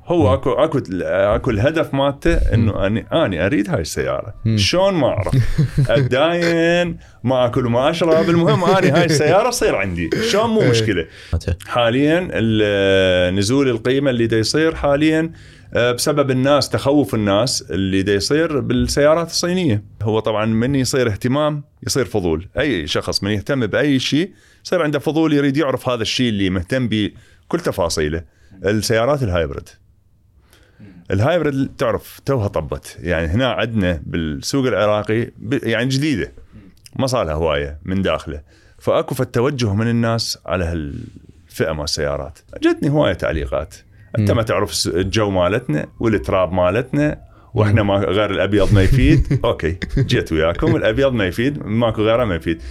هو اكو الهدف مالته انه اني اريد هاي السياره. شلون ما اعرف، اتداين ما اكل وما اشرب، المهم اني هاي السياره تصير عندي. شلون مو مشكله. حاليا نزول القيمه اللي دا يصير حاليا بسبب الناس، تخوف الناس اللي دا يصير بالسيارات الصينيه. هو طبعا من يصير اهتمام يصير فضول. اي شخص من يهتم باي شيء يصير عنده فضول، يريد يعرف هذا الشيء اللي مهتم بكل تفاصيله. السيارات الهايبرد تعرف توها طبت، يعني هنا عندنا بالسوق العراقي يعني جديدة، ما صار هواية من داخله، فأكو التوجه من الناس على هالفئة مال السيارات. جتني هواية تعليقات، أنت ما تعرف الجو مالتنا والتراب مالتنا، وإحنا ما غير الأبيض ما يفيد. أوكي جيت وياكم، الأبيض ما يفيد، ماكو غيره ما يفيد.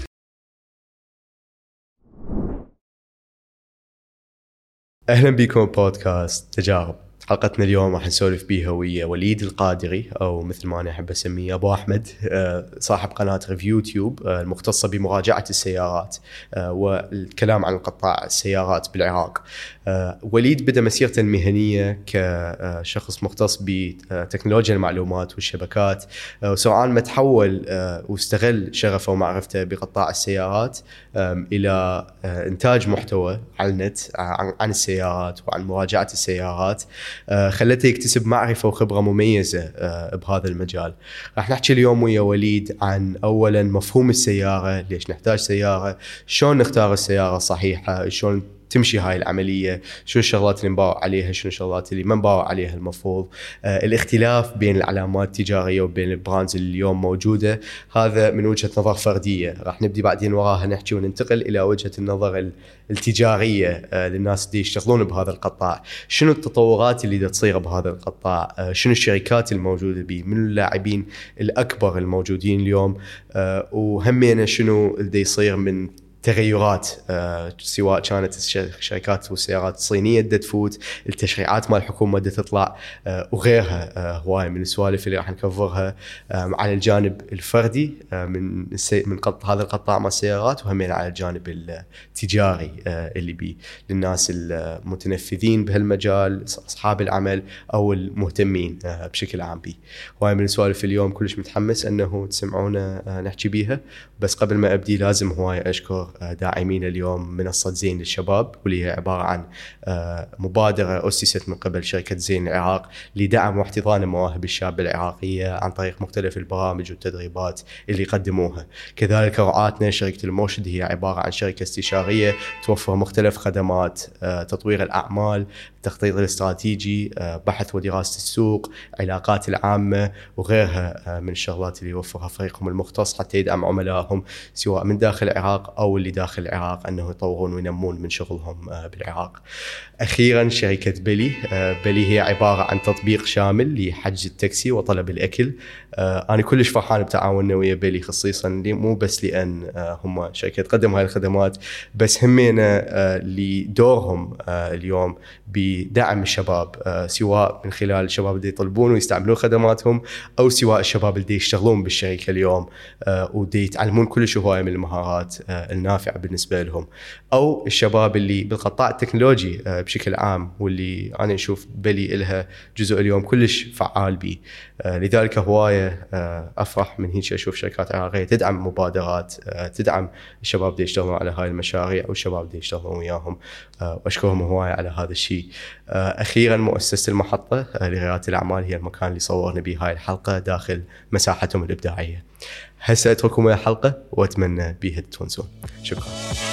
أهلا بكم بودكاست تجارب. حلقتنا اليوم راح نسولف بيها ويا وليد القادري، أو مثل ما أنا أحب أسميه أبو أحمد، صاحب قناة ريفيو تيوب المختصة بمراجعة السيارات والكلام عن قطاع السيارات بالعراق. وليد بدأ مسيرته المهنية كشخص مختص بتكنولوجيا المعلومات والشبكات، وسرعان ما تحول واستغل شغفه ومعرفته بقطاع السيارات إلى إنتاج محتوى على النت عن السيارات وعن مراجعة السيارات، خلته يكتسب معرفة وخبرة مميزة بهذا المجال. راح نحكي اليوم ويا وليد عن أولا مفهوم السيارة، ليش نحتاج سيارة، شلون نختار السيارة الصحيحة، شلون تمشي هاي العملية، شو الشغلات اللي نباوع عليها، شو الشغلات اللي ما نباوع عليها المفروض، الاختلاف بين العلامات التجارية وبين البراندز اللي اليوم موجودة. هذا من وجهة نظر فردية، راح نبدي بعدين وراها نحكي وننتقل إلى وجهة النظر التجارية للناس اللي يشتغلون بهذا القطاع. شنو التطورات اللي تصير بهذا القطاع، شنو الشركات الموجودة به، من اللاعبين الأكبر الموجودين اليوم، وهمينا شنو اللي يصير من تغيرات، سواء كانت الشركات والسيارات الصينية بدها تفوت، التشريعات مال الحكومة بدها تطلع، وغيرها. هواية من السوالف اللي راح نكفرها على الجانب الفردي من هذا القطاع مال السيارات، وهمين على الجانب التجاري اللي بيه للناس المتنفذين بهالمجال، أصحاب العمل أو المهتمين بشكل عام بيه. هواية من السوالف اليوم كلش متحمس أنه تسمعونا نحكي بيها. بس قبل ما أبدي لازم هواية أشكر داعمين اليوم منصة زين للشباب، واللي هي عبارة عن مبادرة أسست من قبل شركة زين العراق لدعم واحتضان مواهب الشاب العراقية عن طريق مختلف البرامج والتدريبات اللي يقدموها. كذلك رعاتنا شركة المرشد، هي عبارة عن شركة استشارية توفر مختلف خدمات تطوير الأعمال، التخطيط الاستراتيجي، بحث ودراسة السوق، علاقات العامة، وغيرها من الشغلات اللي يوفرها فريقهم المختص حتى يدعم عملائهم سواء من داخل العراق أو اللي داخل العراق أنه يطورون وينمون من شغلهم بالعراق. أخيرا شركة بلي هي عبارة عن تطبيق شامل لحجز التاكسي وطلب الأكل. أنا كلش فرحان بتعاوننا ويا بلي، خصيصا مو بس لأن هم شركة تقدم هاي الخدمات، بس همينا لدورهم اليوم بدعم الشباب، سواء من خلال الشباب اللي يطلبون ويستعملون خدماتهم، أو سواء الشباب اللي يشتغلون بالشركة اليوم ودي يتعلمون كل هواية من المهارات النافعة بالنسبة لهم، أو الشباب اللي بالقطاع التكنولوجي بشكل عام، واللي أنا أشوف بلي إلها جزء اليوم كلش فعال بي. لذلك هواية أفرح من هيك أشوف شركات عراقية تدعم مبادرات تدعم الشباب اللي يشتغلون على هاي المشاريع والشباب اللي يشتغلون وياهم، وأشكرهم هواية على هذا الشيء. أخيرا مؤسسة المحطة لريادة الأعمال هي المكان اللي صورنا به هاي الحلقة داخل مساحتهم الإبداعية. هسه أترككم ويا الحلقة وأتمنى بيها تتونسون. شكرا.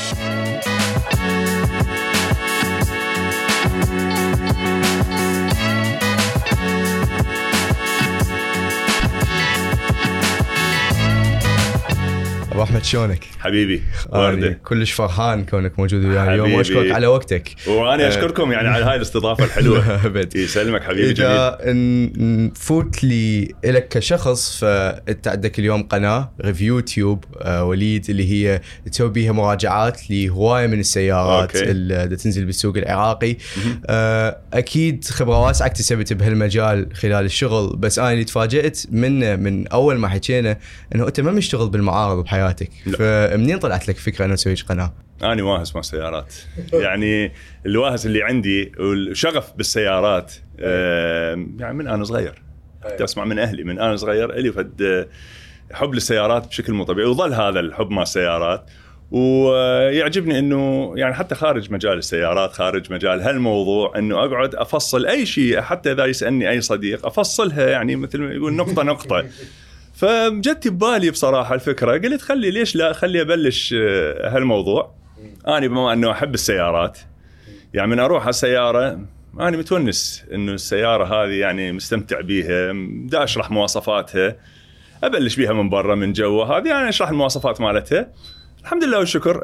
أبو أحمد شلونك؟ حبيبي وردة، كلش فرحان كونك موجود وياي اليوم، وأشكرك على وقتك. وأنا أشكركم يعني على هاي الاستضافة الحلوة. يسلمك حبيبي. إذا نفوت لي إلك كشخص، فأنت عندك اليوم قناة ريفيو تيوب وليد، اللي هي تسوي بيها مراجعات لهواية من السيارات اللي تنزل بالسوق العراقي. أكيد خبرة واسعة اكتسبت بهالمجال خلال الشغل، بس أنا اللي تفاجأت من أول ما حكينا أنه أنت ما مشتغل بالمعارض بحياتك. فمنين طلعت لك فكرة أنه أسوي قناة؟ أنا واهس مع السيارات. يعني الواهس اللي عندي والشغف بالسيارات يعني من أنا صغير، حتى أسمع من أهلي من أنا صغير إلي فد حب للسيارات بشكل مو طبيعي، وظل هذا الحب مع السيارات. ويعجبني انه يعني حتى خارج مجال السيارات، خارج مجال هالموضوع، انه اقعد افصل اي شيء، حتى اذا يسالني اي صديق افصلها، يعني مثل ما يقول نقطه نقطه. فجت ببالي بصراحه الفكره، قلت خلي ليش لا، خلي ابلش هالموضوع. انا بما انه احب السيارات، يعني من اروح على السياره انا متونس انه السياره هذه يعني مستمتع بيها، دا اشرح مواصفاتها، ابلش بيها من برا من جوا هذه، يعني اشرح المواصفات مالتها. الحمد لله والشكر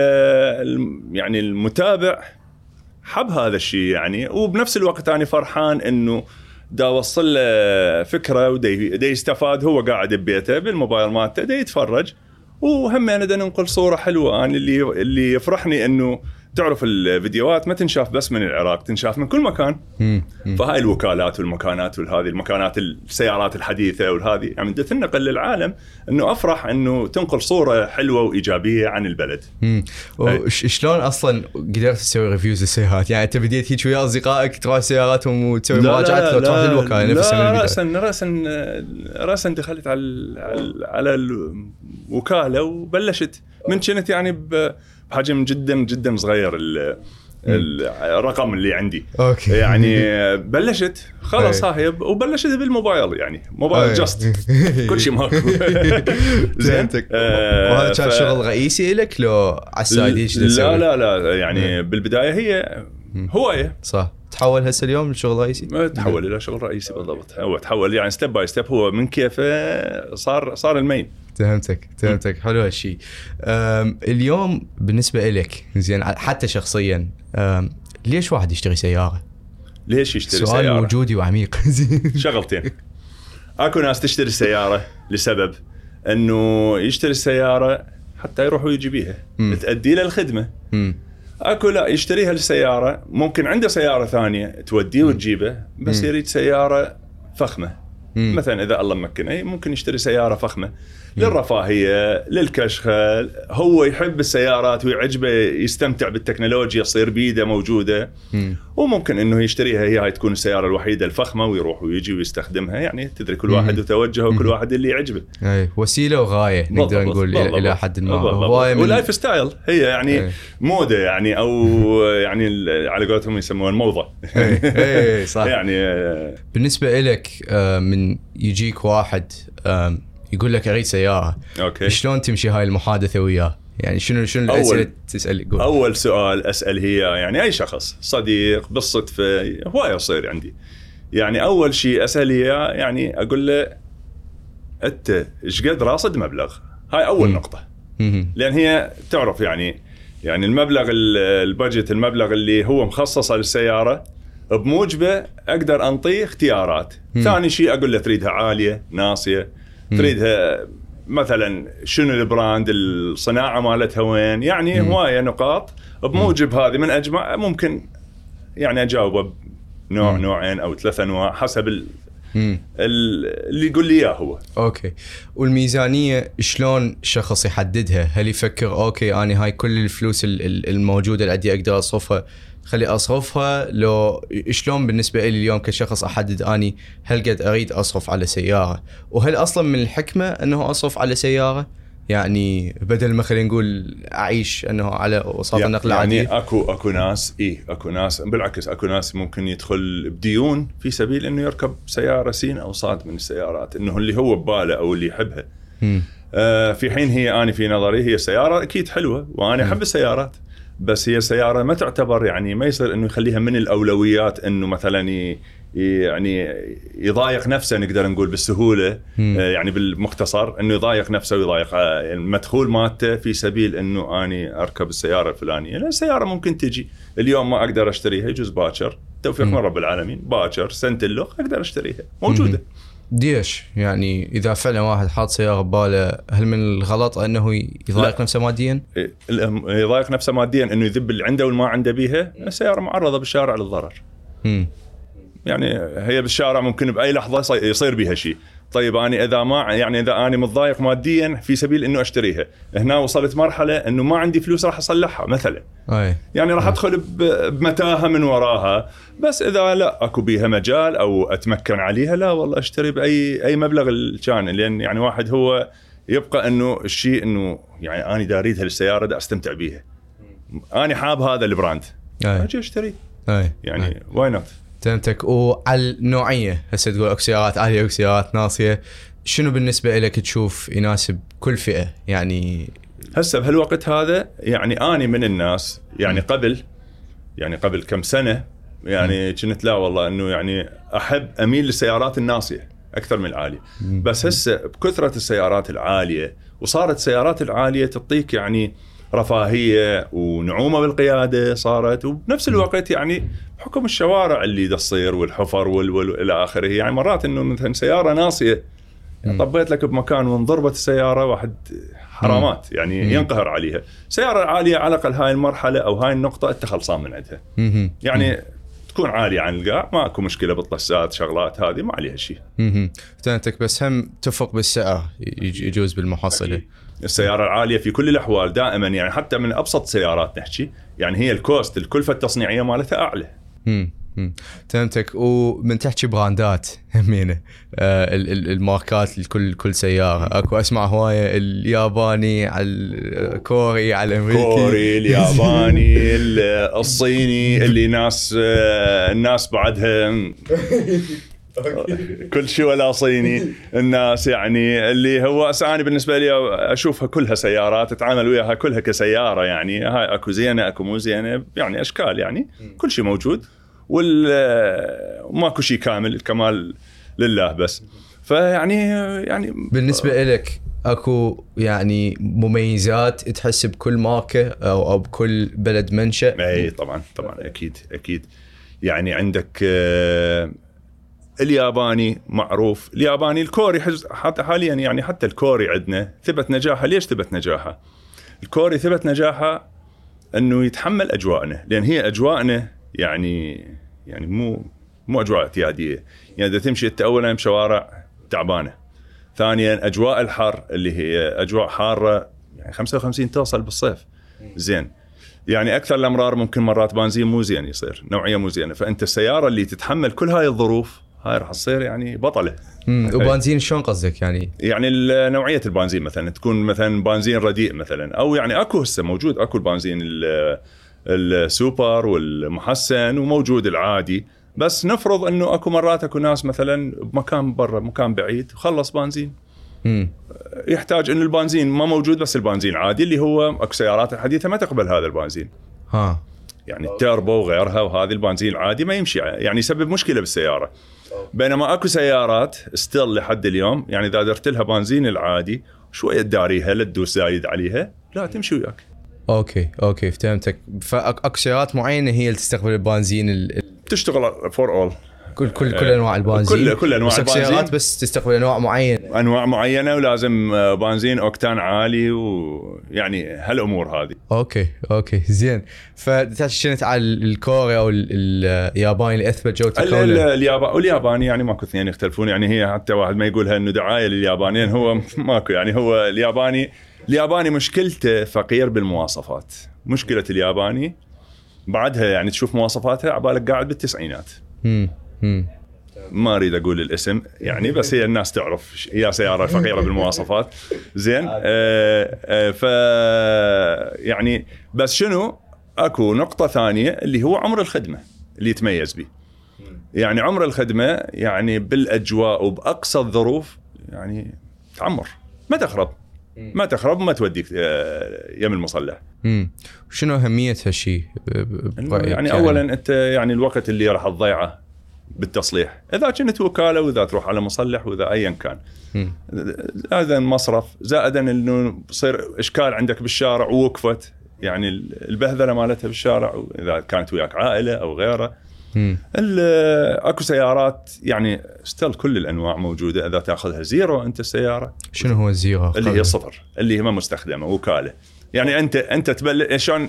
يعني المتابع حب هذا الشيء يعني، وبنفس الوقت أنا فرحان إنه دا وصل له فكرة ودي يستفاد، هو قاعد ببيته بالموبايل مالته دا يتفرج، وهم أنا دا ننقل صورة حلوة. أنا اللي يفرحني إنه تعرف الفيديوهات ما تنشاف بس من العراق، تنشاف من كل مكان. فهاي الوكالات والمكانات والهذه المكانات السيارات الحديثة والهذه يعني بدها تنقل للعالم، إنه أفرح إنه تنقل صورة حلوة وإيجابية عن البلد. شلون أصلاً قدرت تسوي ريفيوز للسيارات؟ يعني أنت بديت هيك ويا أصدقائك تروح سياراتهم وتسوي مراجعات، لو تروح للوكالة نفسها من البداية؟ رأساً دخلت على الوكالة وبلشت من كنت يعني بحجم جدا جدا صغير الرقم اللي عندي. أوكي. يعني بلشت خلاص هاي وبلشت بالموبايل، يعني موبايل جاست كل شيء ماكو. زينتك. وهذا كان شغل رئيسي لك لو على السايد؟ لا يعني بالبداية هي هواية. صح. تحول هسه اليوم لشغل رئيسي؟ تحول إلى شغل رئيسي بالضبط. هو تحول يعني ستيب باي ستيب، هو من كيفه صار المين. تهمتك. حلو هالشيء. اليوم بالنسبة إليك زين، حتى شخصيا ليش واحد يشتري سيارة؟ ليش يشتري سؤال سيارة؟ وجودي وعميق. شغلتين. أكو ناس تشتري السيارة لسبب أنه يشتري السيارة حتى يروح ويجي بيها تأدي له الخدمة. أكو لا يشتريها للسيارة، ممكن عنده سيارة ثانية توديه وتجيبه، بس يريد سيارة فخمة. مثلا إذا الله مكنه ممكن يشتري سيارة فخمة للرفاهية، للكشخة، هو يحب السيارات ويعجبه يستمتع بالتكنولوجيا، يصير بيده موجودة. وممكن إنه يشتريها هي تكون السيارة الوحيدة الفخمة ويروح ويجي ويستخدمها. يعني تدري كل واحد وتوجهه وكل واحد اللي يعجبه. أي وسيلة وغاية نقدر نقول إلى حد ما. ولايف ستايل هي يعني مودة يعني، أو يعني على قولتهم يسموها الموضة. أي صح. يعني بالنسبة إلك من يجيك واحد يقول لك أريد سيارة، أوكي. شلون تمشي هاي المحادثة وياه؟ يعني شنو الأسئلة تسأل؟ قول. أول سؤال أسأل هي يعني أي شخص صديق بالصدفة هو يصير عندي، يعني أول شيء أسأل هي يعني أقول له أنت إيش قد راصد مبلغ؟ هاي أول نقطة. لأن هي تعرف يعني المبلغ البادجت، المبلغ اللي هو مخصصة للسيارة بموجبه أقدر أنطيه اختيارات. ثاني شيء أقول له تريدها عالية ناصية، تريدها مثلا شنو البراند، الصناعة مالتها وين، يعني هواية نقاط. بموجب هذه من أجمع ممكن يعني أجاوبه نوع نوعين أو 3 أنواع حسب اللي يقول لي إياه هو. أوكي. والميزانية شلون شخص يحددها؟ هل يفكر أوكي أنا هاي كل الفلوس الموجودة اللي عندي أقدر أصرفها خلي أصرفها، لو شلون بالنسبة لي اليوم كشخص أحدد أني هل قد أريد أصرف على سيارة؟ وهل أصلا من الحكمة أنه أصرف على سيارة؟ يعني بدل ما خلينا نقول أعيش أنه على وسائل النقل العادية. يعني أكو ناس أكو ناس بالعكس، أكو ناس ممكن يدخل بديون في سبيل أنه يركب سيارة سين أو صاد من السيارات، أنه اللي هو بباله أو اللي يحبها. في حين هي أنا في نظري هي سيارة أكيد حلوة وأنا أحب السيارات، بس هي سيارة ما تعتبر يعني ما يصير إنه يخليها من الأولويات، إنه مثلا يعني يضايق نفسه نقدر نقول بالسهولة. يعني بالمختصر إنه يضايق نفسه ويضايق المدخول مالته في سبيل إنه أنا أركب السيارة الفلانية. لأن السيارة ممكن تجي اليوم ما أقدر أشتريها، يجوز باكر توفيق من رب العالمين باكر سنة اللغ أقدر أشتريها موجودة. ديش يعني إذا فعلا واحد حاط سيارة بباله، هل من الغلط أنه يضايق نفسه ماديا؟ يضايق نفسه ماديا إنه يذب اللي عنده والما عنده بيها. السيارة معرضة بالشارع للضرر. يعني هي بالشارع ممكن بأي لحظة يصير بيها شيء، طيب أنا إذا ما يعني إذا أنا متضايق ماديا في سبيل إنه أشتريها، هنا وصلت مرحلة إنه ما عندي فلوس راح أصلحها مثلا، يعني راح أدخل بمتاهة من وراها. بس إذا لا أكو بيها مجال أو أتمكن عليها، لا والله أشتري بأي مبلغ كان، لأن يعني واحد هو يبقى إنه الشيء إنه يعني أنا دا أريد هالسيارة دا أستمتع بيها، أنا حاب هذا البراند أجي أشتري يعني واي نوت. فهمتك. وعلى النوعية هسه تقول أكو سيارات عالية أكو سيارات ناصية، شنو بالنسبة لك تشوف يناسب كل فئة؟ يعني هسه بهالوقت هذا يعني أنا من الناس يعني قبل كم سنة يعني كنت لا والله إنه يعني أحب أميل للسيارات الناصية أكثر من العالية. بس هسه بكثرة السيارات العالية، وصارت السيارات العالية تعطيك يعني رفاهية ونعومة بالقيادة صارت، وبنفس الوقت يعني بحكم الشوارع اللي تصير والحفر والى آخره، يعني مرات إنه مثلا سيارة ناصية يعني طبيت لك بمكان وانضربت السيارة واحد حرامات يعني ينقهر عليها. سيارة عالية على الأقل هاي المرحلة أو هاي النقطة أنت خلصان من عندها، يعني تكون عالية عن القاع ما أكو مشكلة بالطسات شغلات هذه ما عليها شيء. فهمتك. بس هم تفق بالسعر يجوز بالمحصلة. السيارة العالية في كل الأحوال دائما يعني حتى من أبسط سيارات نحكي يعني هي الكوست الكلفة التصنيعية مالتها أعلى. فهمتك. ومن تحكي براندات همينة الماركات لكل سيارة، اكو اسمع هواية الياباني على الكوري على الامريكي، كوري الياباني الصيني اللي الناس بعدها كل شيء ولا صيني الناس، يعني اللي هو أنا بالنسبة لي أشوفها كلها سيارات أتعامل وياها كلها كسيارة، يعني هاي أكو زينة أكو مو زينة يعني أشكال، يعني كل شيء موجود وماكو شيء كامل، الكمال لله بس. فيعني بالنسبة لك اكو يعني مميزات تحس بكل ماركة او بكل بلد منشأ؟ اي طبعا اكيد يعني عندك الياباني معروف، الياباني الكوري حتى حاليا يعني حتى الكوري عندنا ثبت نجاحه. ليش ثبت نجاحه؟ الكوري ثبت نجاحه انه يتحمل اجواءنا، لان هي اجواءنا يعني مو اجواء اعتياديه، يعني اذا تمشي انت اولا بشوارع تعبانه، ثانيا اجواء الحر اللي هي اجواء حاره يعني 55 توصل بالصيف زين، يعني اكثر الامرار ممكن مرات بنزين مو زين يصير، نوعيه مو زينه، فانت السياره اللي تتحمل كل هاي الظروف هاي راح تصير يعني بطله. وبنزين شلون قصدك يعني نوعيه البنزين مثلا تكون مثلا بنزين رديء مثلا، او يعني اكو هسه موجود اكو البنزين السوبر والمحسن وموجود العادي، بس نفرض انه اكو مرات اكو ناس مثلا بمكان برا مكان بعيد خلص بنزين يحتاج انه البنزين ما موجود، بس البنزين عادي اللي هو اكو سيارات الحديثه ما تقبل هذا البنزين يعني التيربو وغيرها، وهذه البنزين العادي ما يمشي يعني يسبب مشكله بالسياره. بينما اكو سيارات ستيل لحد اليوم يعني اذا درت لها بنزين العادي شويه تداريها لا تدوس زايد عليها لا تمشي وياك. اوكي فهمتك. فاكو سيارات معينه هي اللي تستقبل البنزين تشتغل فور اول كل انواع البنزين، كل انواع البنزين، سيارات بس تستقبل انواع معينه ولازم بنزين اوكتان عالي ويعني هالامور هذه. اوكي زين. فتحكي على الكوري او الياباني اللي اثبت جودته والياباني يعني ماكو اثنين يختلفون، يعني هي حتى واحد ما يقولها انه دعايه لليابانيين، هو ماكو، يعني هو الياباني مشكلته فقير بالمواصفات. مشكله الياباني بعدها يعني تشوف مواصفاتها عبالك قاعد بالتسعينات. ما اريد اقول الاسم يعني، بس هي الناس تعرف هي سياره فقيره بالمواصفات زين. ف يعني بس شنو اكو نقطه ثانيه اللي هو عمر الخدمه اللي يتميز به، يعني عمر الخدمه يعني بالاجواء وباقصى الظروف يعني تعمر ما تخرب ما توديك يم المصلح. شنو اهميه هالشيء يعني اولا انت يعني الوقت اللي راح تضيعه بالتصليح اذا كنت وكاله واذا تروح على مصلح واذا ايا كان، هذا المصرف زائدا انه بصير اشكال عندك بالشارع ووقفت يعني البهذله مالتها بالشارع اذا كانت وياك عائله او غيره. اكو سيارات يعني ستيل كل الانواع موجوده، اذا تاخذها زيرو انت السياره. شنو هو الزيرو؟ اللي هي صفر، اللي هي ما مستخدمه وكاله، يعني انت تبلش شلون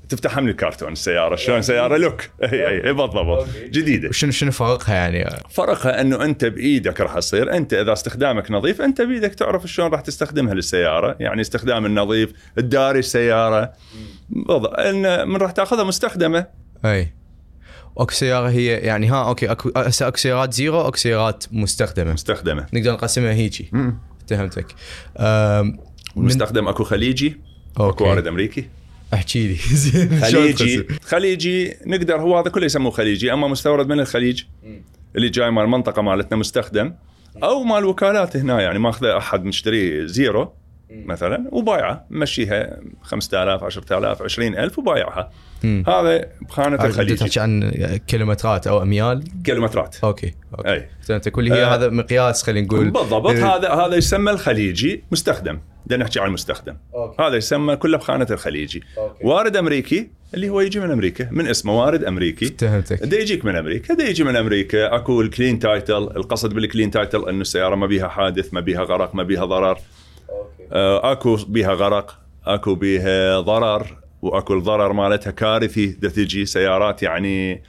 تفتح من الكرتون السياره شلون سياره لوك اي بالضبط جديده. شنو فرقها يعني؟ فرقها انه انت بايدك راح تصير، انت اذا استخدامك نظيف انت بايدك تعرف شلون راح تستخدمها للسياره، يعني استخدام النظيف الداري السياره ان من راح تاخذها مستخدمه. اي اكو سياره هي يعني اوكي اكو سيارات زيرو، اكو سيارات مستخدمه نقدر نقسمها هيجي. فهمتك. المستخدم اكو خليجي اكو وارد امريكي. احكي لي زين. خليجي نقدر هو هذا كله يسموه خليجي، اما مستورد من الخليج اللي جاي مال المنطقه مالتنا مستخدم، او مال وكالات هنا يعني ماخذه احد مشتري زيرو مثلا وبايعه مشيها 5000 10000 20000 وبايعها. هذا بخانه الخليجي. تحكي عن كيلومترات او اميال؟ كيلومترات. اوكي اي فهمت. كل هي هذا مقياس خلينا نقول بالضبط. هذا يسمى الخليجي مستخدم. بدنا نحكي عن المستخدم. هذا يسمى كله بخانه الخليجي. وارد امريكي اللي هو يجي من امريكا، من اسمه وارد امريكي. فهمتك. دا يجيك من امريكا، دا يجي من امريكا. اكو الكلين تايتل، القصد بالكلين تايتل انه السياره ما بيها حادث، ما بيها غرق، ما بيها ضرر. اكو بيها غرق، اكو بيها ضرر، واكو الضرر مالتها كارثي. دا تجي سيارات يعني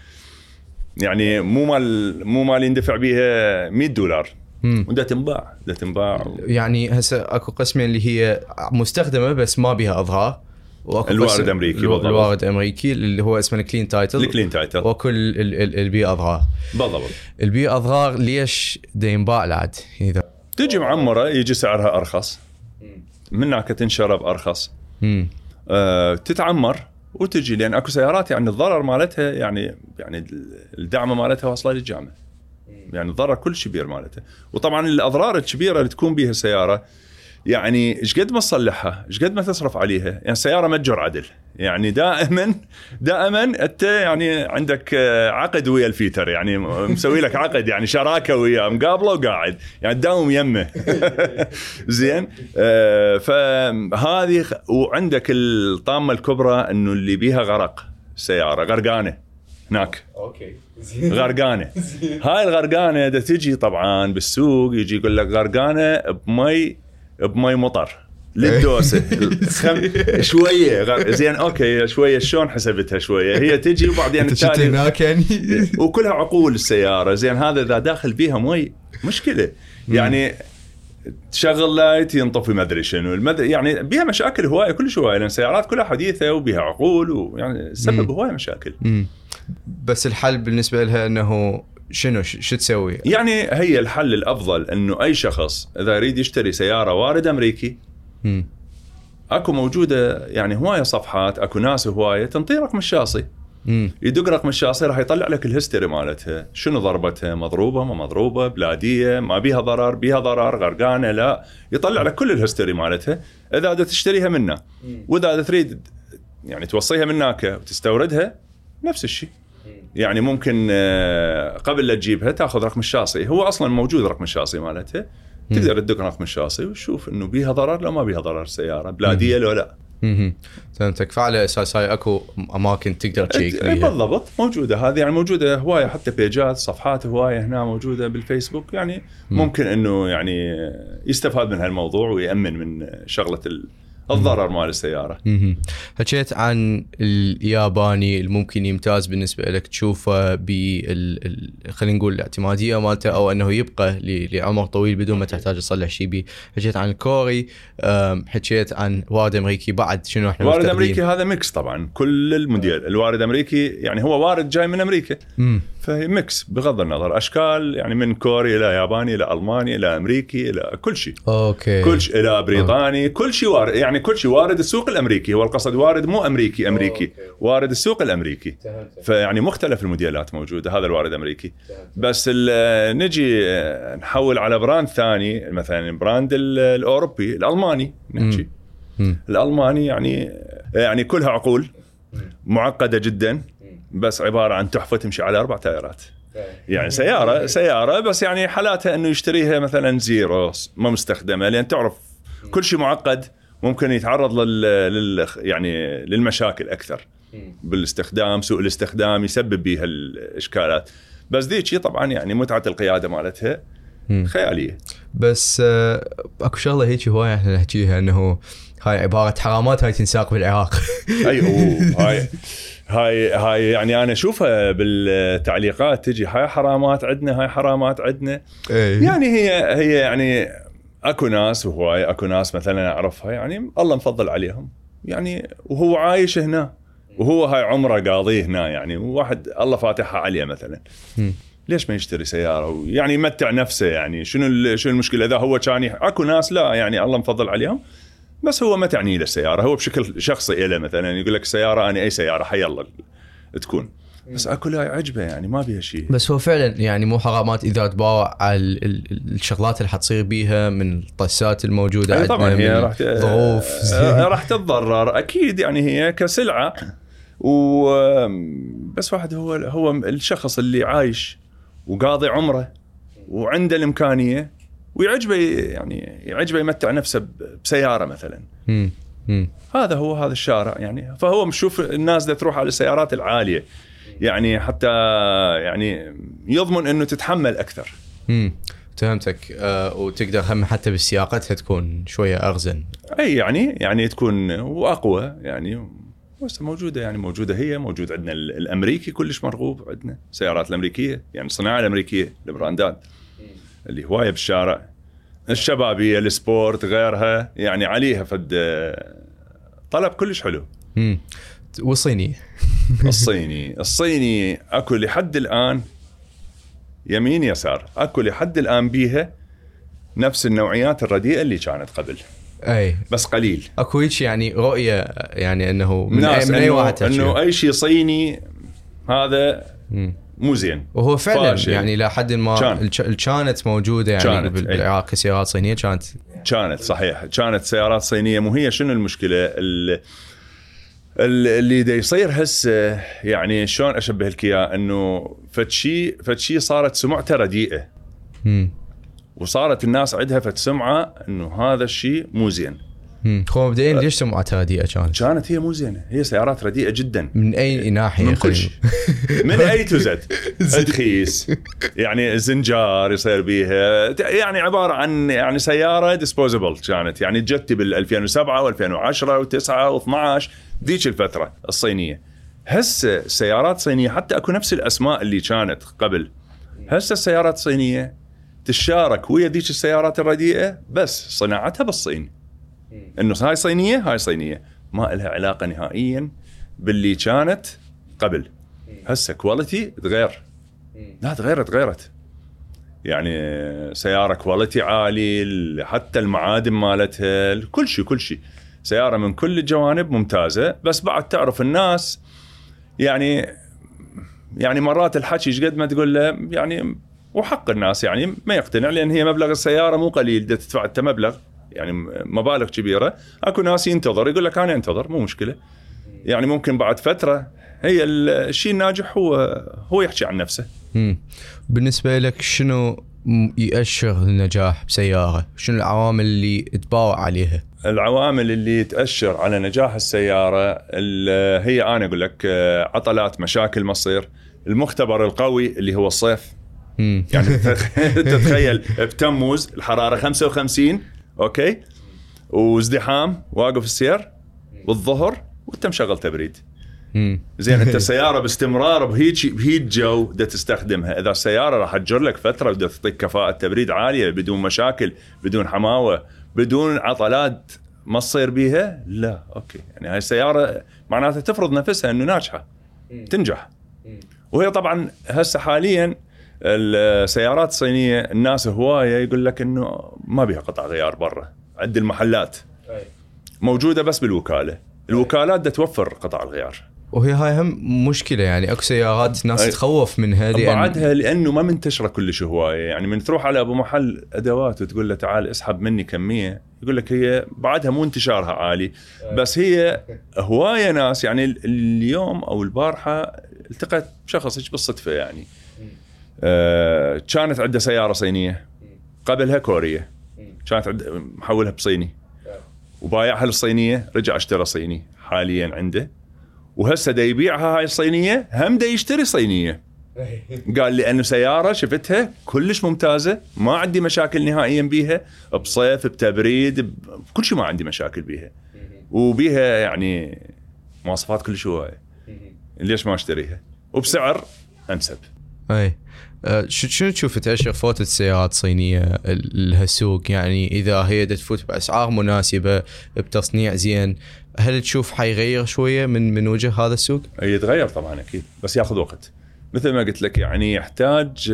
مو مال يندفع بيها $100 ودا تنباع يعني هسه اكو قسمين اللي هي مستخدمه بس ما بيها اضرار، الوارد امريكي بالضبط. الوارد امريكي اللي هو اسمه الكلين تايتل. وكل البي اضرار بالضبط. البي اضرار ليش دا ينباع العاد؟ اذا تجي معمره يجي سعرها ارخص، منك تنشرب ارخص. تتعمر وتجي، لان اكو سيارات يعني الضرر مالتها يعني الدعمه مالتها واصله للجامعه، يعني الضرر كل كبير مالتها. وطبعا الاضرار الكبيره اللي تكون بها السياره يعني ايش قد ما تصلحها، ايش قد ما تصرف عليها، يعني السياره متجر عدل. يعني دائما انت يعني عندك عقد ويا الفيتر، يعني مسوي لك عقد يعني شراكه وياه، مقابله وقاعد يعني تداوم يمه. زين. فهذه وعندك الطامه الكبرى انه اللي بيها غرق سياره غرقانه هناك. اوكي غرقانه. هاي الغرقانه دا تجي طبعا بالسوق يجي يقول لك غرقانه بمي مطر للدوسه شويه زين اوكي شويه شلون حسبتها شويه هي تجي وبعدين التالي هناك يعني وكلها عقول السياره. زين هذا اذا داخل بيها مي مشكله يعني تشغل لايت ينطفي ما ادري شنو يعني بيها مشاكل هوايه كل شويه، لان السيارات كلها حديثه وبيها عقول ويعني سبب هوايه مشاكل. بس الحل بالنسبه لها انه شو تسوي؟ يعني هي الحل الافضل انه اي شخص اذا يريد يشتري سياره وارد امريكي اكو موجوده يعني هوايه صفحات، اكو ناس هوايه تنطي رقم الشاصي، يدق رقم الشاصي راح يطلع لك الهيستوري مالتها، شنو ضربتها، مضروبه ما مضروبه، بلاديه ما بيها ضرر، بيها ضرر، غرقانه لا، يطلع لك كل الهيستوري مالتها. اذا بدك تشتريها منه واذا تريد يعني توصيها منك وتستوردها نفس الشيء، يعني ممكن قبل لا تجيبها تاخذ رقم الشاصي، هو اصلا موجود رقم الشاصي مالتها، تقدر تدق رقم الشاصي وتشوف انه بيها ضرر لو ما بيها ضرر السياره، بلاديه لو لا. فهمتك. فعلى اساس هاي اكو اماكن تقدر تشيك بيها. بالضبط موجوده هذه، يعني موجوده هوايه حتى بيجات صفحات هوايه هنا موجوده بالفيسبوك، يعني ممكن انه يعني يستفاد من هالموضوع ويأمن من شغله الضرر مال السيارة. حكيت عن الياباني اللي ممكن يمتاز بالنسبة لك تشوفه خلينا نقول الاعتمادية مالته أو أنه يبقى لعمر طويل بدون ما تحتاج تصلح شيء بيه. حكيت عن الكوري، حكيت عن وارد أمريكي، بعد شنو احنا وارد أمريكي هذا ميكس طبعا كل الموديل. الوارد أمريكي يعني هو وارد جاي من أمريكا، فهي ميكس بغض النظر أشكال، يعني من كوري إلى ياباني إلى ألماني إلى أمريكي إلى كل شيء. أوكي. كل شيء إلى بريطاني، كل شيء وارد، يعني كل شيء وارد السوق الأمريكي. هو القصد وارد مو أمريكي وارد السوق الأمريكي. فيعني مختلف الموديلات موجودة، هذا الوارد أمريكي. بس نجي نحول على براند ثاني، مثلا براند الأوروبي الألماني نحكي. الألماني يعني كلها عقول، معقدة جدا، بس عبارة عن تحفة تمشي على 4 تايرات. يعني سيارة بس يعني حالاتها انه يشتريها مثلا زيرو ما مستخدمة، لان تعرف كل شيء معقد، ممكن يتعرض يعني للمشاكل اكثر بالاستخدام، سوء الاستخدام يسبب بها الاشكالات. بس ذيك طبعا يعني متعة القيادة مالتها خيالية. بس اكو شغلة هيك هواية احنا نحكيها، انه هاي عبارة حرامات هاي تنساق بالعراق. هاي يعني انا اشوفها بالتعليقات تجي هاي حرامات عندنا، هاي حرامات عندنا. يعني هي يعني اكو ناس وهواي، اكو ناس مثلا اعرفها يعني الله مفضل عليهم يعني، وهو عايش هنا وهو هاي عمره قاضيه هنا يعني، واحد الله فاتحها عليه مثلا ليش ما يشتري سياره ويعني يمتع نفسه يعني؟ شنو المشكله اذا هو كان اكو ناس لا يعني الله مفضل عليهم بس هو ما تعني له السياره، هو بشكل شخصي له مثلا يقول لك سياره انا اي سياره حي الله تكون، بس اكو لا عجبه يعني ما بيها شيء. بس هو فعلا يعني مو حرامات اذا تباوع على الشغلات اللي حتصير بيها من الطسات الموجوده عندنا. طبعا هي ظروف راح تتضرر اكيد يعني هي كسلعه بس واحد هو الشخص اللي عايش وقاضي عمره وعنده الامكانيه ويعجبه يعني يعجبه يمتع نفسه بسياره مثلا. هذا الشارع يعني، فهو مشوف الناس دا تروح على السيارات العاليه يعني حتى يعني يضمن انه تتحمل اكثر. فهمتك. وتقدر هم حتى بسياقتها تكون شويه ارزن. اي يعني تكون واقوى يعني، بس موجوده يعني موجود عندنا الامريكي كلش مرغوب عندنا السيارات الامريكيه يعني الصناعه الامريكيه البراندات اللي هوايه بالشارع، الشبابيه السبورت غيرها يعني عليها فد طلب كلش حلو. والصيني الصيني اكو لحد الان يمين يسار، اكو لحد الان بيها نفس النوعيات الرديئه اللي كانت قبل اي بس قليل. اكو هيك يعني رؤيه يعني انه من اي واحد انه اي شيء صيني هذا مو زين، وهو فعلا فاشل. يعني لحد ما كانت موجوده يعني بالعراق سيارات صينيه كانت صحيح كانت سيارات صينيه. مو هي شنو المشكله اللي دا يصير هسه يعني شلون اشبه لك اياه، انه فتشي صارت سمعته رديئه وصارت الناس عندها فسمعه انه هذا الشيء مو زين. هو مبدئيا ليش سمعتها رديئه؟ كانت هي مو زينه، هي سيارات رديئه جدا من اي ناحيه؟ من كل شيء من اي تو زد تخيس يعني الزنجار يصير بيها يعني عباره عن يعني سياره ديسبوزبل كانت يعني جتي بال 2007 و2010 و9 و12 ذيك الفتره الصينيه. هسه سيارات صينيه حتى اكو نفس الاسماء اللي كانت قبل، هسه السيارات الصينيه تشارك ويا ذيك السيارات الرديئه بس صناعتها بالصين، انه هاي صينيه ما لها علاقه نهائيا باللي كانت قبل. هسه كواليتي تغير، لا تغيرت يعني سياره كواليتي عالي، حتى المعادن مالتها كل شيء سياره من كل الجوانب ممتازه. بس بعد تعرف الناس يعني مرات الحكي ايش قد ما تقول له يعني وحق الناس يعني ما يقتنع، لان هي مبلغ السياره مو قليل، دا تدفع انت مبلغ يعني مبالغ كبيره. اكو ناس ينتظر يقول لك انا انتظر مو مشكله يعني ممكن بعد فتره. هي الشيء الناجح هو يحكي عن نفسه. بالنسبه لك شنو يؤشر النجاح بسياره؟ شنو العوامل اللي تباوع عليها؟ العوامل اللي تأشر على نجاح السياره هي انا اقول لك عطلات مشاكل مصير، المختبر القوي اللي هو الصيف. يعني تتخيل بتموز الحراره 55 اوكي وازدحام واقف السير بالظهر وانت مشغل تبريد. زين انت السياره باستمرار بهيج جو بدها تستخدمها. اذا السياره راح تجر لك فتره بدها تعطيك كفاءه تبريد عاليه بدون مشاكل بدون حماوه بدون عطلات ما تصير بيها، لا اوكي يعني هاي السياره معناتها تفرض نفسها انه ناجحه تنجح. وهي طبعا هسه حاليا السيارات الصينيه الناس هوايه يقول لك انه ما بيها قطع غيار برا، عند المحلات موجوده بس بالوكاله، الوكالات دا توفر قطع الغيار. وهي هاي هم مشكله يعني اكو سيارات ناس تخوف منها بعدها لانه ما منتشره كلش هوايه. يعني من تروح على ابو محل ادوات وتقول له تعال اسحب مني كميه يقول لك هي بعدها مو انتشارها عالي، بس هي هوايه ناس. يعني اليوم او البارحه التقيت بشخص بالصدفه يعني كانت عنده سياره صينيه قبلها كوريه، كانت محولها بصيني وبايعها للصينيه، رجع اشترى صيني حاليا عنده، وهسه دا يبيعها هاي الصينيه هم دا يشتري صينيه. قال لي انه سياره شفتها كلش ممتازه ما عندي مشاكل نهائيا بيها، بصيف بتبريد بكل شيء ما عندي مشاكل بيها. وبيها يعني مواصفات كل شوية، ليش ما اشتريها وبسعر انسب. اي شنو تشوف تأشر فوت السيارات الصينية لهالسوق؟ يعني اذا هي تفوت باسعار مناسبة بتصنيع زين، هل تشوف حيغير شوية من وجه هذا السوق؟ يتغير طبعا اكيد، بس ياخذ وقت مثل ما قلت لك. يعني يحتاج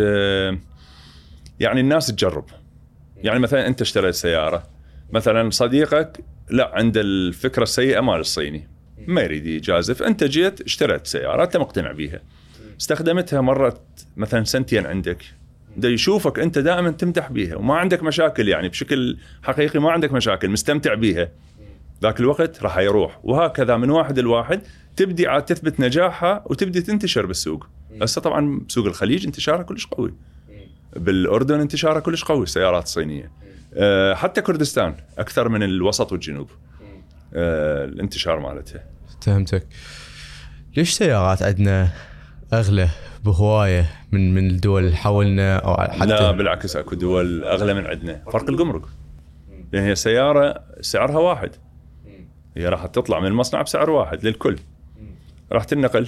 يعني الناس تجرب. يعني مثلا انت اشتريت سيارة، مثلا صديقك لا عنده الفكرة السيئة مال الصيني، ما يريد يجازف، انت جيت اشتريت سيارة انت مقتنع بيها، استخدمتها مرت مثلا سنتين عندك، دا يشوفك انت دائما تمدح بيها وما عندك مشاكل، يعني بشكل حقيقي ما عندك مشاكل، مستمتع بيها، ذاك الوقت راح يروح. وهكذا من واحد لواحد تبدي عاد تثبت نجاحها وتبدي تنتشر بالسوق. هسه طبعا بسوق الخليج انتشارها كلش قوي، بالاردن انتشارها كلش قوي السيارات الصينيه، حتى كردستان اكثر من الوسط والجنوب الانتشار مالتها. فهمتك. ليش سيارات عندنا اغلى بهوايه من الدول اللي حولنا او حتى؟ لا بالعكس، اكو دول اغلى من عندنا، فرق الجمرك. يعني هي سياره سعرها واحد، هي راح تطلع من المصنع بسعر واحد للكل، راح تنقل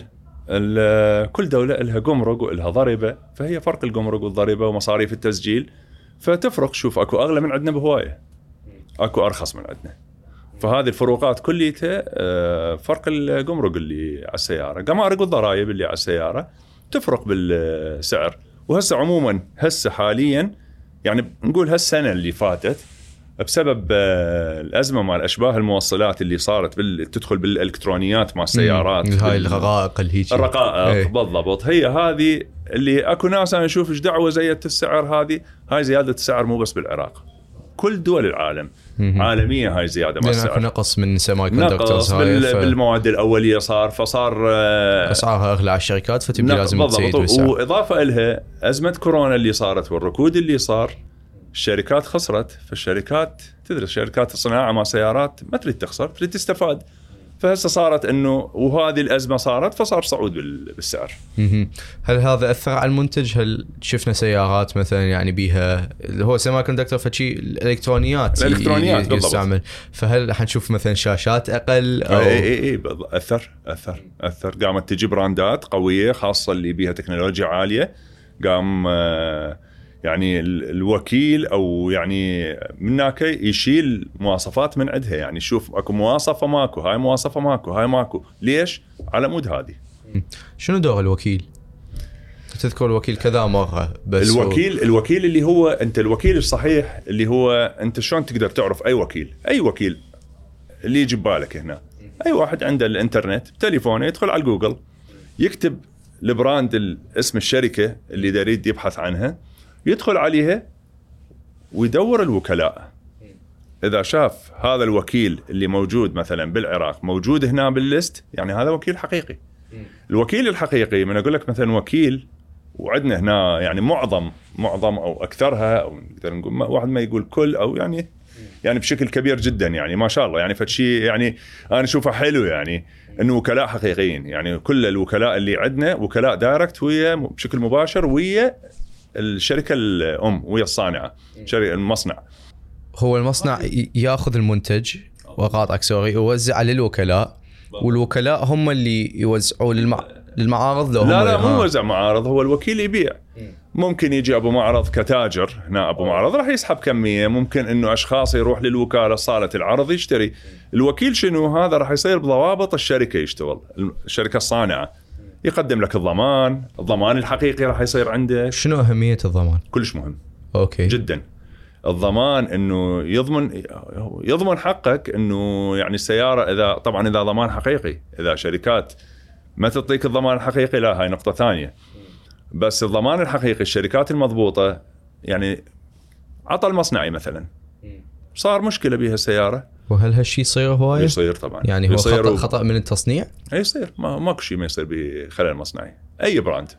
كل دولة لها جمرك ولها ضريبة، فهي فرق الجمرك والضريبة ومصاريف التسجيل فتفرق. شوف اكو اغلى من عندنا بهواية، اكو ارخص من عندنا، فهذه الفروقات كليتها فرق الجمرك اللي على السيارة، جمارك والضرائب اللي على السيارة تفرق بالسعر. وهسه عموما هسه حاليا يعني نقول هالسنة اللي فاتت بسبب الأزمة مع الأشباه الموصلات اللي صارت تدخل بالإلكترونيات مع السيارات، هاي الرقائق الرقائق بالضبط، هي هذه اللي أكو ناس أنا أشوف إيش دعوة زيادة السعر هذه. هاي زيادة السعر مو بس بالعراق، كل دول العالم عالمية هاي زيادة مع السعر، نقص من سيمي كوندكتورز، بالمواد الأولية فصار أسعارها أغلى على الشركات، فتبدي لازم تزيد بالسعر. وإضافة إلها أزمة كورونا اللي صارت والركود اللي صار، الشركات خسرت. فالشركات تدرس شركات الصناعة مع سيارات ما تريد تخسر، تريد تستفاد. فهسه صارت انه وهذه الازمه صارت فصار صعود بالسعر. هل هذا اثر على المنتج؟ هل شفنا سيارات مثلا يعني بيها اللي هو سيمي كوندكتور فشي الالكترونيات يستعمل، فهل حنشوف مثلا شاشات اقل او اي اثر قامت تجي براندات قويه خاصه اللي بيها تكنولوجيا عاليه، قام يعني الوكيل او يعني منك يشيل مواصفات من عندها، يعني شوف اكو مواصفه ماكو، هاي مواصفه ماكو، هاي ماكو، ليش؟ على مود هذه. شنو دور الوكيل؟ تذكر الوكيل كذا مره بس الوكيل اللي هو انت الوكيل الصحيح اللي هو انت شلون تقدر تعرف اي وكيل اللي يجي ببالك هنا؟ اي واحد عنده الانترنت بتليفونه يدخل على جوجل يكتب البراند اسم الشركه اللي يريد يبحث عنها، يدخل عليها ويدور الوكلاء. إذا شاف هذا الوكيل اللي موجود مثلا بالعراق موجود هنا بالليست، يعني هذا وكيل حقيقي. الوكيل الحقيقي من أقول لك مثلا وكيل وعندنا هنا يعني معظم أو أكثرها أو نقدر نقول واحد ما يقول كل أو يعني بشكل كبير جدا، يعني ما شاء الله، يعني فشي يعني أنا أشوفه حلو، يعني إنه وكلاء حقيقيين. يعني كل الوكلاء اللي عندنا وكلاء دايركت ويا بشكل مباشر ويا الشركة الأم ويا الصانعة، شركة المصنع. هو المصنع ياخذ المنتج وقاطعك سوري يوزع على الوكلاء، والوكلاء هم اللي يوزعوا للمعارض. لا مو يوزع معارض، هو الوكيل يبيع. ممكن يجي أبو معرض كتاجر هنا، أبو معرض راح يسحب كمية، ممكن إنه أشخاص يروح للوكالة صالة العرض يشتري. الوكيل شنو هذا؟ راح يصير بضوابط الشركة، يشتغل الشركة الصانعة، يقدم لك الضمان الحقيقي راح يصير عنده. شنو أهمية الضمان؟ كلش مهم. أوكي. جدا. الضمان انه يضمن حقك، انه يعني السيارة اذا ضمان حقيقي. اذا شركات ما تعطيك الضمان الحقيقي لا، هاي نقطة ثانية. بس الضمان الحقيقي الشركات المضبوطة، يعني عطى المصنعي مثلا صار مشكلة بها السيارة، وهل هالشيء يصير هواية؟ يصير طبعا، يعني هو خطأ من التصنيع؟ يصير، ماكو شيء ما يصير بخلال مصنعي اي براند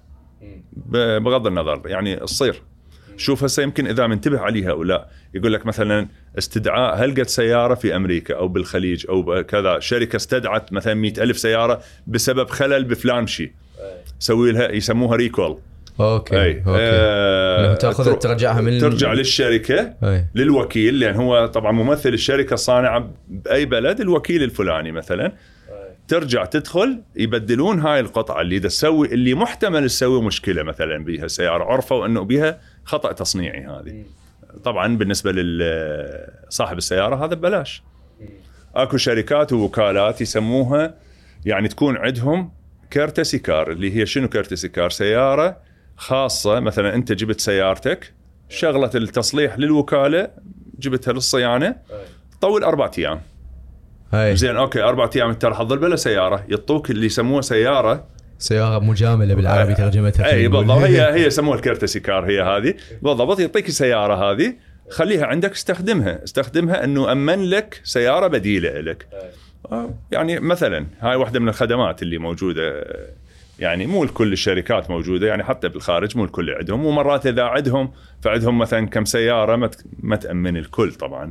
بغض النظر، يعني تصير. شوف هسه يمكن اذا منتبه عليها او لا، يقول لك مثلا استدعاء هل قد سيارة في امريكا او بالخليج او كذا، شركة استدعت مثلا 100,000 سيارة بسبب خلل بفلان شيء، سوي لها يسموها ريكول، اوكي لما تاخذها ترجعها من ترجع للشركه للوكيل، لان هو طبعا ممثل الشركه الصانعه باي بلد، الوكيل الفلاني مثلا. ترجع تدخل يبدلون هاي القطعه اللي تسوي اللي محتمل تسوي مشكله مثلا بها سياره، عرفوا انه بها خطا تصنيعي. هذه طبعا بالنسبه لصاحب السياره هذا ببلاش. اكو شركات ووكالات يسموها يعني تكون عندهم كيرتسي كار، اللي هي شنو كيرتسي كار؟ سياره خاصه. مثلا انت جبت سيارتك، شغله التصليح للوكاله، جبتها للصيانه، تطول 4 أيام. زين اوكي 4 أيام انت راح تظل بلا سياره، يعطوك اللي يسموها سياره مجامله بالعربي ترجمتها. اي بالضبط، هي يسموها الكيرتسي كار، هي هذه بالضبط. يعطيك السياره هذه، خليها عندك، استخدمها انه امن لك سياره بديله لك. يعني مثلا هاي واحده من الخدمات اللي موجوده، يعني مو الكل الشركات موجوده، يعني حتى بالخارج مو الكل عندهم، ومرات اذا عندهم فعندهم مثلا كم سياره ما تامن الكل طبعا.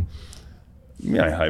يعني هاي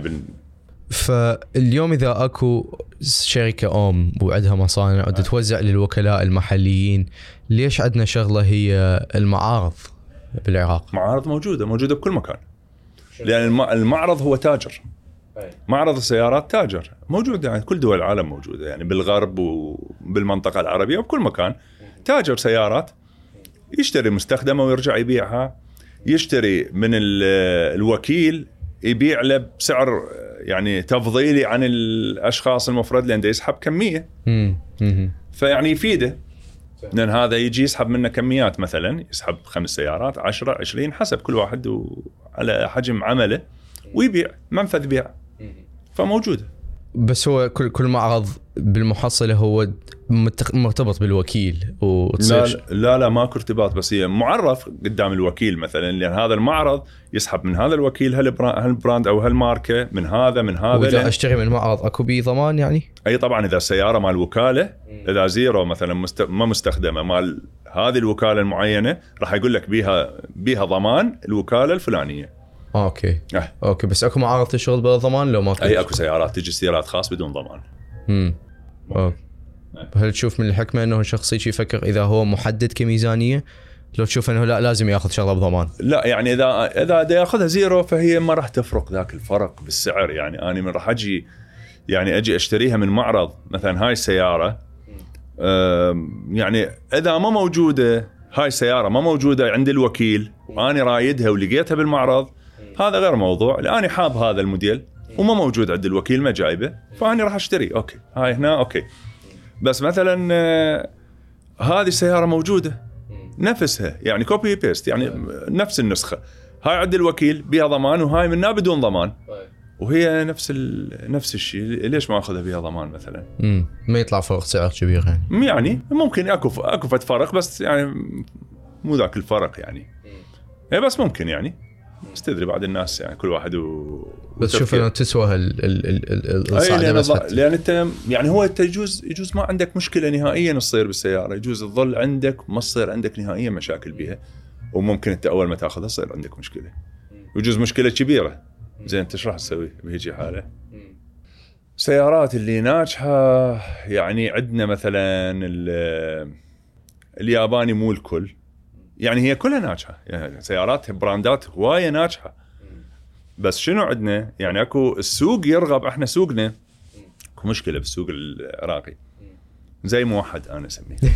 فاليوم اذا اكو شركه وعندها مصانع وتتوزع للوكلاء المحليين، ليش عندنا شغله هي المعارض بالعراق؟ معارض موجوده بكل مكان، لان المعرض هو تاجر. معرض السيارات تاجر موجود، يعني كل دول العالم موجوده، يعني بالغرب وبالمنطقه العربيه وبكل مكان. تاجر سيارات يشتري مستخدمه ويرجع يبيعها، يشتري من الوكيل يبيع له بسعر يعني تفضيلي عن الاشخاص المفرد، لان يسحب كميه. فيعني يفيده، لان هذا يجي يسحب منه كميات، مثلا يسحب 5 سيارات 10 20 حسب كل واحد على حجم عمله، ويبيع منفذ بيع. فموجوده. بس هو كل معرض بالمحصله هو مرتبط بالوكيل لا ماكو ارتباط، بس هي معرف قدام الوكيل مثلا، لان هذا المعرض يسحب من هذا الوكيل هالبراند او هالماركه، من هذا واذا اشتري من معرض اكو بيه ضمان يعني؟ اي طبعا، اذا السياره مال الوكاله، اذا زيرو مثلا ما مستخدمه مال هذه الوكاله المعينه، راح يقول لك بيها ضمان الوكاله الفلانيه. اوكي بس اكو معارض تشتغل بلا ضمان لو ما اكو سيارات تجي سيارات خاص بدون ضمان. هل تشوف من الحكمه انه الشخص يفكر اذا هو محدد كميزانيه، لو تشوف انه لا لازم ياخذ شغله بضمان؟ لا يعني اذا ياخذها زيرو فهي ما راح تفرق ذاك الفرق بالسعر. يعني انا من راح اجي اشتريها من معرض مثلا هاي السياره، يعني اذا ما موجوده هاي السياره ما موجوده عند الوكيل وانا رايدها ولقيتها بالمعرض، هذا غير موضوع. لاني حاب هذا الموديل وما موجود عند الوكيل، ما جايبه، فاني راح اشتري. اوكي هاي هنا اوكي. بس مثلا هذه السياره موجوده نفسها، يعني كوبي بيست، يعني نفس النسخه، هاي عند الوكيل بيها ضمان، وهاي منها بدون ضمان، وهي نفس الشيء. ليش ما اخذها بيها ضمان مثلا؟ ما يطلع فرق سعر كبير يعني ممكن اكو فرق، بس يعني مو ذاك الفرق يعني. بس ممكن يعني، بس تدري بعد الناس يعني كل واحد بس شوف انه تسوى الصعده. بس لان انت يعني هو يجوز ما عندك مشكله نهائيا تصير بالسياره، يجوز تظل عندك ما تصير عندك نهائيا مشاكل بها، وممكن انت اول ما تاخذها تصير عندك مشكله، يجوز مشكله كبيره. زين انت ايش راح تسوي بهيجي حاله؟ سيارات اللي ناجحه يعني عندنا مثلا الياباني، مو الكل يعني، هي كلها ناجحه، يعني سيارات براندات هوايه ناجحه. بس شنو عندنا يعني اكو السوق يرغب، احنا سوقنا اكو مشكله بالسوق العراقي، زي موحد انا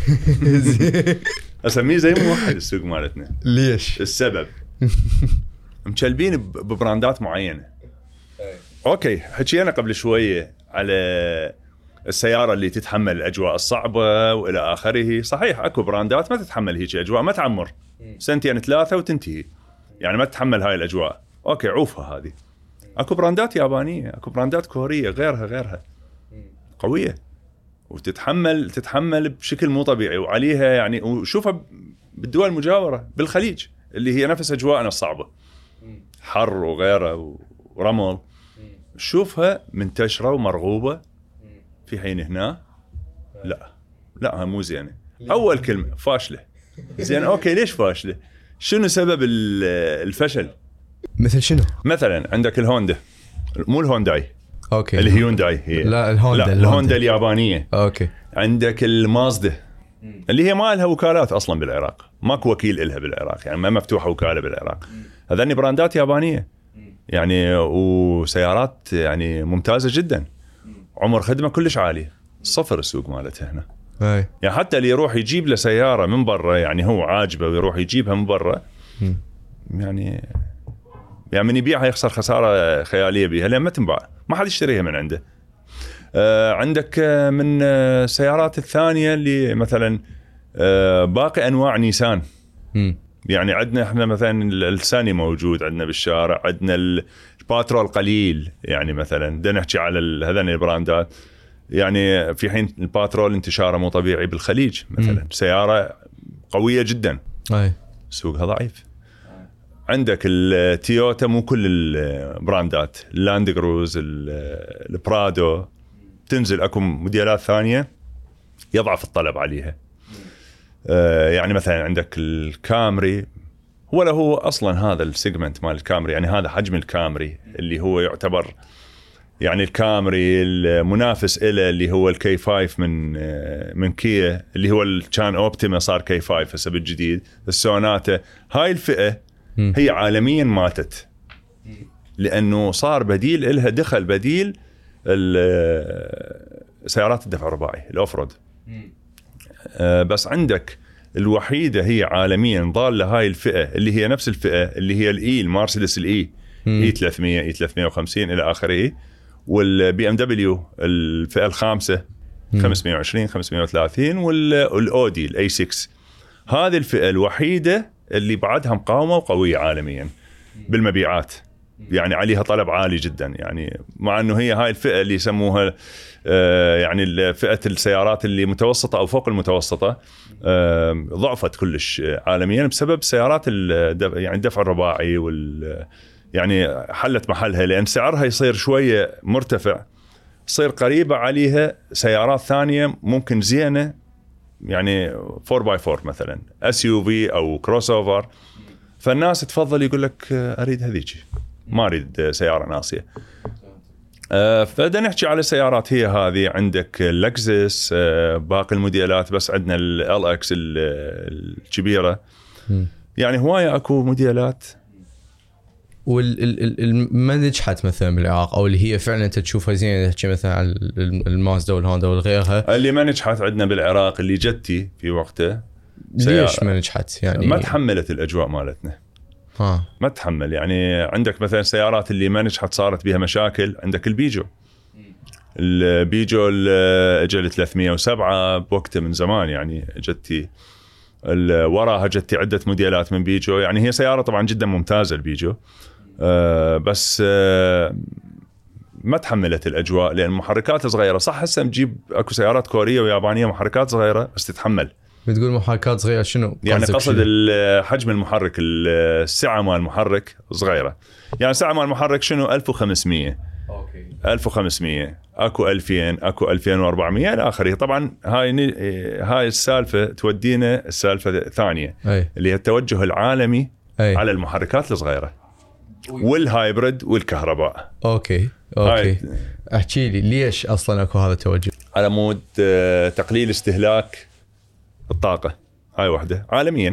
اسميه زي موحد السوق مالتنا. ليش؟ السبب مشلبين ببراندات معينه. اوكي حكينا قبل شويه على السياره اللي تتحمل الاجواء الصعبه والى اخره. صحيح اكو براندات ما تتحمل هيك اجواء، ما تعمر 2 3 وتنتهي، يعني ما تتحمل هاي الاجواء. اوكي عوفها هذه. اكو براندات يابانيه، اكو براندات كوريه، غيرها قويه وتتحمل بشكل مو طبيعي، وعليها يعني. وشوفها بالدول المجاوره بالخليج اللي هي نفس اجواءنا الصعبه، حر وغيره ورمل، شوفها منتشره ومرغوبه. في حين هنا لا مو زينه. اول كلمه فاشله. زين اوكي ليش فاشله؟ شنو سبب الفشل؟ مثل شنو؟ مثلا عندك الهوندا، مو الهونداي، اوكي الهيونداي هي، لا الهوندا اليابانيه. اوكي. عندك المازدا اللي هي ما لها وكالات اصلا بالعراق، ماكو وكيل لها بالعراق، يعني ما مفتوحه وكاله بالعراق. هذني براندات يابانيه يعني، وسيارات يعني ممتازه جدا، عمر خدمه كلش عالي، صفر السوق مالتها هنا. يعني حتى اللي يروح يجيب له سياره من برا، يعني هو عاجبه ويروح يجيبها من برا، يعني من يبيعها يخسر خساره خياليه بيها، لان ما تنباع، ما حد يشتريها من عنده. عندك من السيارات الثانيه اللي مثلا باقي انواع نيسان. يعني عندنا احنا مثلا الساني موجود عندنا بالشارع، عندنا الباترول قليل، يعني مثلا بدنا نحكي على هذين البراندات. يعني في حين الباترول انتشاره مو طبيعي بالخليج مثلا، سياره قويه جدا، سوقها ضعيف. عندك التويوتا، مو كل البراندات، اللاند كروز، البرادو، تنزل اكو موديلات ثانيه يضعف الطلب عليها. يعني مثلا عندك الكامري، هو اصلا هذا السيجمنت مال الكامري، يعني هذا حجم الكامري اللي هو يعتبر يعني الكامري المنافس له اللي هو الكي 5 من كيا، اللي هو كان اوبتيما صار كي 5 هسه بالجديد، السوناتا. هاي الفئه هي عالميا ماتت، لانه صار بديل لها، دخل بديل سيارات الدفع الرباعي الاوفرود. بس عندك الوحيده هي عالميا ضاله هاي الفئه، اللي هي نفس الفئه اللي هي الاي، المرسيدس الاي، اي 300، اي 350 الى اخره، والبي ام دبليو الفئه الخامسه 520 530، والاودي الاي 6. هذه الفئه الوحيده اللي بعدها مقاومه وقويه عالميا بالمبيعات، يعني عليها طلب عالي جدا. يعني مع انه هي هاي الفئه اللي يسموها يعني فئه السيارات اللي متوسطه او فوق المتوسطه، ضعفت كلش عالميا بسبب سيارات يعني الدفع الرباعي يعني حلت محلها، لان سعرها يصير شويه مرتفع، تصير قريبه عليها سيارات ثانيه ممكن زينه، يعني 4x4 مثلا، SUV او كروس اوفر. فالناس تفضل يقول لك اريد هذيك، ما اريد سياره ناصيه. فبدنا نحكي على سيارات هي هذه. عندك اللكزس، باقي الموديلات، بس عندنا ال LX الكبيره. يعني هوايه اكو موديلات. ما نجحت مثلا بالعراق، او اللي هي فعلا انت تشوفها زين، تحكي مثلا عن المازدا والهوندا وغيرها. اللي ما نجحت عندنا بالعراق اللي جتي في وقته. ليش ما نجحت؟ يعني ما تحملت الاجواء مالتنا. ما تحمل. يعني عندك مثلا سيارات اللي ما نجحت صارت بها مشاكل. عندك البيجو اجى 307 بوقته من زمان، يعني جتي وراها جتي عدة موديلات من بيجو. يعني هي سيارة طبعا جدا ممتازة البيجو، بس ما تحملت الأجواء لأن محركات صغيرة. صح هسه نجيب أكو سيارات كورية ويابانية محركات صغيرة بس تتحمل. بتقول محركات صغيرة شنو؟ يعني قصد حجم المحرك، السعة مال المحرك صغيرة. يعني سعة مال المحرك شنو؟ 1500 1500 اكو 2000 اكو 2400 الى اخره. طبعا هاي السالفه تودينا السالفه الثانيه اللي هي التوجه العالمي على المحركات الصغيره والهايبرد والكهرباء. اوكي احكي لي ليش اصلا اكو هذا التوجه؟ على مود تقليل استهلاك الطاقه، هاي وحده عالميا،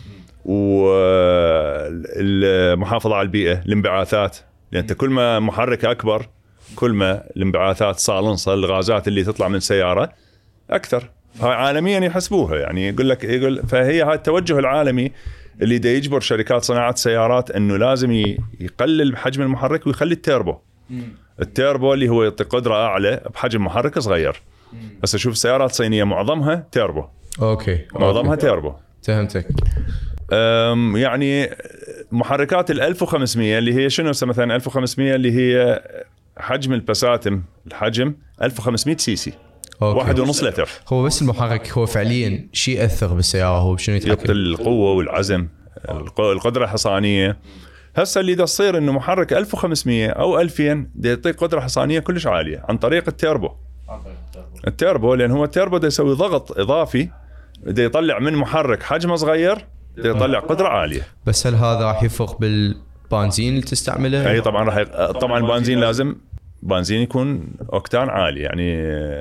والمحافظه على البيئه، الانبعاثات. لان انت كل ما محرك اكبر كل ما الانبعاثات صالنصه، الغازات اللي تطلع من السياره اكثر. هاي عالميا يحسبوها، يعني يقول فهي هاي التوجه العالمي اللي دا يجبر شركات صناعه السيارات انه لازم يقلل حجم المحرك ويخلي التيربو اللي هو يعطي قدره اعلى بحجم محرك صغير. بس اشوف السيارات الصينيه معظمها تيربو. معظمها تيربو. فهمتك. يعني محركات 1500 اللي هي شنو مثلا 1500 اللي هي حجم البساتم، الحجم 1500 سي سي، 1.5 لتر. هو بس المحرك هو فعليا شيء يأثر بالسيارة، هو شنو يتحكم؟ يعطي القوة والعزم، القدرة الحصانية. هسه اللي دا تصير انه محرك 1500 او 2000 دا يعطيك قدرة حصانية كلش عالية عن طريق التيربو. لان هو التيربو دا يسوي ضغط اضافي، دا يطلع من محرك حجمه صغير دا يطلع قدرة عالية. بس هل هذا راح يفرق بالبنزين اللي تستعمله؟ اي طبعا راح طبعا البنزين لازم بنزين يكون اوكتان عالي يعني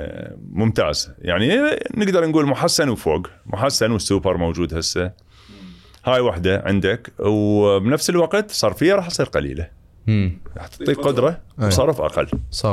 ممتاز، يعني نقدر نقول محسن وفوق محسن، والسوبر موجود هسه. هاي وحده عندك، وبنفس الوقت صرفيه راح تصير قليله، راح تعطيك قدره وصرف اقل.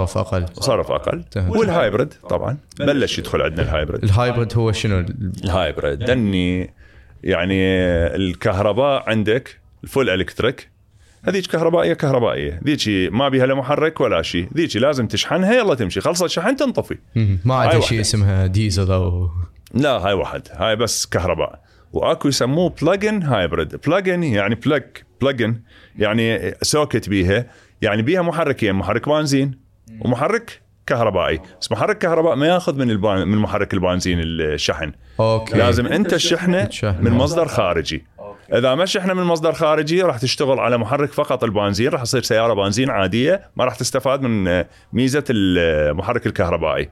صرف اقل. والهايبرد طبعا بلش يدخل عندنا الهايبرد. الهايبرد هو شنو؟ الهايبرد دني يعني الكهرباء عندك الفول الكتريك، هذيك كهربائيه ذيك ما بيها لا محرك ولا شيء، ذيك لازم تشحنها يلا تمشي، خلصت شحن تنطفي. ما عندها شيء اسمها ديزل او لا، هاي واحد، هاي بس كهرباء. واكو يسموه بلاجن هايبرد. بلاجن يعني بلاجن يعني سوكت بيها، يعني بيها محركين، محرك بنزين ومحرك كهربائي. بس محرك كهرباء ما ياخذ من محرك البنزين الشحن. أوكي. لازم انت الشحنه من مصدر خارجي. اذا ما شحنه من مصدر خارجي راح تشتغل على محرك فقط البنزين، راح تصير سياره بنزين عاديه، ما راح تستفاد من ميزه المحرك الكهربائي.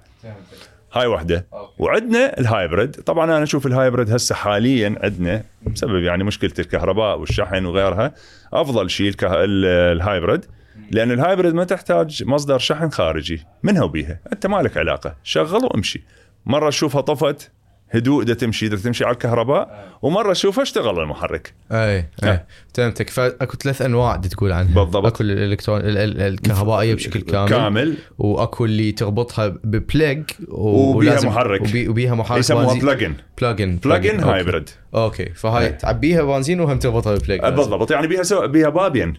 هاي وحده. وعندنا الهايبرد. طبعا انا اشوف الهايبرد هسه حاليا عندنا بسبب يعني مشكله الكهرباء والشحن وغيرها افضل شيء الهايبرد، لان الهايبرد ما تحتاج مصدر شحن خارجي، منها وبيها انت ما لك علاقه، شغل وامشي. مره تشوفها طفت هدوء ده تمشي على الكهرباء، ومره اشوفها اشتغل المحرك. اي فهمتك. فاكو 3 انواع تقول عنها بالضبط. اكو الكهربائيه بشكل كامل، واكو اللي تربطها ببلاج وبيها محرك، وبيها محرك يسموها بلاجن هايبرد. اوكي. فهاي تعبيها بنزين وهم تربطها ببلاج. بالضبط. يعني بيها بابين،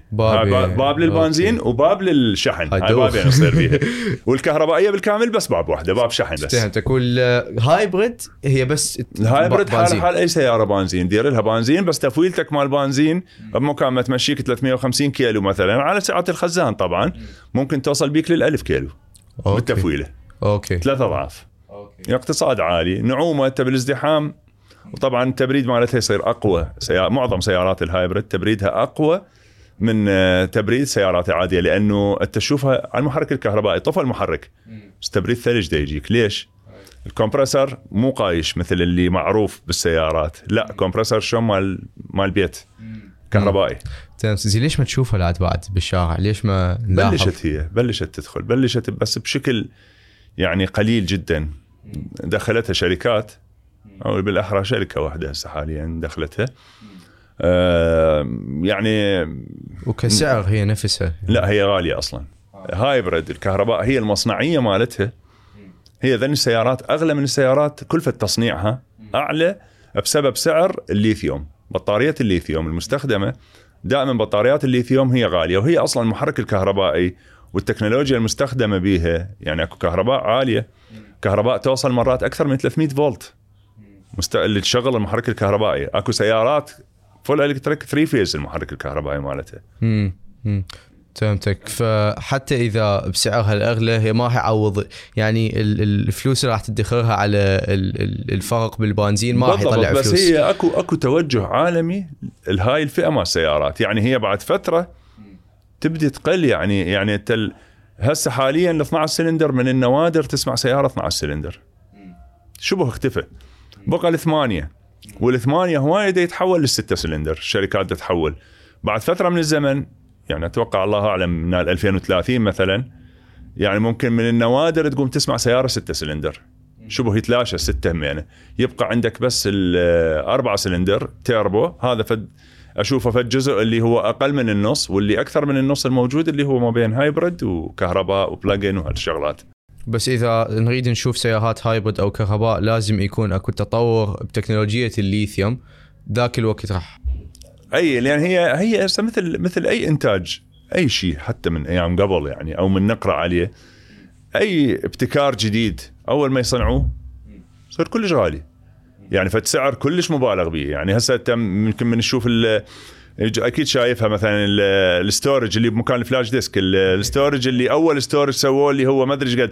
باب للبنزين وباب للشحن. هاي بابين يصير بيها. والكهربائيه بالكامل بس باب واحده، باب شحن بس. فهمتك. والهايبرد هي بس الهايبرد حال اي سياره بنزين، دير لها بنزين بس تفويلتك مال بنزين بمكان ما تمشيك 350 كيلو مثلا على سعه الخزان، طبعا ممكن توصل بيك لل1000 كيلو بالتفويله. اوكي. 3 أضعاف. اقتصاد عالي، نعومه بالازدحام، وطبعا التبريد مالتها يصير اقوى. معظم سيارات الهايبرد تبريدها اقوى من تبريد سيارات عاديه، لانه انت تشوفها على المحرك الكهربائي طفى المحرك بس تبريد ثلج دا يجيك. ليش؟ الكمبرسر مو قايش مثل اللي معروف بالسيارات، لا كمبرسر شو مال بيت كهربائي. زي ليش ما تشوفها العاد بعد بالشارع؟ ليش ما بلشت تدخل، بلشت بس بشكل يعني قليل جدا. دخلتها شركات، او بالاحرى شركه واحده هسه حاليا دخلتها. يعني وكسعر هي نفسها لا، هي غاليه اصلا. هايبرد الكهرباء هي المصنعيه مالتها، هي ذن السيارات اغلى من السيارات، كلفه تصنيعها اعلى بسبب سعر الليثيوم. بطاريه الليثيوم المستخدمه دائما، بطاريات الليثيوم هي غاليه، وهي اصلا المحرك الكهربائي والتكنولوجيا المستخدمه بيها. يعني اكو كهرباء عاليه، كهرباء توصل مرات اكثر من 300 فولت اللي تشغل المحرك الكهربائي. اكو سيارات فول الكتريك 3 فيز المحرك الكهربائي مالتها. فهمتك. فحتى اذا بسعرها الاغلى هي ما حيعوض، يعني الفلوس اللي راح تدخرها على الفرق بالبنزين ما راح يطلع فلوس. بس هي اكو توجه عالمي لهاي الفئه مال السيارات. يعني هي بعد فتره تبدي تقل. يعني انت هسه حاليا ال 12 سلندر من النوادر تسمع سياره 12 سلندر، شبه اختفى. بقى ال8، وال8 هوايه يتحول لل6 سلندر. الشركات تتحول بعد فتره من الزمن، يعني اتوقع الله اعلم من 2030 مثلا، يعني ممكن من النوادر تقوم تسمع سياره 6 سلندر، شبه يتلاشى 6 همينه، يبقى عندك بس ال4 سلندر تيربو. هذا اشوفه في الجزء اللي هو اقل من النص، واللي اكثر من النص الموجود اللي هو ما بين هايبرد وكهرباء وبلاجن وهالشغلات. بس اذا نريد نشوف سيارات هايبرد او كهرباء لازم يكون اكو تطور بتكنولوجيا الليثيوم. ذاك الوقت راح لان هي مثل اي انتاج اي شيء، حتى من ايام قبل يعني، او من نقرا عليه اي ابتكار جديد اول ما يصنعوه صار كلش غالي، يعني فالسعر كلش مبالغ به. يعني هسه ممكن من نشوف اكيد شايفها مثلا الستورج اللي بمكان الفلاش ديسك، الستورج اللي اول ستورج سووه اللي هو ما ادري ايش قد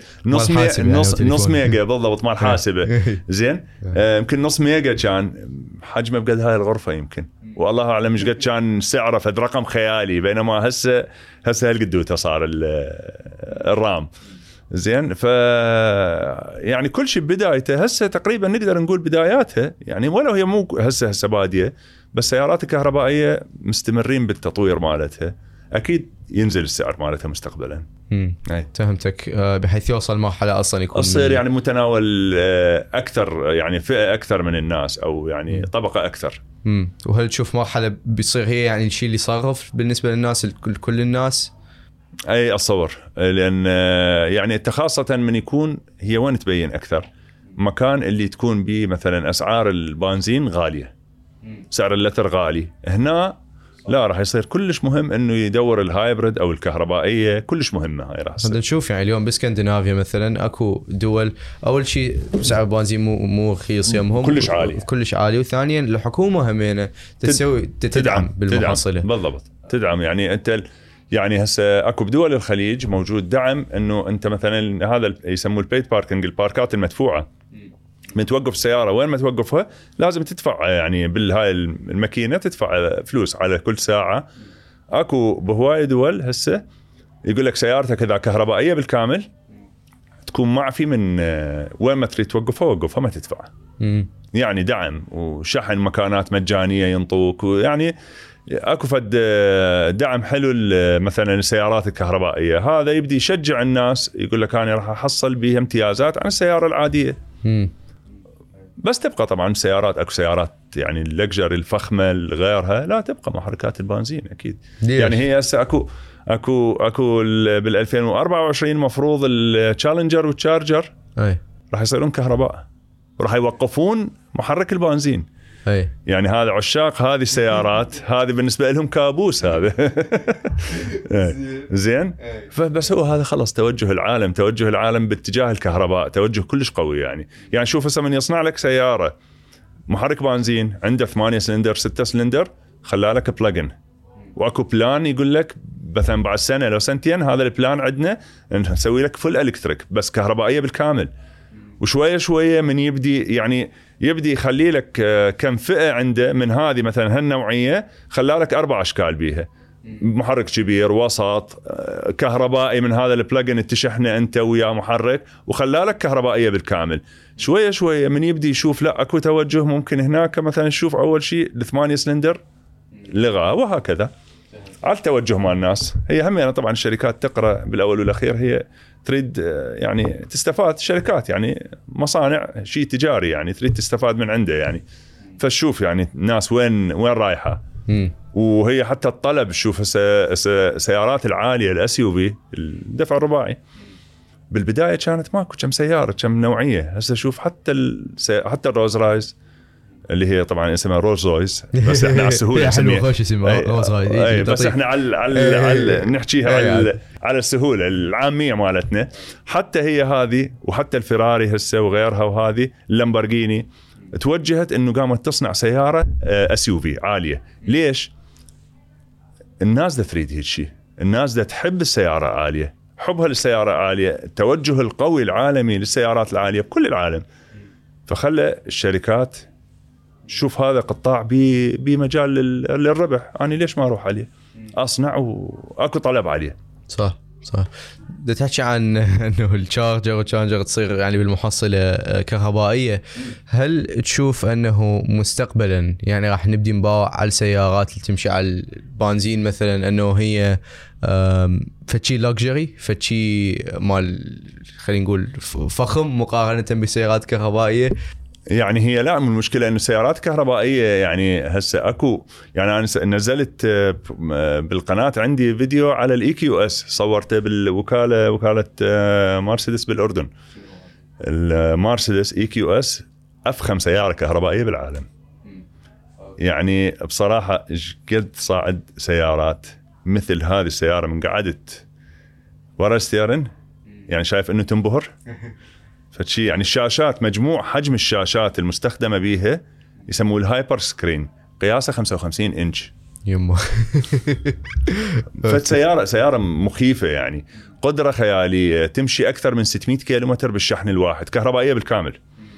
نص ميجا بالضبط مال حاسبه. زين يمكن نص ميجا كان حجمه بقد هاي الغرفه يمكن، والله اعلم ايش قد كان سعره، فد رقم خيالي. بينما هسه هالقدوته صار الرام. زين يعني كل شيء بدايته هسه تقريبا نقدر نقول بداياتها، يعني ولو هي مو هسه باديه، بس سيارات الكهربائيه مستمرين بالتطوير مالتها. اكيد ينزل السعر مالتها مستقبلا. فهمتك. بحيث يوصل مرحله اصلا يكون يصير يعني متناول اكثر، يعني فئه اكثر من الناس، او يعني طبقه اكثر. وهل تشوف مرحله بيصير هي يعني الشيء اللي يصرف بالنسبه للناس كل الناس؟ اي اتصور، لان يعني انت خاصه من يكون هي وين تبين اكثر مكان اللي تكون به مثلا اسعار البنزين غاليه، سعر اللتر غالي، هنا لا راح يصير كلش مهم انه يدور الهايبرد او الكهربائيه، كلش مهمه هاي راح تصير. نشوف يعني اليوم باسكندنافيا مثلا اكو دول اول شيء سعر البنزين مو رخيص يمهم، كلش عالي، وثانيا الحكومه همينه تدعم بالمحصله. بالضبط تدعم. يعني انت يعني هسه اكو بدول الخليج موجود دعم انه انت مثلا هذا يسموه البيت باركينج، الباركات المدفوعه، من توقف السياره وين ما توقفها لازم تدفع، يعني بالهاي الماكينه تدفع فلوس على كل ساعه. اكو بهواي دول هسه يقول لك سيارتك اذا كهربائيه بالكامل تكون معفي من وين ما تريد توقفها وقفها ما تدفع. يعني دعم وشحن مكانات مجانيه ينطوك، ويعني اكو فد دعم حلو مثلا السيارات الكهربائيه. هذا يبدي يشجع الناس، يقول لك انا راح احصل بها امتيازات عن السياره العاديه. بس تبقى طبعا سيارات، اكو سيارات يعني اللكجري الفخمه غيرها لا تبقى محركات البنزين اكيد. يعني هي هسه اكو بال 2024 مفروض التشالنجر والتشارجر راح يصيرون كهرباء، راح يوقفون محرك البنزين. يعني هذا عشاق هذه السيارات، هذه بالنسبه لهم كابوس هذا. زين. فبس هو هذا خلص توجه العالم باتجاه الكهرباء، توجه كلش قوي. يعني شوف هسه من يصنع لك سياره محرك بنزين عنده 8 سلندر 6 سلندر، خلالك بلاجن، واكو بلان يقول لك مثلا بعد سنه لو سنتين هذا البلان عندنا نسوي لك فل الكتريك بس كهربائيه بالكامل. وشويه شويه من يبدي يخلي لك كم فئه عنده من هذه مثلا هالنوعيه، خلالك 4 اشكال بيها، محرك كبير وسط كهربائي من هذا البلاجن تشحنه انت ويا محرك، وخلالك كهربائيه بالكامل. شويه شويه من يبدي يشوف لا اكو توجه ممكن هناك مثلا نشوف اول شيء ال8 سلندر لغة، وهكذا على التوجه مع الناس. هي هم يعني طبعا الشركات تقرأ بالاول والاخير، هي تريد يعني تستفاد، الشركات يعني مصانع شيء تجاري يعني تريد تستفاد من عنده يعني. فشوف يعني الناس وين رايحه. وهي حتى الطلب، شوف سيارات العاليه الاس يو في الدفع الرباعي بالبدايه كانت ماكو كم سياره كم نوعيه. هسه شوف حتى الروز رايز اللي هي طبعا اسمها رولز رويس، بس احنا على السهوله نسميها خوش اسمها روز رايز، بس احنا على نحكيها على السهوله العاميه مالتنا. حتى هي هذه وحتى الفيراري هسه وغيرها، وهذه اللامبورغيني توجهت انه قامت تصنع سياره اس يو في عاليه. ليش؟ الناس دا تريد هيك شيء، الناس دا تحب السياره عاليه، حبها للسياره عاليه، التوجه القوي العالمي للسيارات العاليه بكل العالم. فخلى الشركات شوف هذا قطاع بمجال للربح، أنا ليش ما أروح عليه أصنع وأكو طلب عليه. صح. دا تحكي عن أنه الشارجر تصير يعني بالمحصلة كهربائية. هل تشوف أنه مستقبلا يعني راح نبدي نباع على السيارات اللي تمشي على البنزين مثلا، أنه هي فتشي لوكجري، فتشي مال خلينا نقول فخم مقارنة بسيارات كهربائية؟ يعني هي لا، من المشكلة إنه السيارات كهربائية يعني هسه أكو، يعني أنا نزلت بالقناة عندي فيديو على الإي كيو إس، صورته وكالة مرسيدس بالأردن. المرسيدس إي كيو إس أفخم سيارة كهربائية بالعالم. يعني بصراحة قد صاعد سيارات مثل هذه السيارة من قعدت ورا الستيرن يعني شايف إنه تنبهر. فشي يعني الشاشات، مجموع حجم الشاشات المستخدمة بيها يسموه الهايبر سكرين، قياسه 55 إنش. يمه. سيارة مخيفة يعني، قدرة خيالية، تمشي أكثر من 600 كيلومتر بالشحن الواحد، كهربائية بالكامل.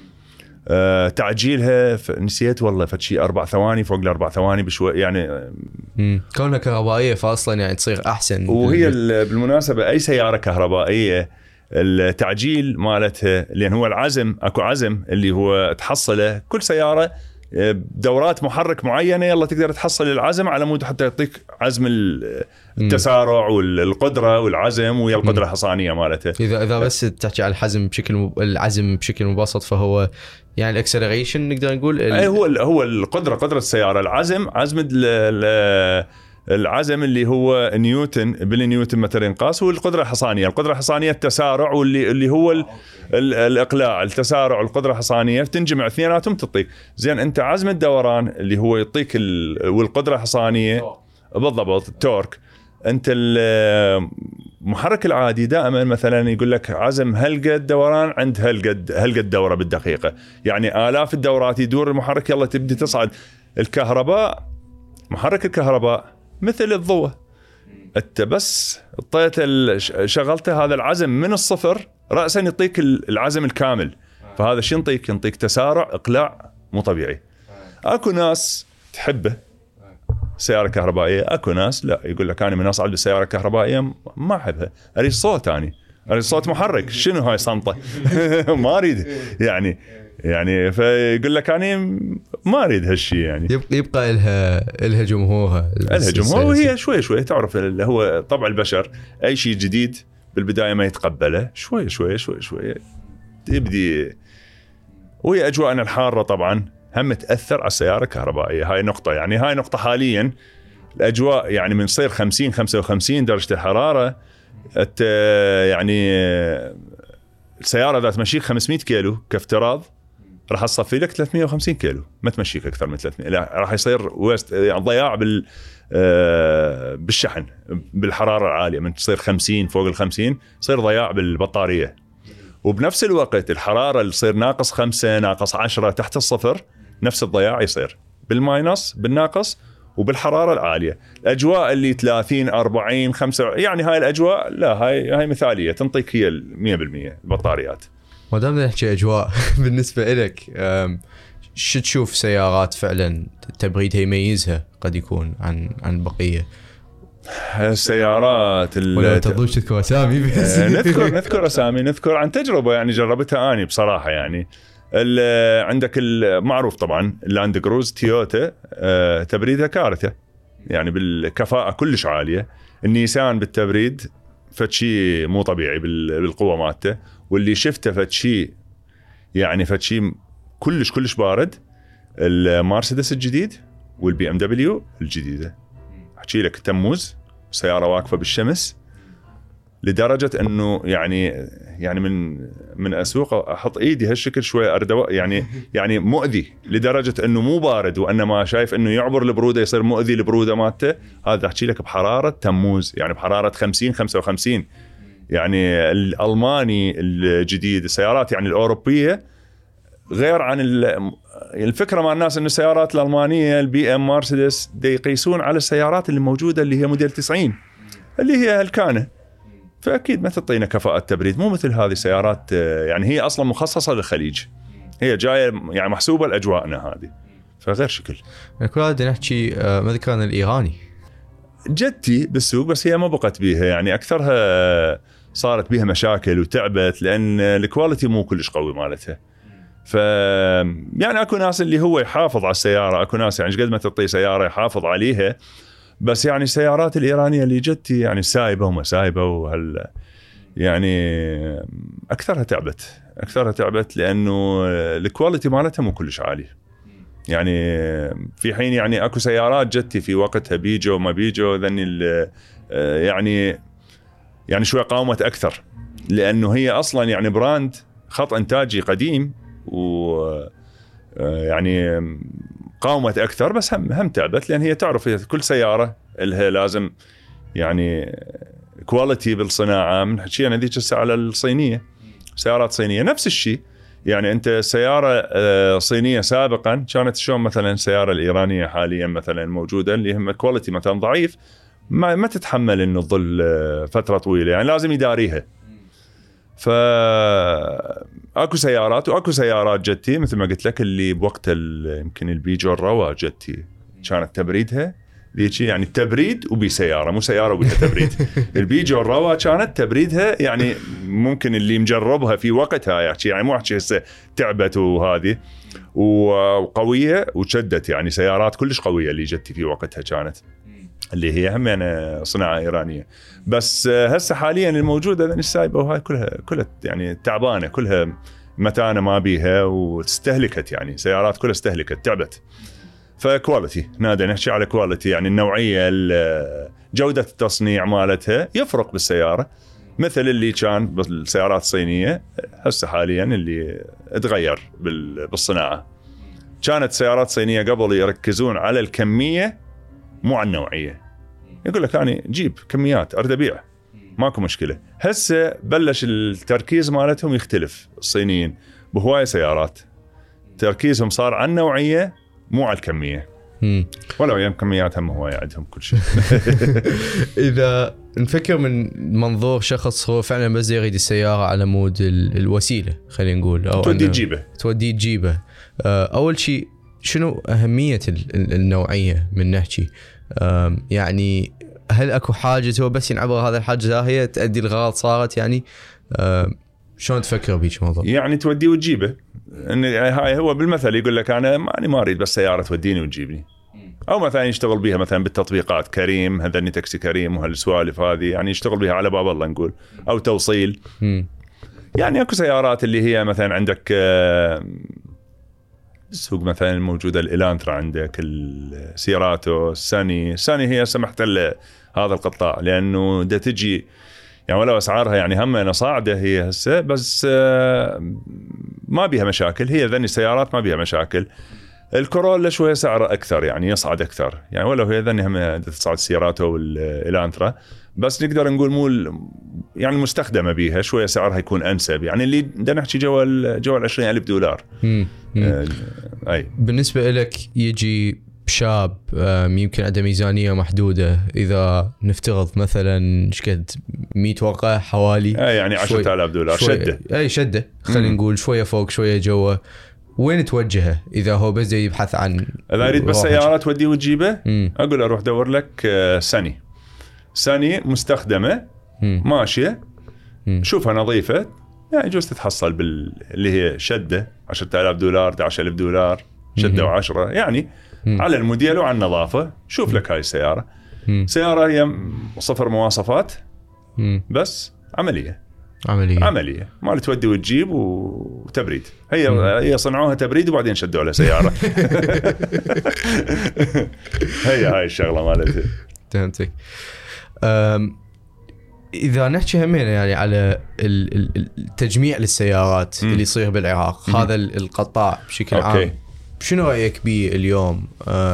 تعجيلها نسيت والله، فتشي 4 ثواني، فوق 4 ثواني بشوي يعني. كونها كهربائية فاصلا يعني تصير أحسن. وهي بالمناسبة أي سيارة كهربائية التعجيل مالتها، لأن هو العزم، أكو عزم اللي هو تحصله كل سيارة دورات محرك معينه يلا تقدر تحصل العزم على مود حتى يعطيك عزم التسارع والقدره والعزم ويا القدره الحصانيه مالته. اذا بس تحكي على العزم بشكل مبسط، فهو يعني الاكسلريشن نقدر نقول اي هو قدره السياره. عزم العزم اللي هو نيوتن بالنيوتن متر ينقاس، والقدره الحصانيه التسارع، واللي هو الاقلاع. التسارع والقدره الحصانيه تنجمع اثنيناتهم تعطيك زين. انت عزم الدوران اللي هو يعطيك والقدره الحصانيه بالضبط التورك. انت المحرك العادي دائما مثلا يقول لك عزم هالقد دوران عند هالقد دوره بالدقيقه، يعني آلاف الدورات يدور المحرك يلا تبدي تصعد. الكهرباء محرك الكهرباء مثل الضوء، انت بس اعطيت شغلته هذا العزم من الصفر رأسا يعطيك العزم الكامل. فهذا الشيء ينطيك تسارع اقلاع مو طبيعي. اكو ناس تحبه سيارة كهربائية، اكو ناس لا يقول لك انا من اصعد بالسيارة الكهربائية ما احبها، اريد صوت، اريد صوت محرك. شنو هاي صمتة؟ ما اريد يعني فيقول لك انا ما اريد هالشيء. يعني يبقى لها جمهورها، وهي شوي تعرف هو طبع البشر. اي شيء جديد بالبدايه ما يتقبله، شوي تبدي. وهي اجواءنا الحاره طبعا هم تاثر على السياره الكهربائيه. هاي نقطه، يعني هاي نقطه حاليا الاجواء يعني من تصير 50-55 درجه الحراره. يعني السياره اذا تمشيك 500 كيلو كافتراض راح تصفي لك 350 كيلو، ما تمشيك اكثر من 300. لا راح يصير يعني ضياع بالشحن بالحراره العاليه. من تصير 50 فوق ال50 يصير ضياع بالبطاريه. وبنفس الوقت الحراره اللي تصير -5 -10 تحت الصفر نفس الضياع يصير بالماينس بالناقص وبالحراره العاليه. الاجواء اللي 30 40 5 يعني هاي الاجواء لا هاي مثاليه تنطيك هي 100% البطاريات. ما دام نحكي اجواء بالنسبه لك شو تشوف سيارات فعلا تبريدها يميزها قد يكون عن البقيه؟ السيارات ولا تضوش تذكر اسامي بس نذكر اسامي، نذكر عن تجربه يعني جربتها اني بصراحه. يعني عندك المعروف طبعا اللاند كروز تويوتا تبريدها كارثه، يعني بالكفاءه كلش عاليه. النيسان بالتبريد فشي مو طبيعي بالقوه مالته، واللي شفته فشي يعني فشي كلش بارد. المرسيدس الجديد والبي ام دبليو الجديده، احكي لك تموز سياره واقفه بالشمس لدرجه انه يعني من اسوق احط ايدي هالشكل شويه يعني مؤذي لدرجه انه مو بارد، وانما شايف انه يعبر البروده يصير مؤذي البروده مالته. هذا احكي لك بحراره تموز، يعني بحراره 50-55. يعني الالماني الجديد السيارات يعني الاوروبيه غير عن الفكره مع الناس انه السيارات الالمانيه البي ام مرسيدس دي يقيسون على السيارات اللي موجوده اللي هي موديل 90 اللي هي هالكانه، فاكيد ما تعطينا كفاءه تبريد مو مثل هذه السيارات. يعني هي اصلا مخصصه للخليج، هي جايه يعني محسوبه لاجواءنا هذه، فغير شكل. كل هذا نحكي ما ذكرنا الايراني جدتي بالسوق، بس هي ما بقت بيها، يعني اكثرها صارت بيها مشاكل وتعبت لان الكواليتي مو كلش قوي مالتها. ف يعني اكو ناس اللي هو يحافظ على السياره، اكو ناس يعني قد ما تعطي سياره يحافظ عليها. بس يعني السيارات الايرانيه اللي جتي يعني سايبه وما سايبه يعني اكثرها تعبت لانه الكواليتي مالتها مو كلش عالي. يعني في حين يعني اكو سيارات جتي في وقتها بيجو ما بيجو ذني يعني شوي قاومت اكثر، لانه هي اصلا يعني براند خط انتاجي قديم، و يعني قاومت اكثر. بس هم تعبت، لان هي تعرف كل سياره لها لازم يعني كواليتي بالصناعه. من حكينا ذيك الساعه على الصينيه، سيارات صينيه نفس الشيء. يعني انت سياره صينيه سابقا كانت شلون مثلا السياره الايرانيه حاليا مثلا موجوده اللي هم كواليتي مثلا ضعيف، ما تتحمل انه تظل فتره طويله، يعني لازم يداريها. فاكو سيارات واكو سيارات جتي مثل ما قلت لك اللي بوقت يمكن البيجو الروا جتي كانت تبريدها ذيك يعني التبريد وبسياره، مو سياره وبها تبريد. البيجو الروا كانت تبريدها يعني ممكن اللي مجربها في وقتها يعني مو احكي هسه تعبت وهذه وقويه وشدت، يعني سيارات كلش قويه اللي جت في وقتها كانت اللي هي هم يعني صناعه ايرانيه. بس هسه حاليا الموجوده ذني السايبه وهاي كلها يعني تعبانه، كلها متانه ما بيها واستهلكت، يعني سيارات كلها استهلكت تعبت. فكواليتي نادي نحكي على كواليتي، يعني النوعيه جوده التصنيع مالتها يفرق بالسياره، مثل اللي كان بالسيارات الصينيه هسه حاليا اللي تغير بالصناعه. كانت سيارات صينيه قبل يركزون على الكميه مو على النوعيه، يقول لك يعني جيب كميات اريد ابيع ماكو مشكله. هسه بلش التركيز مالتهم يختلف، الصينيين بهوايه سيارات تركيزهم صار على النوعيه مو على الكميه، ولو يم كميات هم هوايه عندهم كل شيء. اذا نفكر من منظور شخص هو فعلا بس يريد السياره على مود الوسيله خلينا نقول، او تودي تجيبه، اول شيء شنو اهميه النوعيه من نحكي؟ يعني هل اكو حاجز هو بس ينعبر هذا الحاجز هي تؤدي الغرض صارت؟ يعني شلون تفكر بيش موضوع؟ يعني توديه وتجيبه، ان هاي هو بالمثل يقول لك انا ما اريد بس سياره توديني وتجيبني، او مثلا يشتغل بيها مثلا بالتطبيقات كريم، هذني تاكسي كريم وهالسوالف هذه، يعني يشتغل بيها على باب الله نقول، او توصيل. يعني اكو سيارات اللي هي مثلا عندك السوق مثلا الموجوده الالانترا، عندك السيراتو، الساني هي سمحت له هذا القطاع، لانه دا تجي يعني ولو اسعارها يعني هم صاعده هي هسه، بس ما بيها مشاكل، هي ذني السيارات ما بيها مشاكل. الكورولا شويه سعره اكثر يعني يصعد اكثر، يعني ولو هي ذني هم تصعد السياراتو والالانترا، بس نقدر نقول مو يعني المستخدمه بيها شويه سعرها يكون انسب، يعني اللي بدنا نحكي جوا $20,000. اي بالنسبه لك يجي شاب يمكن عنده ميزانيه محدوده، اذا نفترض مثلا ايش قد 100 ورقه حوالي يعني $10,000 شده خلينا نقول شويه فوق شويه جوا، وين توجهه اذا هو بس يبحث عن اذا يريد بس سيارات توديه وتجيبه؟ اقول اروح دور لك ساني مستخدمه ماشيه، شوفها نظيفه، يعني يجوز تتحصل اللي هي شده $10,000 $11,000 شده و10، يعني على الموديل وعلى النظافه. شوف لك هاي السياره، سياره هي صفر مواصفات بس عمليه ما تودي وتجيب وتبريد، هي صنعوها تبريد وبعدين شدوا على سياره. هي هاي الشغله مالتها. فهمتك. اذا نحكي همين يعني على التجميع للسيارات اللي يصير بالعراق، هذا القطاع بشكل عام شنو رايك به اليوم؟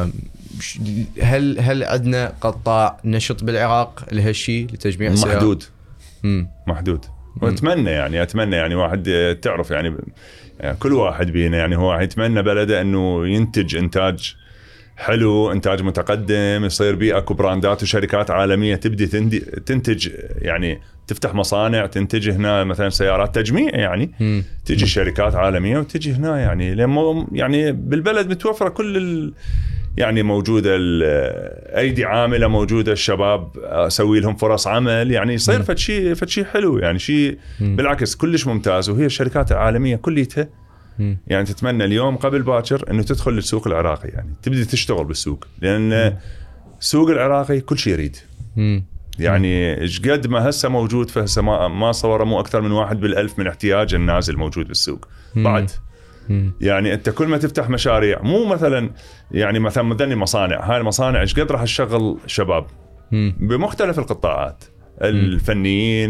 هل عندنا قطاع نشط بالعراق لهالشيء لتجميع السيارات؟ محدود. واتمنى يعني واحد تعرف يعني كل واحد بينا يعني هو يتمنى بلده انه ينتج انتاج حلو، انتاج متقدم، يصير بيه اكو براندات وشركات عالميه تبدي تنتج، يعني تفتح مصانع تنتج هنا مثلا سيارات تجميع، يعني تجي شركات عالميه وتجي هنا، يعني لما يعني بالبلد متوفره كل يعني موجوده ايدي عامله، موجوده الشباب اسوي لهم فرص عمل، يعني يصير فد شيء حلو، يعني شيء بالعكس كلش ممتاز. وهي الشركات العالميه كليتها يعني تتمنى اليوم قبل باكر انه تدخل للسوق العراقي، يعني تبدي تشتغل بالسوق، لان السوق العراقي كل شيء يريد. يعني ايش قد ما هسه موجود، فهسه ما صوره مو اكثر من 1 بالألف من احتياج النازل موجود بالسوق بعد. يعني انت كل ما تفتح مشاريع، مو مثلا يعني مثلا مدني مصانع، هاي المصانع ايش قد راح تشغل شباب بمختلف القطاعات، الفنيين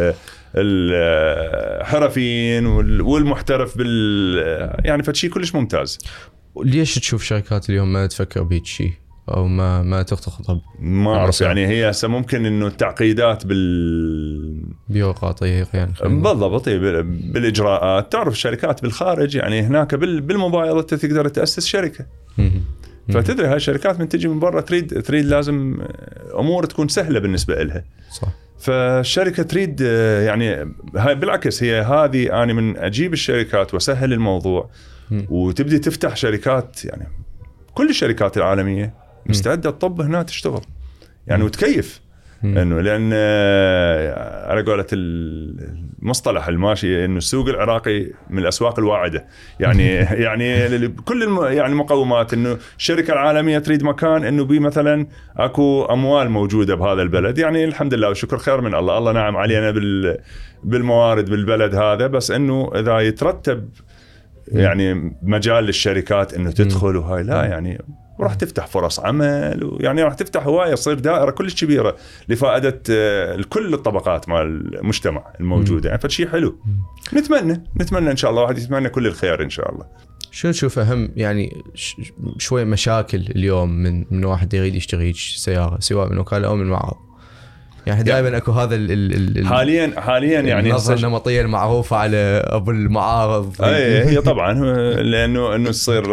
والحرفيين والمحترف يعني فشي كلش ممتاز. ليش تشوف شركات اليوم ما تفكر بهيك شيء او ما تخطب؟ ما اعرف، يعني هي هسه ممكن انه التعقيدات بيروقراطيه يعني بالضبط بالاجراءات. تعرف الشركات بالخارج يعني هناك بالموبايل انت تقدر تاسس شركه، فتدري هاي الشركات من تجي من برا تريد لازم امور تكون سهله بالنسبه لها، صح. فالشركه تريد يعني هاي بالعكس، هي هذه انا من اجيب الشركات واسهل الموضوع وتبدي تفتح شركات، يعني كل الشركات العالميه مستعده تطب هنا تشتغل يعني وتكيف انه لان على قولة المصطلح الماشي انه السوق العراقي من الاسواق الواعده يعني كل يعني المقومات انه الشركه العالميه تريد مكان انه بي مثلا اكو اموال موجوده بهذا البلد يعني الحمد لله وشكر خير من الله نعم علينا بالموارد بالبلد هذا بس انه اذا يترتب يعني مجال للشركات انه تدخل وهاي لا يعني وراح تفتح فرص عمل ويعني راح تفتح هوايه تصير دائره كلش كبيره لفائده كل الطبقات مال المجتمع الموجوده يعني فشيء حلو. نتمنى ان شاء الله واحد يتمنى كل الخير ان شاء الله. شو تشوف اهم يعني شويه مشاكل اليوم من واحد يريد يشتري سياره سواء من وكاله او من معرض يعني دائما اكو هذا حاليا يعني النظره النمطيه المعروفه على ابو المعارض هي طبعا لانه تصير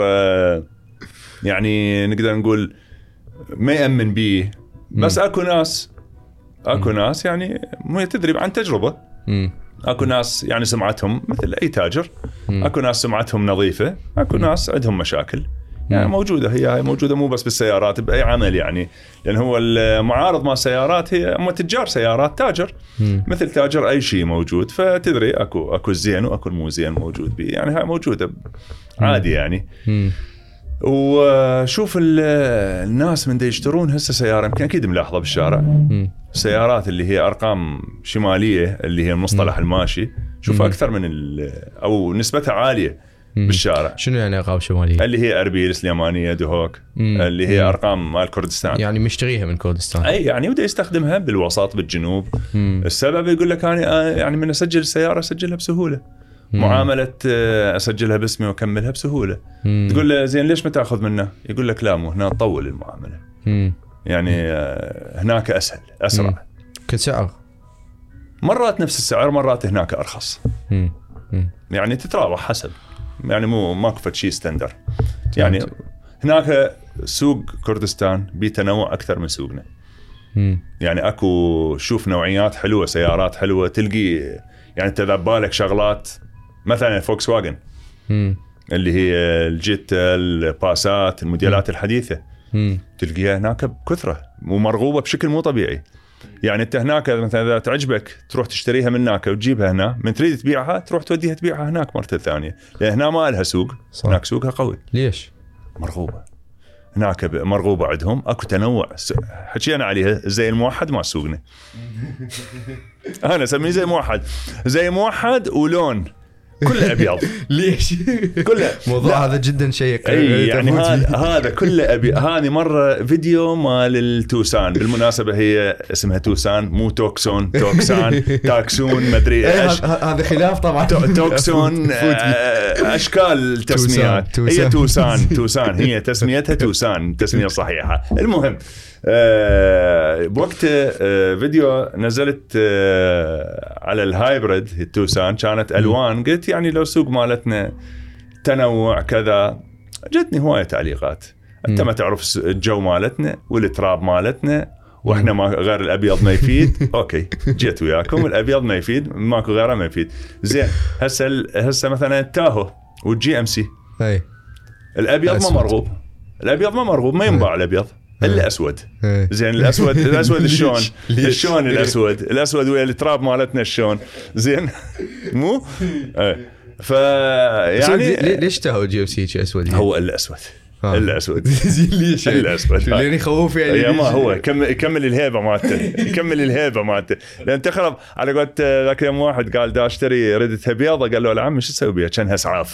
يعني نقدر نقول ما يأمن به بس اكو ناس يعني مو تدري عن تجربه اكو ناس يعني سمعتهم مثل اي تاجر اكو ناس سمعتهم نظيفه اكو ناس عندهم مشاكل يعني موجوده هي موجوده مو بس بالسيارات باي عمل يعني لان هو المعارض مع السيارات هي اما تجار سيارات تاجر مثل تاجر اي شيء موجود فتدري اكو الزين واكو المو زين موجود به يعني هاي موجوده عادي يعني وشوف الناس من دا يشترون هسه سيارة يمكن أكيد ملاحظة بالشارع السيارات اللي هي أرقام شمالية اللي هي المصطلح الماشي شوف أكثر من أو نسبتها عالية بالشارع. شنو يعني أرقام شمالية؟ اللي هي أربيل سليمانية دهوك اللي هي أرقام مال كردستان يعني مشتريها من كردستان أي يعني وده يستخدمها بالوسط بالجنوب السبب يقول لك أنا يعني من أسجل السيارة أسجلها بسهولة معاملة أسجلها باسمي وأكملها بسهولة تقول له زين ليش ما تأخذ منه يقول لك لا مو هنا تطول المعاملة يعني هناك أسهل أسرع كسعر مرات نفس السعر مرات هناك أرخص يعني تتراوح حسب يعني مو ماكو فد شيء ستاندر يعني هناك سوق كردستان بتنوع أكثر من سوقنا يعني أكو شوف نوعيات حلوة سيارات حلوة تلقي يعني تذبالك شغلات مثلا الفوكس واجن اللي هي الجيت الباسات الموديلات الحديثة تلقيها هناك بكثرة ومرغوبة بشكل مو طبيعي يعني انت هناك مثلا اذا تعجبك تروح تشتريها من هناك وتجيبها هنا من تريد تبيعها تروح توديها تبيعها هناك مرة ثانية لان هنا ما لها سوق هناك سوقها قوي ليش مرغوبة هناك مرغوبة عندهم اكو تنوع حكينا عليها زي الموحد ما سوقنا انا اسميه زي موحد ولون كله ابيض ليش كله موضوع هذا جدا شيق يعني هذا كله ابيض هذه مره فيديو مال التوسان بالمناسبه هي اسمها توسان مو توكسون تاكسون ما ادري هذا خلاف طبعا توكسون اشكال تسميات هي توسان هي تسميتها توسان تسميه صحيحه المهم بوقت فيديو نزلت على الهايبريد التوسان كانت ألوان قلت يعني لو سوق مالتنا تنوع كذا جتني هواية تعليقات أنت ما تعرف الجو مالتنا والتراب مالتنا وإحنا ما غير الأبيض ما يفيد أوكي جيت وياكم الأبيض ما يفيد ماكو غيره ما يفيد زين هسه مثلا التاهو والجي ام سي الأبيض ما مرغوب ما ينباع الأبيض الا اسود زين الاسود شلون الاسود ويا التراب مالتنا شلون زين مو ف يعني ليش تاهو جي اف سي اسود هو الاسود ليش الاسود لين يخوف يعني ما هو يكمل الهيبه مالته لان تخرب على قولت ذاك يوم واحد قال دا اشتري ردتها بيضه قال له العم ايش تسوي بيها كانها اسعاف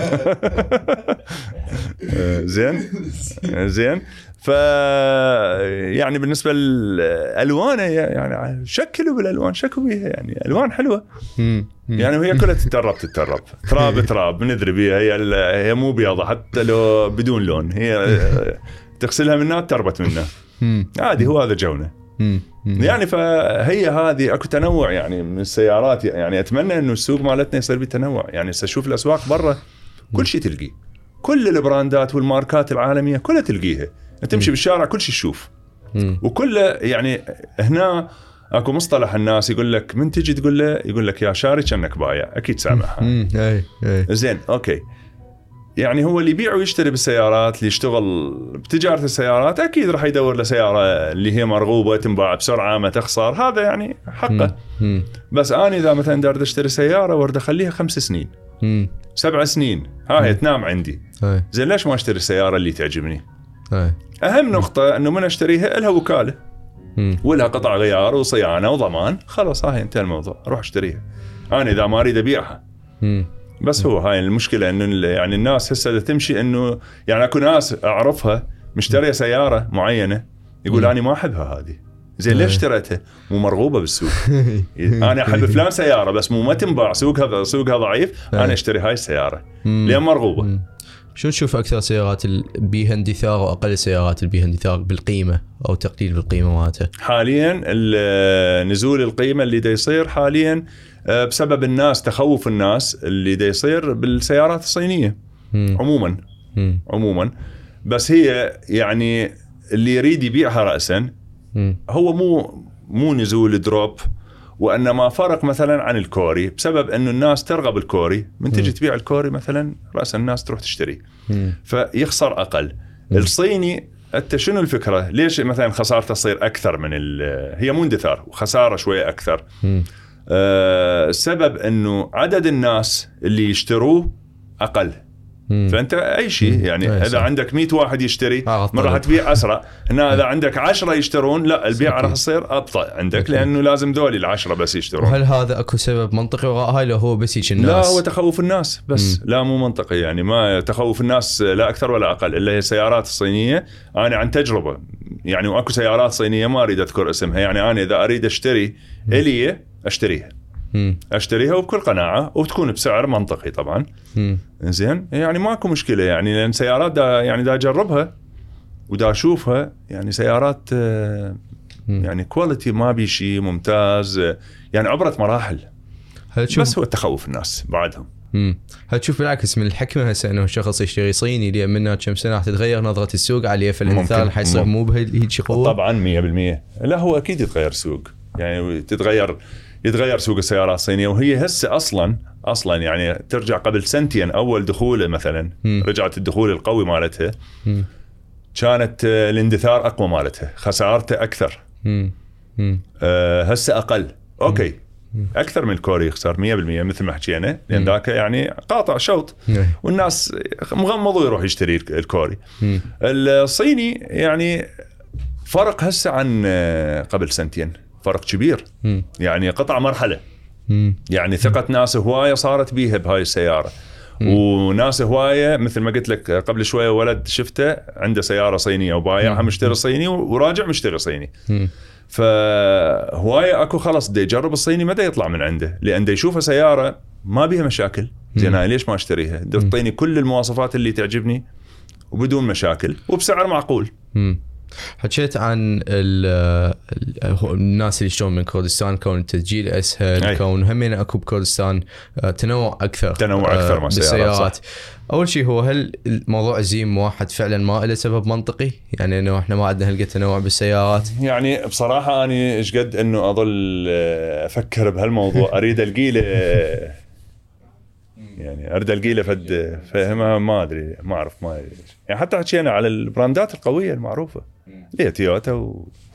زين ف يعني بالنسبه للالوان يعني شكلوا بالالوان شكوا بيها يعني الوان حلوه يعني وهي كلها تترب تراب ندري بيها هي مو بيضه حتى لو بدون لون هي تغسلها منها تربت منها عادي هو هذا جونا يعني فهي هذه اكو تنوع يعني من السيارات يعني اتمنى انه السوق مالتنا يصير بتنوع يعني ساشوف الاسواق برا كل شيء تلقيه كل البراندات والماركات العالميه كلها تلقيها تمشي بالشارع كل شيء تشوف وكله يعني هنا اكو مصطلح الناس يقول لك من تجي تقول له يقول لك يا شاري كأنك بايع اكيد سامعها زين اوكي يعني هو اللي يبيع ويشتري بالسيارات، اللي يشتغل بتجارة السيارات أكيد راح يدور لسيارة اللي هي مرغوبة تنباع بسرعة ما تخسر، هذا يعني حقه. بس أنا إذا مثلا دارد أشتري سيارة ورد أخليها 5 سنين 7 سنين هاي تنام عندي، زين ليش ما أشتري السيارة اللي تعجبني؟ أهم نقطة أنه من أشتريها إلها وكالة ولها قطع غيار وصيانة وضمان، خلاص هاي انتهى الموضوع، أروح أشتريها. أنا إذا ما أريد أبيعها بس هو هاي المشكلة، إنه يعني الناس هسه تمشي إنه يعني أكو ناس أعرفها مشترية سيارة معينة يقول أنا ما أحبها هذه، زين ليش اشتريتها؟ مو مرغوبة بالسوق. أنا أحب فلان سيارة بس مو ما تنباع، سوقها ضعيف، أنا أشتري هاي السيارة ليه مرغوبة. شو نشوف أكثر سيارات بيها اندثار وأقل سيارات بيها اندثار بالقيمة أو تقليل بالقيمة مالتها؟ حاليا نزول القيمة اللي دا يصير حاليا بسبب الناس، تخوف الناس اللي دا يصير بالسيارات الصينية عموما. بس هي يعني اللي يريد يبيعها رأسا هو مو نزول دروب، وإنما فرق مثلا عن الكوري، بسبب أنه الناس ترغب الكوري، من تجي تبيع الكوري مثلا رأسا الناس تروح تشتري فيخسر أقل. الصيني أنت شنو الفكرة؟ ليش مثلا خسارته تصير أكثر من هي مو اندثار وخسارة شوية أكثر؟ السبب أنه عدد الناس اللي يشتروه أقل. فأنت أي شيء يعني إذا عندك 100 واحد يشتري راح تبيع أسرع، إنما إذا عندك 10 يشترون لا البيع راح يصير أبطأ عندك، لأنه لازم ذولي ال10 بس يشترون. وهل هذا أكو سبب منطقي وراء هاي لو هو بس يجي الناس؟ لا هو تخوف الناس بس. لا مو منطقي يعني، ما تخوف الناس لا أكثر ولا أقل. إلا هي السيارات الصينية أنا عن تجربة يعني، وأكو سيارات صينية ما أريد أذكر اسمها يعني، أنا إذا أريد أشتري إلية أشتريها وبكل قناعة وتكون بسعر منطقي طبعا. زين يعني ماكو مشكلة يعني، لأن سيارات دا أجربها ودا أشوفها يعني سيارات يعني كواليتي ما بيشي ممتاز يعني، عبرت مراحل. بس هو التخوف الناس بعدهم. هتشوف بالعكس من الحكمة هسه انه شخص يشتري صيني لأن منها كم سنة تتغير نظرة السوق عليه، فالانثال حيصير مو بهيك قوة طبعا 100%. لا هو أكيد يتغير السوق يعني، يتغير سوق السيارات الصينية. وهي هسه أصلا يعني ترجع قبل سنتين أول دخوله مثلا رجعت الدخول القوي مالتها كانت الاندثار أقوى مالتها، خسارته أكثر. هسه أقل أوكي أكثر من الكوري، يخسر 100% مثل ما حكينا، لأن ذاك يعني قاطع شوط والناس مغمضوا يروح يشتري الكوري. الصيني يعني فرق هسه عن قبل سنتين، فرق كبير يعني، قطع مرحلة يعني. ثقة ناس هواية صارت بيها بهاي السيارة، وناس هواية مثل ما قلت لك قبل شوية ولد شفته عنده سيارة صينية وبايعها مشتري صيني وراجع مشتري صيني. فهواية أكو خلاص دا يجرب الصيني ما دا يطلع من عنده، لأن دا يشوفها سيارة ما بيها مشاكل، زين هاي ليش ما اشتريها؟ دا تعطيني كل المواصفات اللي تعجبني وبدون مشاكل وبسعر معقول. حكيت عن الناس اللي يشترون من كردستان، كون التسجيل أسهل، كون همين أكو بكردستان تنوع أكثر بالسيارات. أول شيء هو هل الموضوع زين واحد فعلا ما له سبب منطقي يعني إنه إحنا ما عندنا هالقد تنوع بالسيارات؟ يعني بصراحة أنا إيش قد إنه أظل أفكر بهالموضوع، أريد ألقيله يعني أريد ألقيله فهمها ما أدري ما أعرف ما أدري يعني. حتى حكينا على البراندات القوية المعروفة اللي هي تويوتا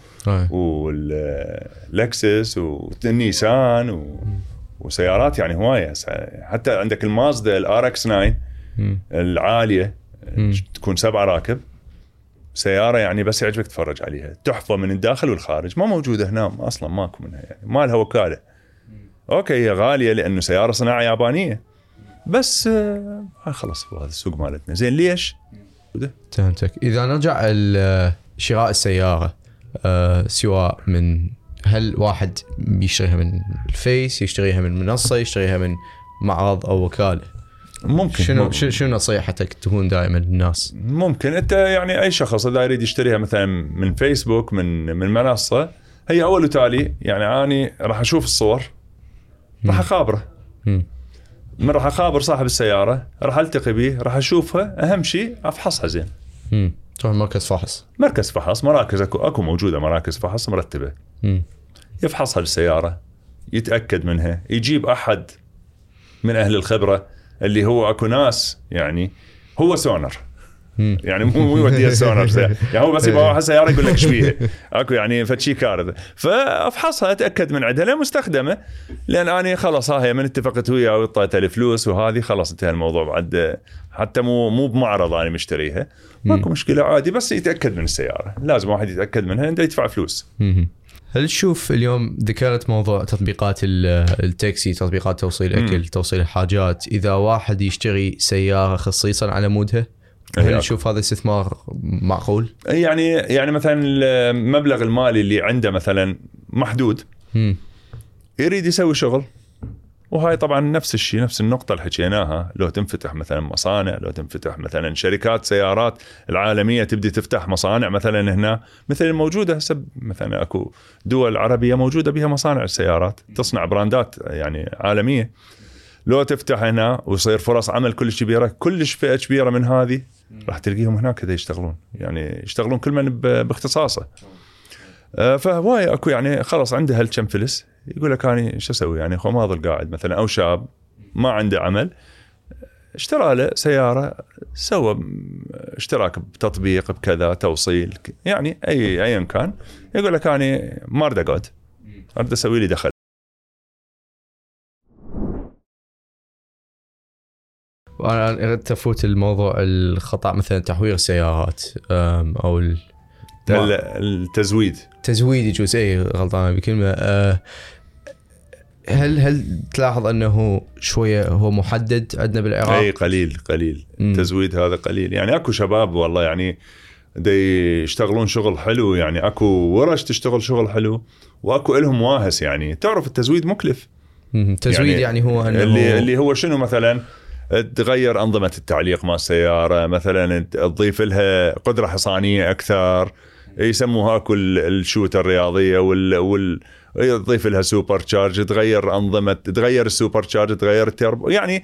واللكسس والنيسان وسيارات يعني هواية. حتى عندك المازدا الRX-9 العالية تكون 7 راكب، سيارة يعني بس يعجبك تتفرج عليها، تحفة من الداخل والخارج، ما موجودة هنا أصلا، ماكو منها يعني، ما لها وكالة. أوكي هي غالية لأنه سيارة صناعة يابانية بس خلص هذا السوق مالتنا. زين ليش؟ فهمتك. إذا نرجع شراء السيارة سواء من هل واحد بيشتريها من الفيس، يشتريها من منصة، يشتريها من معرض أو وكالة، ممكن شنو نصيحتك تكون دائما للناس؟ ممكن انت يعني اي شخص اذا يريد يشتريها مثلا من فيسبوك من منصة، هي اول وتالي يعني اني راح اشوف الصور، راح اخابره، من راح اخابر صاحب السيارة، راح التقي به، راح اشوفها، اهم شيء افحصها زين. تروح مركز فحص، مراكز اكو موجودة مراكز فحص مرتبة، يفحصها السيارة، يتأكد منها، يجيب احد من اهل الخبرة اللي هو اكو ناس يعني هو سونر يعني مو يوديها السونر يعني هو بس يبغى سياره يقول لك ايش فيها اكو يعني فشي كارثه. فافحصها اتاكد من عندها مستخدمه لان انا خلاص هي من اتفقت وياه وطيتها الفلوس وهذه خلاص انتهى الموضوع بعد حتى مو بمعرض انا مشتريها ماكو مشكله عادي بس يتاكد من السياره لازم واحد يتاكد منها انت يدفع فلوس. هل تشوف اليوم ذكرت موضوع تطبيقات التاكسي تطبيقات توصيل الاكل توصيل الحاجات اذا واحد يشتري سياره خصيصا على مودها هل تشوف هذا استثمار معقول؟ يعني مثلا المبلغ المالي اللي عنده مثلا محدود يريد يسوي شغل وهاي طبعا نفس الشيء نفس النقطة اللي حكيناها لو تنفتح مثلا مصانع لو تنفتح مثلا شركات سيارات العالمية تبدي تفتح مصانع مثلا هنا مثل الموجودة مثلا اكو دول عربية موجودة بها مصانع السيارات تصنع براندات يعني عالمية لو تفتح هنا ويصير فرص عمل كلش فئة كبيرة من هذه راح تلقيهم هناك كذا يشتغلون يعني يشتغلون كل من باختصاصه. فهواي اكو يعني خلاص عنده هالكم فلس يقول لك أنا شو أسوي يعني خو ما أظل قاعد مثلا أو شاب ما عنده عمل اشترى له سيارة سوى اشتراك بتطبيق بكذا توصيل يعني أي كان يقول لك أنا ما أريد أقعد أريد أسوي لي دخل. وأنا أردت أفوت الموضوع الخطأ مثلا تحوير السيارات أو التزويد يجوز غلطان بكلمة. هل تلاحظ أنه شوية هو محدد عندنا بالعراق؟ أي قليل التزويد هذا قليل يعني أكو شباب والله يعني دي يشتغلون شغل حلو يعني أكو ورش تشتغل شغل حلو وأكو إلهم واهس يعني تعرف التزويد مكلف. التزويد يعني هو أنه اللي هو شنو مثلا تغير أنظمة التعليق مع السيارة مثلا تضيف لها قدرة حصانية أكثر يسموها كل الشوتة الرياضية يضيف لها سوبر تشارج تغير أنظمة تغير السوبر تشارج تغير التربو يعني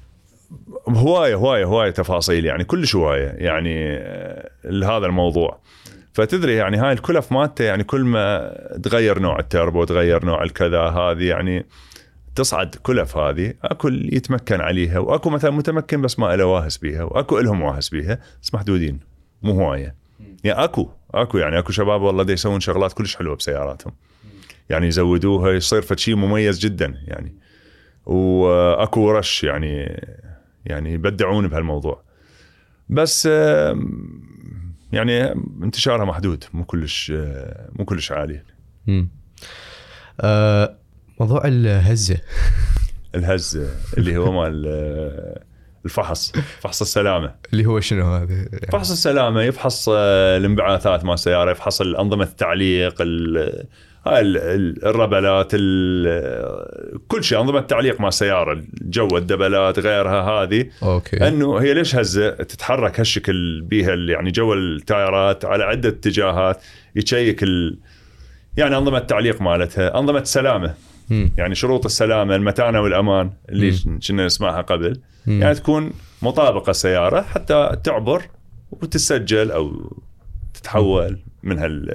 هواية تفاصيل يعني كل هواية يعني هذا الموضوع. فتدري يعني هاي الكلف مالته يعني كل ما تغير نوع التربو تغير نوع الكذا هذه يعني تصعد كلف هذه اكو يتمكن عليها واكو مثلا متمكن بس ما له واهس بيها واكو لهم واهس بيها بس محدودين مو هوايه يعني اكو يعني اكو شباب والله دي يسوون شغلات كلش حلوه بسياراتهم يعني يزودوها يصير فشي مميز جدا يعني واكو ورش يعني يبدعون بهالموضوع بس يعني انتشارها محدود مو كلش عالي. موضوع الهزة اللي هو مال فحص السلامة اللي هو شنو هذا يعني؟ فحص السلامة يفحص الانبعاثات مال السيارة يفحص الأنظمة التعليق الربلات كل شيء أنظمة التعليق مال السيارة الجو الدبلات غيرها هذه أوكي. أنه هي ليش هزة تتحرك هالشكل بيها يعني جو التايرات على عدة اتجاهات يشيك يعني أنظمة التعليق مالتها أنظمة السلامة يعني شروط السلامة المتانة والأمان اللي كنا نسمعها قبل يعني تكون مطابقة السيارة حتى تعبر وتسجل أو تتحول من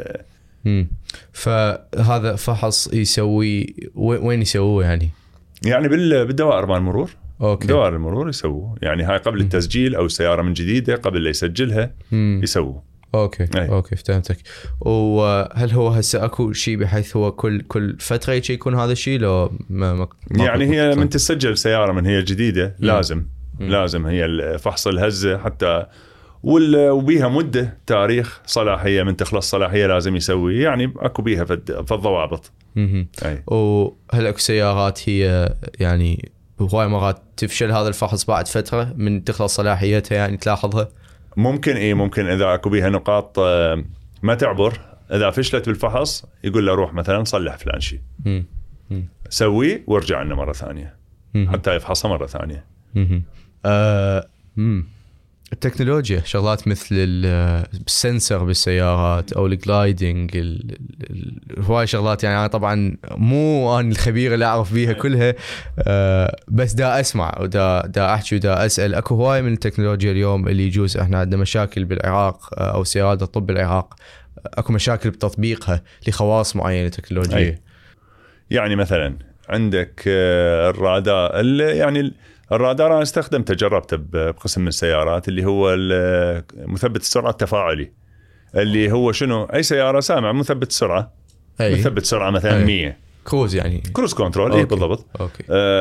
فهذا فحص يسوي وين يسووه يعني بالدوائر مال المرور. أوكي. دوائر المرور يسووه يعني هاي قبل التسجيل أو السيارة من جديدة قبل لا يسجلها يسووه. اوكي فهمتك. وهل هو هسه اكو شيء بحيث هو كل فتره يكون هذا الشيء لو ما يعني هي من تسجل سياره من هي جديده لازم هي فحص الهزه حتى وبيها مده تاريخ صلاحيه من تخلص صلاحيه لازم يسوي يعني اكو بيها في الضوابط. وهل اكو سيارات هي يعني هواي مرات تفشل هذا الفحص بعد فتره من تخلص صلاحيتها يعني تلاحظها؟ ممكن إذا أكو بيها نقاط ما تعبر إذا فشلت بالفحص يقول له روح مثلا صلح فلان شيء سوي وارجع لنا مرة ثانية حتى يفحصها مرة ثانية. التكنولوجيا شغلات مثل السنسر بالسيارات او الجلايدنج هواي شغلات يعني انا طبعا مو انا الخبير اللي اعرف بيها كلها بس دا اسمع ودا احكي ودا اسال. اكو هواي من التكنولوجيا اليوم اللي يجوز احنا عندنا مشاكل بالعراق او سيارات الطب بالعراق اكو مشاكل بتطبيقها لخواص معينه تكنولوجيه. يعني مثلا عندك الرادار يعني الرادار انا استخدمته جربته بقسم من السيارات اللي هو مثبت السرعه التفاعلي، اللي هو شنو؟ اي سياره سامع مثبت سرعه، مثبت سرعه مثلا 100 كروز، يعني كروز كنترول. اي بالضبط. اوكي.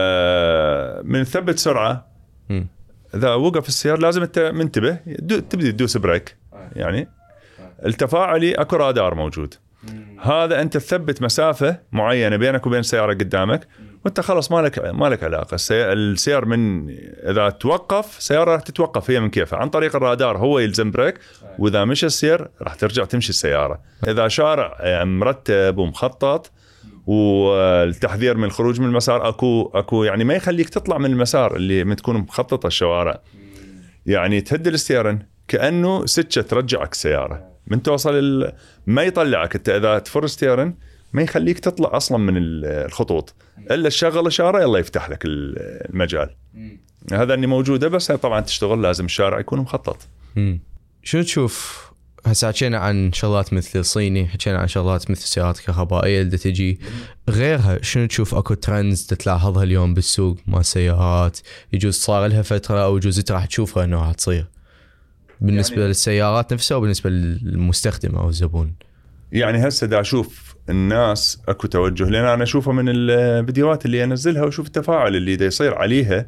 من ثبت سرعه اذا وقف السيارة لازم انت منتبه تبدي تدوس بريك. يعني التفاعلي اكو رادار موجود، هذا انت تثبت مسافه معينه بينك وبين السياره قدامك، وانت خلص مالك علاقه. السيارة من اذا توقف سياره راح تتوقف هي من كيفها عن طريق الرادار، هو يلزم بريك، واذا مشى السير راح ترجع تمشي السياره. اذا شارع مرتب ومخطط والتحذير من الخروج من المسار، اكو يعني ما يخليك تطلع من المسار اللي تكون مخططه الشوارع، يعني تهدي الستيرن كانه سكه ترجعك السياره من توصل ما يطلعك. انت اذا تفر ستيرن ما يخليك تطلع اصلا من الخطوط الا تشغل اشاره يلا يفتح لك المجال. هذا اللي موجوده، بس طبعا تشتغل لازم الشارع يكون مخطط. شو تشوف هسه؟ حكينا عن شغلات مثل الصيني، حكينا عن شغلات مثل السيارات الكهربائيه اللي تجي غيرها. شنو تشوف اكو ترندز تتلاحظها اليوم بالسوق مع السيارات يجوز صار لها فتره او يجوز انت راح تشوفها انه راح تصير بالنسبه يعني للسيارات نفسها وبالنسبه للمستخدم او الزبون؟ يعني هسه دا اشوف الناس اكو توجه، لان انا اشوفه من الفيديوهات اللي انزلها واشوف التفاعل اللي دا يصير عليها.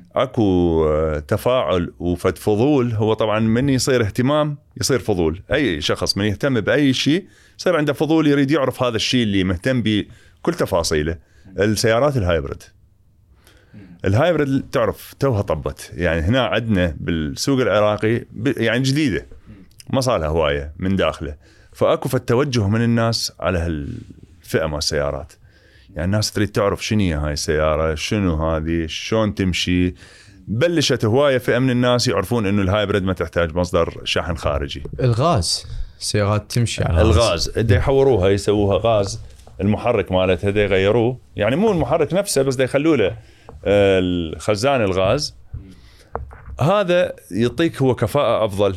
اكو تفاعل وفد فضول. هو طبعا من يصير اهتمام يصير فضول. اي شخص من يهتم باي شيء يصير عنده فضول، يريد يعرف هذا الشيء اللي مهتم بكل تفاصيله. السيارات الهايبرد تعرف توها طبت، يعني هنا عندنا بالسوق العراقي يعني جديده ما صار لها هوايه من داخله، فاكو فالتوجه من الناس على هالفئه مال السيارات. يعني الناس تريد تعرف شنو هاي السيارة، شنو هذه، شلون تمشي. بلشت هواية فئة من الناس يعرفون انه الهايبريد ما تحتاج مصدر شحن خارجي. الغاز، سيارات تمشي على الغاز دا يحوروها يسووها غاز، المحرك مالتها دا يغيروه، يعني مو المحرك نفسه بس دا يخلوا له الخزان الغاز. هذا يعطيك هو كفاءة افضل،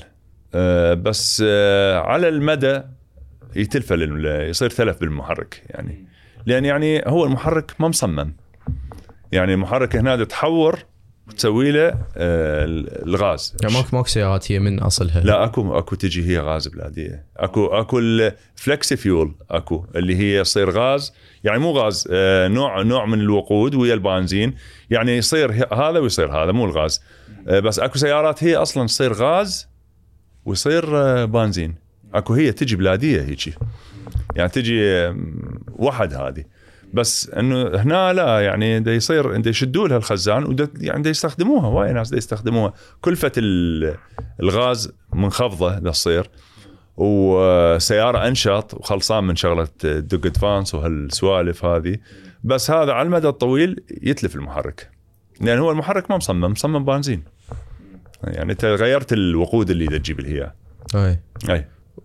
بس على المدى يتلف يصير تلف بالمحرك، يعني لأن يعني هو المحرك ما مصمم. يعني المحرك هنا تحور وتسوي له الغاز. يعني ماكو سيارات هي من أصلها؟ لا اكو تجي هي غاز بلادية. اكو الفلكسي فيول، اكو اللي هي يصير غاز، يعني مو غاز، نوع من الوقود ويا البنزين، يعني يصير هذا ويصير هذا، مو الغاز بس. اكو سيارات هي اصلا تصير غاز ويصير بنزين. اكو هي تجي بلادية هيجي، يعني تجي واحد هذه بس. انه هنا لا، يعني دا يصير دا يشدوا لها الخزان يعني دا يستخدموها، وايد ناس دا يستخدموها. كلفة الغاز منخفضة دا تصير، وسيارة انشط وخلصان من شغلة دوج ادفانس وهالسوالف هذه. بس هذا على المدى الطويل يتلف المحرك، لان هو المحرك ما مصمم بنزين. يعني انت غيرت الوقود اللي دا تجيب الهياء. اي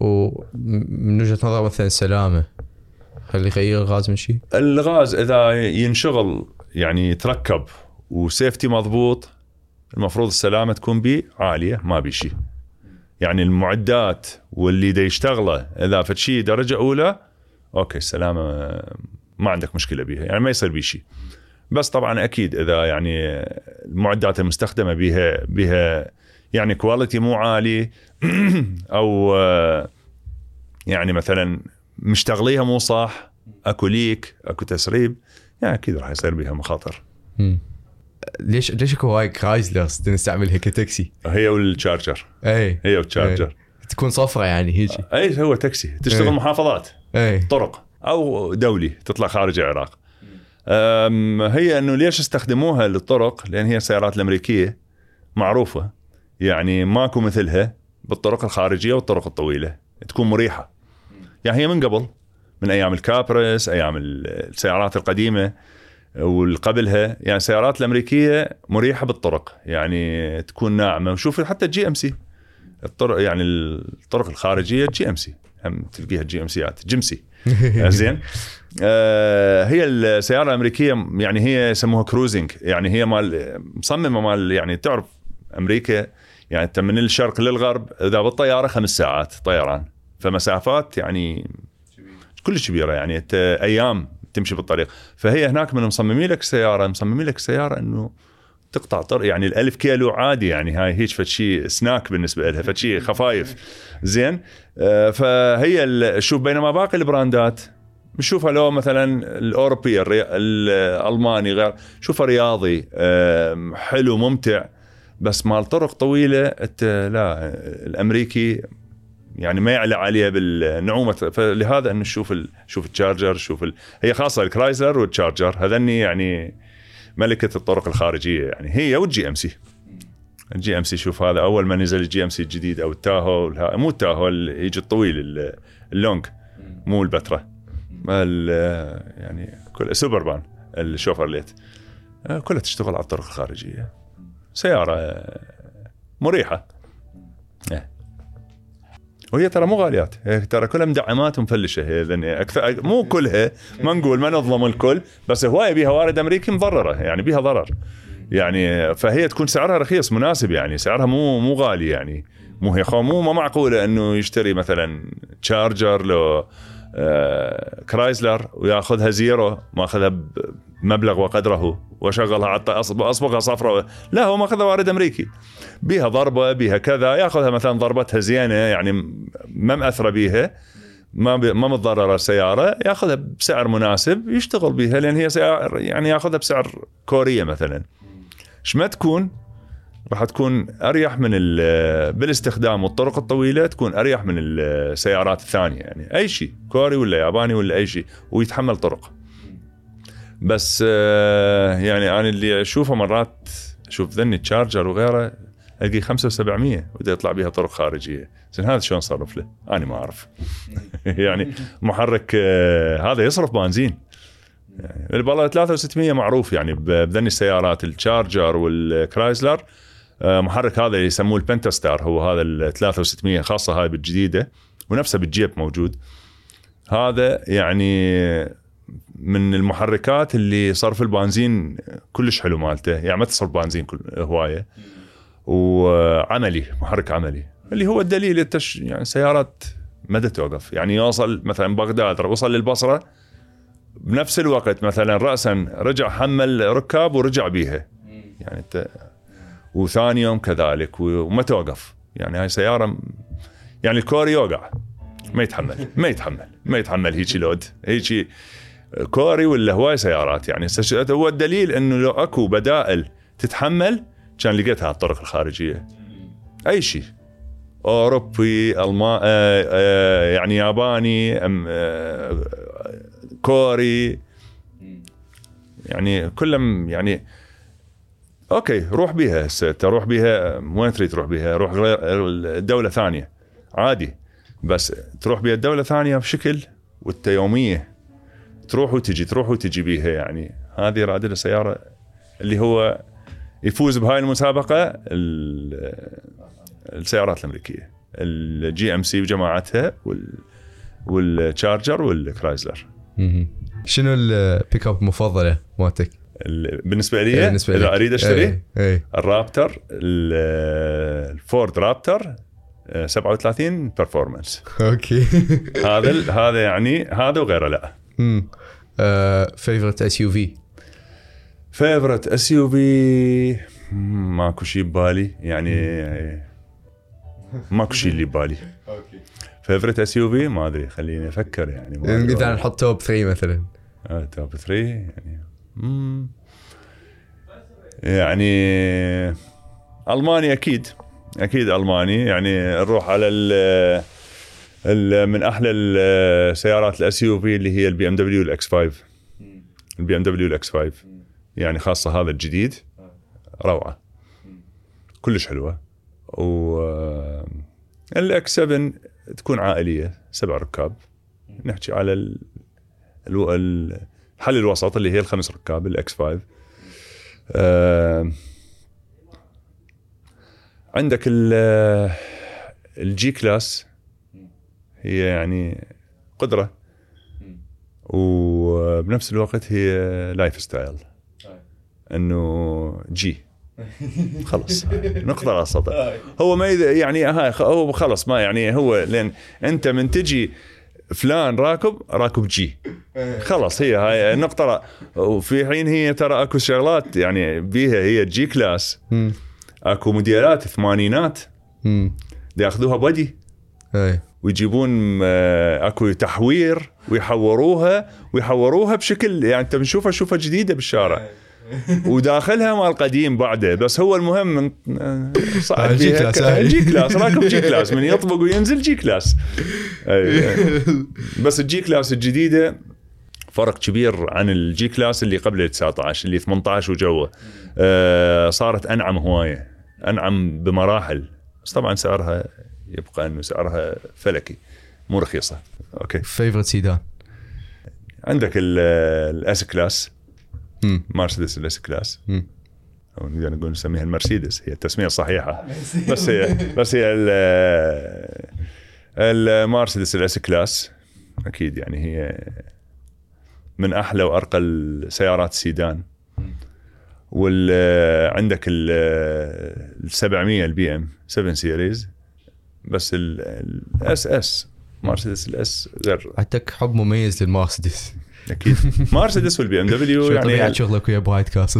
ومن وجهة نظر مثلا السلامة، هل يغير الغاز من شيء؟ الغاز إذا ينشغل يعني يتركب وسيفتي مضبوط، المفروض السلامة تكون بيه عالية، ما بي شيء. يعني المعدات واللي دا يشتغله إذا فد شيء درجة أولى أوكي السلامة ما عندك مشكلة بيها، يعني ما يصير بيه شيء. بس طبعا أكيد إذا يعني المعدات المستخدمة بيها يعني كواليتي مو عالي او يعني مثلا مشتغليها مو صح، اكو ليك، اكو تسريب، يعني اكيد راح يصير بها مخاطر. ليش اكو هاي كرايزلرز نستعملها كتاكسي؟ هي والتشارجر. هي والتشارجر تكون صفرة يعني هيجي. اي هو تاكسي تشتغل محافظات، طرق او دولي تطلع خارج العراق. هي انه ليش استخدموها للطرق؟ لان هي السيارات الامريكيه معروفه، يعني ماكو مثلها بالطرق الخارجيه والطرق الطويله، تكون مريحه. يعني هي من قبل، من ايام الكابرس، ايام السيارات القديمه والقبلها، يعني السيارات الامريكيه مريحه بالطرق، يعني تكون ناعمه. وشوف حتى الجي ام سي الطرق، يعني الطرق الخارجيه جي ام سي هم تلقيها جي ام سيات جيمسي. زين. هي السياره الامريكيه يعني هي يسموها كروزنج، يعني هي مال مصممه مال، يعني تعرف امريكا يعني انت من الشرق للغرب اذا بالطياره 5 ساعات طيران، فمسافات يعني كلش كبيره، يعني ايام تمشي بالطريق. فهي هناك من مصممين لك السياره انه تقطع طرق يعني ال1000 كيلو عادي يعني هاي هيك فشي سناك بالنسبة لها فشي خفايف زين. فهي شوف بينما باقي البراندات بشوفها لو مثلا الأوروبي الألماني غير شوفها رياضي حلو ممتع بس مال طرق طويلة لا الأمريكي يعني ما يعلى عليها بالنعومة. فلهذا أن شوف التشارجر هي خاصة الكرايزلر والتشارجر هذني يعني ملكة الطرق الخارجية يعني هي والجي ام سي. الجي ام سي شوف هذا أول ما نزل الجي ام سي الجديد أو التاهو مو التاهو يجي الطويل اللونج مو البتراء يعني كل سوبربان الشوفرليت كلها تشتغل على الطرق الخارجية. سيارة مريحة وهي ترى مو غاليات ترى كلها مدعمات ومفلشة هي أكثر مو كلها ما نقول ما نظلم الكل بس هواية بيها وارد أمريكي مضررة يعني بيها ضرر يعني فهي تكون سعرها رخيص مناسب يعني سعرها مو غالي يعني مو هي مو معقولة إنه يشتري مثلا تشارجر لو كرايزلر وياخذها زيرو ماخذها بمبلغ وقدره وشغلها على اصبغها صفراء لا هو ماخذها وارد امريكي بيها ضربه بيها كذا ياخذها مثلا ضربتها زينه يعني ما مأثره بيها ما متضرره السياره ياخذها بسعر مناسب يشتغل بيها لان هي سيارة يعني ياخذها بسعر كوريه مثلا ما تكون راح تكون اريح من بالاستخدام والطرق الطويله تكون اريح من السيارات الثانيه يعني اي شيء كوري ولا ياباني ولا اي شيء ويتحمل طرق. بس يعني انا اللي اشوفه مرات اشوف ذني تشارجر وغيره القي 5700 وده يطلع بيها طرق خارجيه زين هذا شلون صرف له انا ما اعرف يعني محرك هذا يصرف بنزين يعني بالله 3600 معروف يعني بذني السيارات التشارجر والكرايزلر محرك هذا يسموه البنتاستار هو هذا ال 6300 خاصة هاي بالجديدة ونفسه بالجيب موجود. هذا يعني من المحركات اللي صرف البنزين كلش حلو مالته يعني ما تصرف بنزين هواية وعملي محرك عملي اللي هو الدليل يعني سيارات مدى توقف يعني يوصل مثلا بغداد وصل للبصرة بنفس الوقت مثلا رأسا رجع حمل ركاب ورجع بيها يعني وثاني يوم كذلك وما توقف يعني هاي سيارة يعني الكوري يوقع ما يتحمل هيجي لود هيجي كوري ولا هواي سيارات يعني هو الدليل انه لو اكو بدائل تتحمل كان لقيتها على الطرق الخارجية اي شيء اوروبي يعني ياباني كوري يعني كلهم يعني اوكي روح بيها تروح بيها وين تريد تروح بيها روح غير دولة ثانية عادي بس تروح بيها دولة ثانية بشكل والتيومية تروح وتجي بيها يعني هذه رادة السيارة اللي هو يفوز بهاي المسابقة السيارات الأمريكية الجي ام سي وجماعتها والتشارجر والكرايزلر. شنو البيك اب المفضلة مالتك؟ بالنسبة لي إذا أريد أشتري الرابتر الفورد رابتر 37 performance أوكي هذا يعني هذا وغيره لا. favorite SUV ماكو شيء ببالي يعني ماكو شيء اللي ببالي. favorite SUV ما أدري خليني أفكر يعني إذا نحط توب 3 مثلا توب 3 يعني ألماني أكيد ألماني يعني نروح على من أحلى السيارات الSUV اللي هي البي ام دبليو الX5 البي ام دبليو الX5 يعني خاصة هذا الجديد روعة كلش حلوة والX7 تكون عائلية 7 ركاب نحكي على الحل الوسط اللي هي 5 ركاب الX5. عندك الجي كلاس هي يعني قدرة وبنفس الوقت هي لايف ستايل انه جي خلص نقطة على السطح هو ما يعني هو خلص ما يعني هو لين انت من تجي فلان راكب جي، خلاص هي هاي النقطة. وفي حين هي ترى اكو شغلات يعني بيها هي جي كلاس، اكو موديلات ثمانينات ياخذوها بدي ويجيبون اكو تحوير ويحوروها بشكل يعني انت بنشوفها جديدة بالشارع وداخلها مال قديم بعده. بس هو المهم من صعد جي كلاس راكب جي كلاس من يطبق وينزل جي كلاس. بس الجي كلاس الجديدة فرق كبير عن الجي كلاس اللي قبل 19 اللي 18 وجوه. صارت أنعم هواية، أنعم بمراحل، بس طبعا سعرها يبقى أنه سعرها فلكي مو رخيصة. أوكي. فيفرت سيدان عندك الأس كلاس، مرسيدس الأس كلاس، أو نقدر نقول نسميها المرسيدس، هي التسمية الصحيحة. بس هي المرسيدس الأس كلاس أكيد يعني هي من أحلى وأرقى السيارات السيدان. وعندك ال 700 البي ام 7 سيريز، بس الاس اس مرسيدس الاس غير. عندك حب مميز للمرسيدس اكيد. مرسيدس والبي ام دبليو يعني طبيعة شغلك ويا برايت كاسل.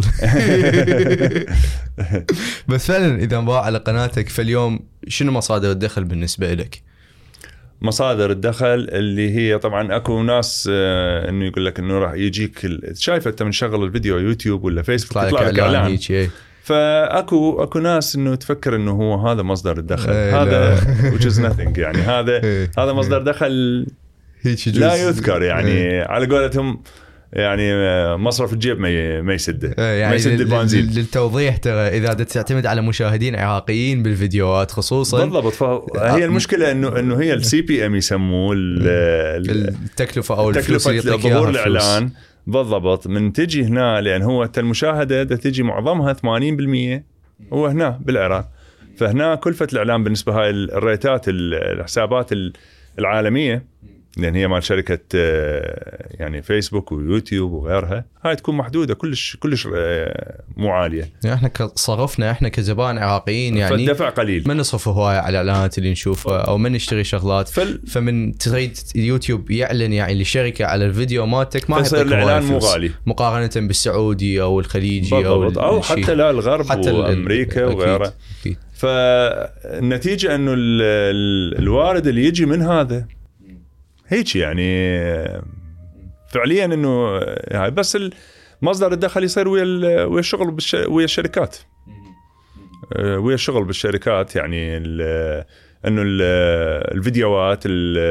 بس فعلا اذا نبغى على قناتك فاليوم شنو مصادر الدخل بالنسبة لك؟ مصادر الدخل اللي هي طبعا اكو ناس انه يقول لك انه راح يجيك شايف انت من شغل الفيديو يوتيوب ولا فيسبوك يطلع لك اعلان، فاكو ناس انه تفكر انه هو هذا مصدر الدخل. هذا which is nothing يعني هذا مصدر دخل لا يذكر يعني على قولتهم يعني مصرف الجيب ما يسده يعني ما يسد البنزين. للتوضيح ترى اذا تعتمد على مشاهدين عراقيين بالفيديوهات خصوصا بالضبط، هي المشكله انه هي السي بي ام يسموه التكلفه او الفلوس اللي يعطيك ظهور الاعلان بالضبط. من تجي هنا لان هو المشاهده تجي معظمها 80% هو هنا بالعراق، فهنا كلفه الاعلان بالنسبه هاي الريتات الحسابات العالميه لأن هي مال شركة يعني فيسبوك ويوتيوب وغيرها، هاي تكون محدودة كلش مو عالية. يعني احنا صرفنا احنا كزبائن عراقيين يعني فالدفع قليل، ما نصرف هواية على الإعلانات اللي نشوفها أو ما نشتري شغلات. فمن تريد يوتيوب يعلن يعني لشركة على الفيديو مالتك ما يصير الإعلان مو غالي مقارنة بالسعودي أو الخليجي أو حتى لا الغرب حتى وأمريكا وغيرها. فالنتيجة أنه الوارد اللي يجي من هذا هيك يعني فعليا انه بس مصدر الدخل يصير ويا الشغل ويا الشركات، ويا الشغل بالشركات يعني انه الفيديوهات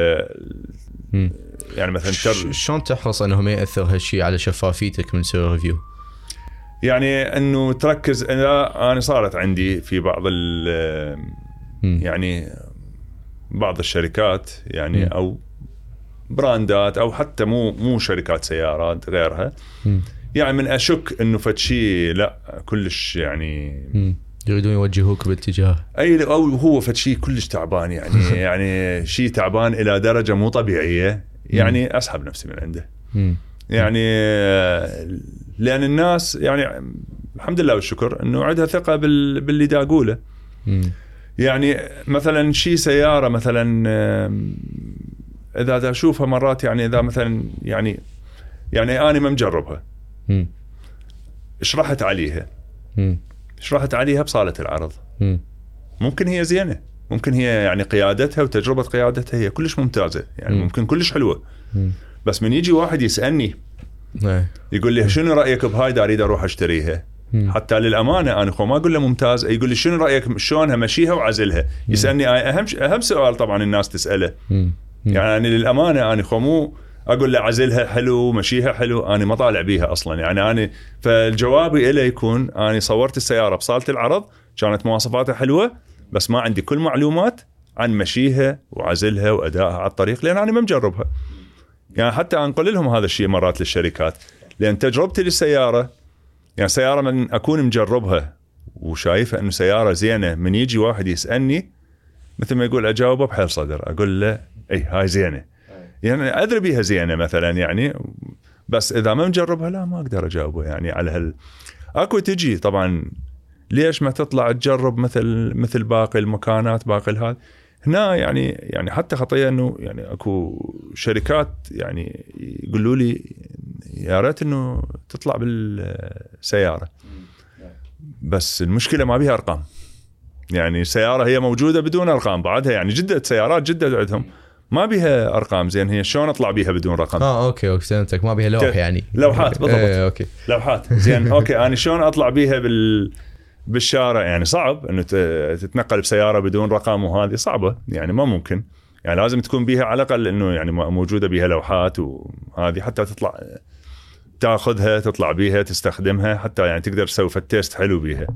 يعني مثلا شلون تحرص انه ما ياثر هالشيء على شفافيتك من سوي ريفيو؟ يعني انه تركز. انا صارت عندي في بعض يعني بعض الشركات يعني او براندات او حتى مو شركات سيارات غيرها يعني من اشك انه فد شيء لا كلش يعني يريدون يوجهوك باتجاه او هو فد شيء كلش تعبان يعني يعني شيء تعبان الى درجه مو طبيعيه يعني اسحب نفسي من عنده. يعني لان الناس يعني الحمد لله والشكر انه عندها ثقه باللي دا اقوله. يعني مثلا شيء سياره مثلا اذا اشوفها مرات يعني اذا مثلا يعني انا ما مجربها شرحت عليها بصالة العرض ممكن هي زينة، ممكن هي يعني قيادتها وتجربة قيادتها هي كلش ممتازة يعني ممكن كلش حلوة، بس من يجي واحد يسألني يقول لي شنو رأيك بهاي دا اريد اروح اشتريها، حتى للأمانة أنا ما أقول له ممتاز، يقول لي شنو رأيك شلونها مشيها وعزلها، يسألني أهم سؤال طبعا الناس تسأله. يعني للأمانة أنا مو أقول له عزلها حلو مشيها حلو، أنا ما طالع بيها أصلا يعني أنا فالجواب إليه يكون أنا صورت السيارة بصالة العرض كانت مواصفاتها حلوة بس ما عندي كل معلومات عن مشيها وعزلها وأدائها على الطريق لأن أنا ما مجربها. يعني حتى أنقل لهم هذا الشيء مرات للشركات لأن تجربتي للسيارة يعني سيارة من أكون مجربها وشايفها أنه سيارة زينة، من يجي واحد يسألني مثل ما يقول أجاوبه بحيل صدر أقول له أي هاي زينة يعني أدري بيها زينة مثلا يعني، بس إذا ما مجربها لا ما أقدر أجاوبه يعني على أكو تجي طبعا ليش ما تطلع تجرب مثل باقي المكانات باقي هذا. هنا يعني حتى خطيه انه يعني اكو شركات يعني يقولوا لي يا ريت انه تطلع بالسياره، بس المشكله ما بيها ارقام. يعني سياره هي موجوده بدون ارقام بعدها، يعني جده سيارات جده عندهم ما بيها ارقام. زين هي شلون اطلع بيها بدون رقم؟ اوكي فهمتك، ما بيها لوح يعني لوحات بالضبط. اوكي لوحات. زين اوكي انا شلون اطلع بيها بالشارع؟ يعني صعب انه تتنقل بسياره بدون رقم، وهذه صعبه يعني ما ممكن. يعني لازم تكون بيها على الاقل انه يعني موجوده بيها لوحات، وهذه حتى تطلع تاخذها تطلع بيها تستخدمها، حتى يعني تقدر تسوي فتيست حلو بيها.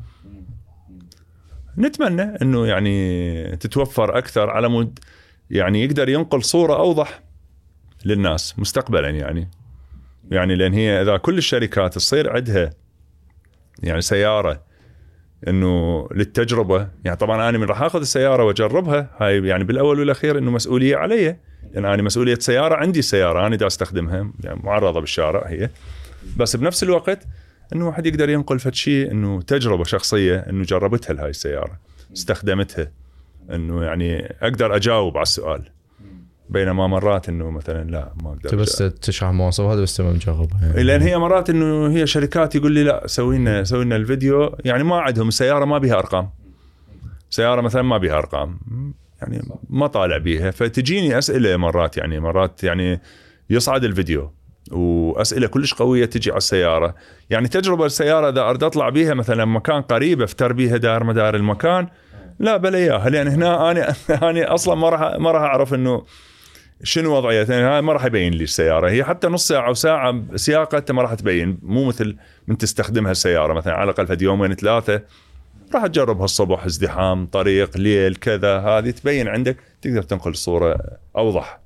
نتمنى انه يعني تتوفر اكثر على مود يعني يقدر ينقل صوره اوضح للناس مستقبلا. يعني لان هي اذا كل الشركات تصير عندها يعني سياره انه للتجربه، يعني طبعا انا من راح اخذ السياره واجربها، هاي يعني بالاول والاخير انه مسؤوليه علي، لان يعني انا مسؤوليه سياره، عندي سياره انا دا استخدمها يعني معرضه بالشارع هي، بس بنفس الوقت انه واحد يقدر ينقل فد شيء انه تجربه شخصيه انه جربتها لهاي السياره استخدمتها، انه يعني اقدر اجاوب على السؤال. بينما مرات انه مثلا لا ما اقدر بس تشرح مواصفات هذا بس ما مجربها يعني. لان هي مرات انه هي شركات يقول لي لا سوي لنا الفيديو، يعني ما عندهم السياره ما بيها ارقام، سياره مثلا ما بيها ارقام يعني ما طالع بيها، فتجيني اسئله مرات يعني يصعد الفيديو واسئله كلش قويه تجي على السياره. يعني تجربه السياره اذا اريد اطلع بيها مثلا مكان قريب افتر بيها دار مدار المكان، لا بلا اياها، لان هنا انا اصلا ما راح اعرف انه شنو وضعيتها، يعني ما راح يبين لي السياره، هي حتى نص ساعه وساعه سياقتها ما راح تبين، مو مثل من تستخدمها السياره مثلا على الاقل في يومين ثلاثه راح تجربها الصبح، ازدحام طريق ليل كذا، هذه تبين عندك تقدر تنقل صوره اوضح.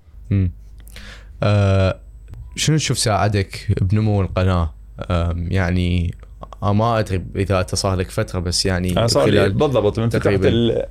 شنو تشوف ساعدك بنمو القناه؟ يعني ما ادري اذا صار لك فتره، بس يعني خلال بالضبط من تقريبا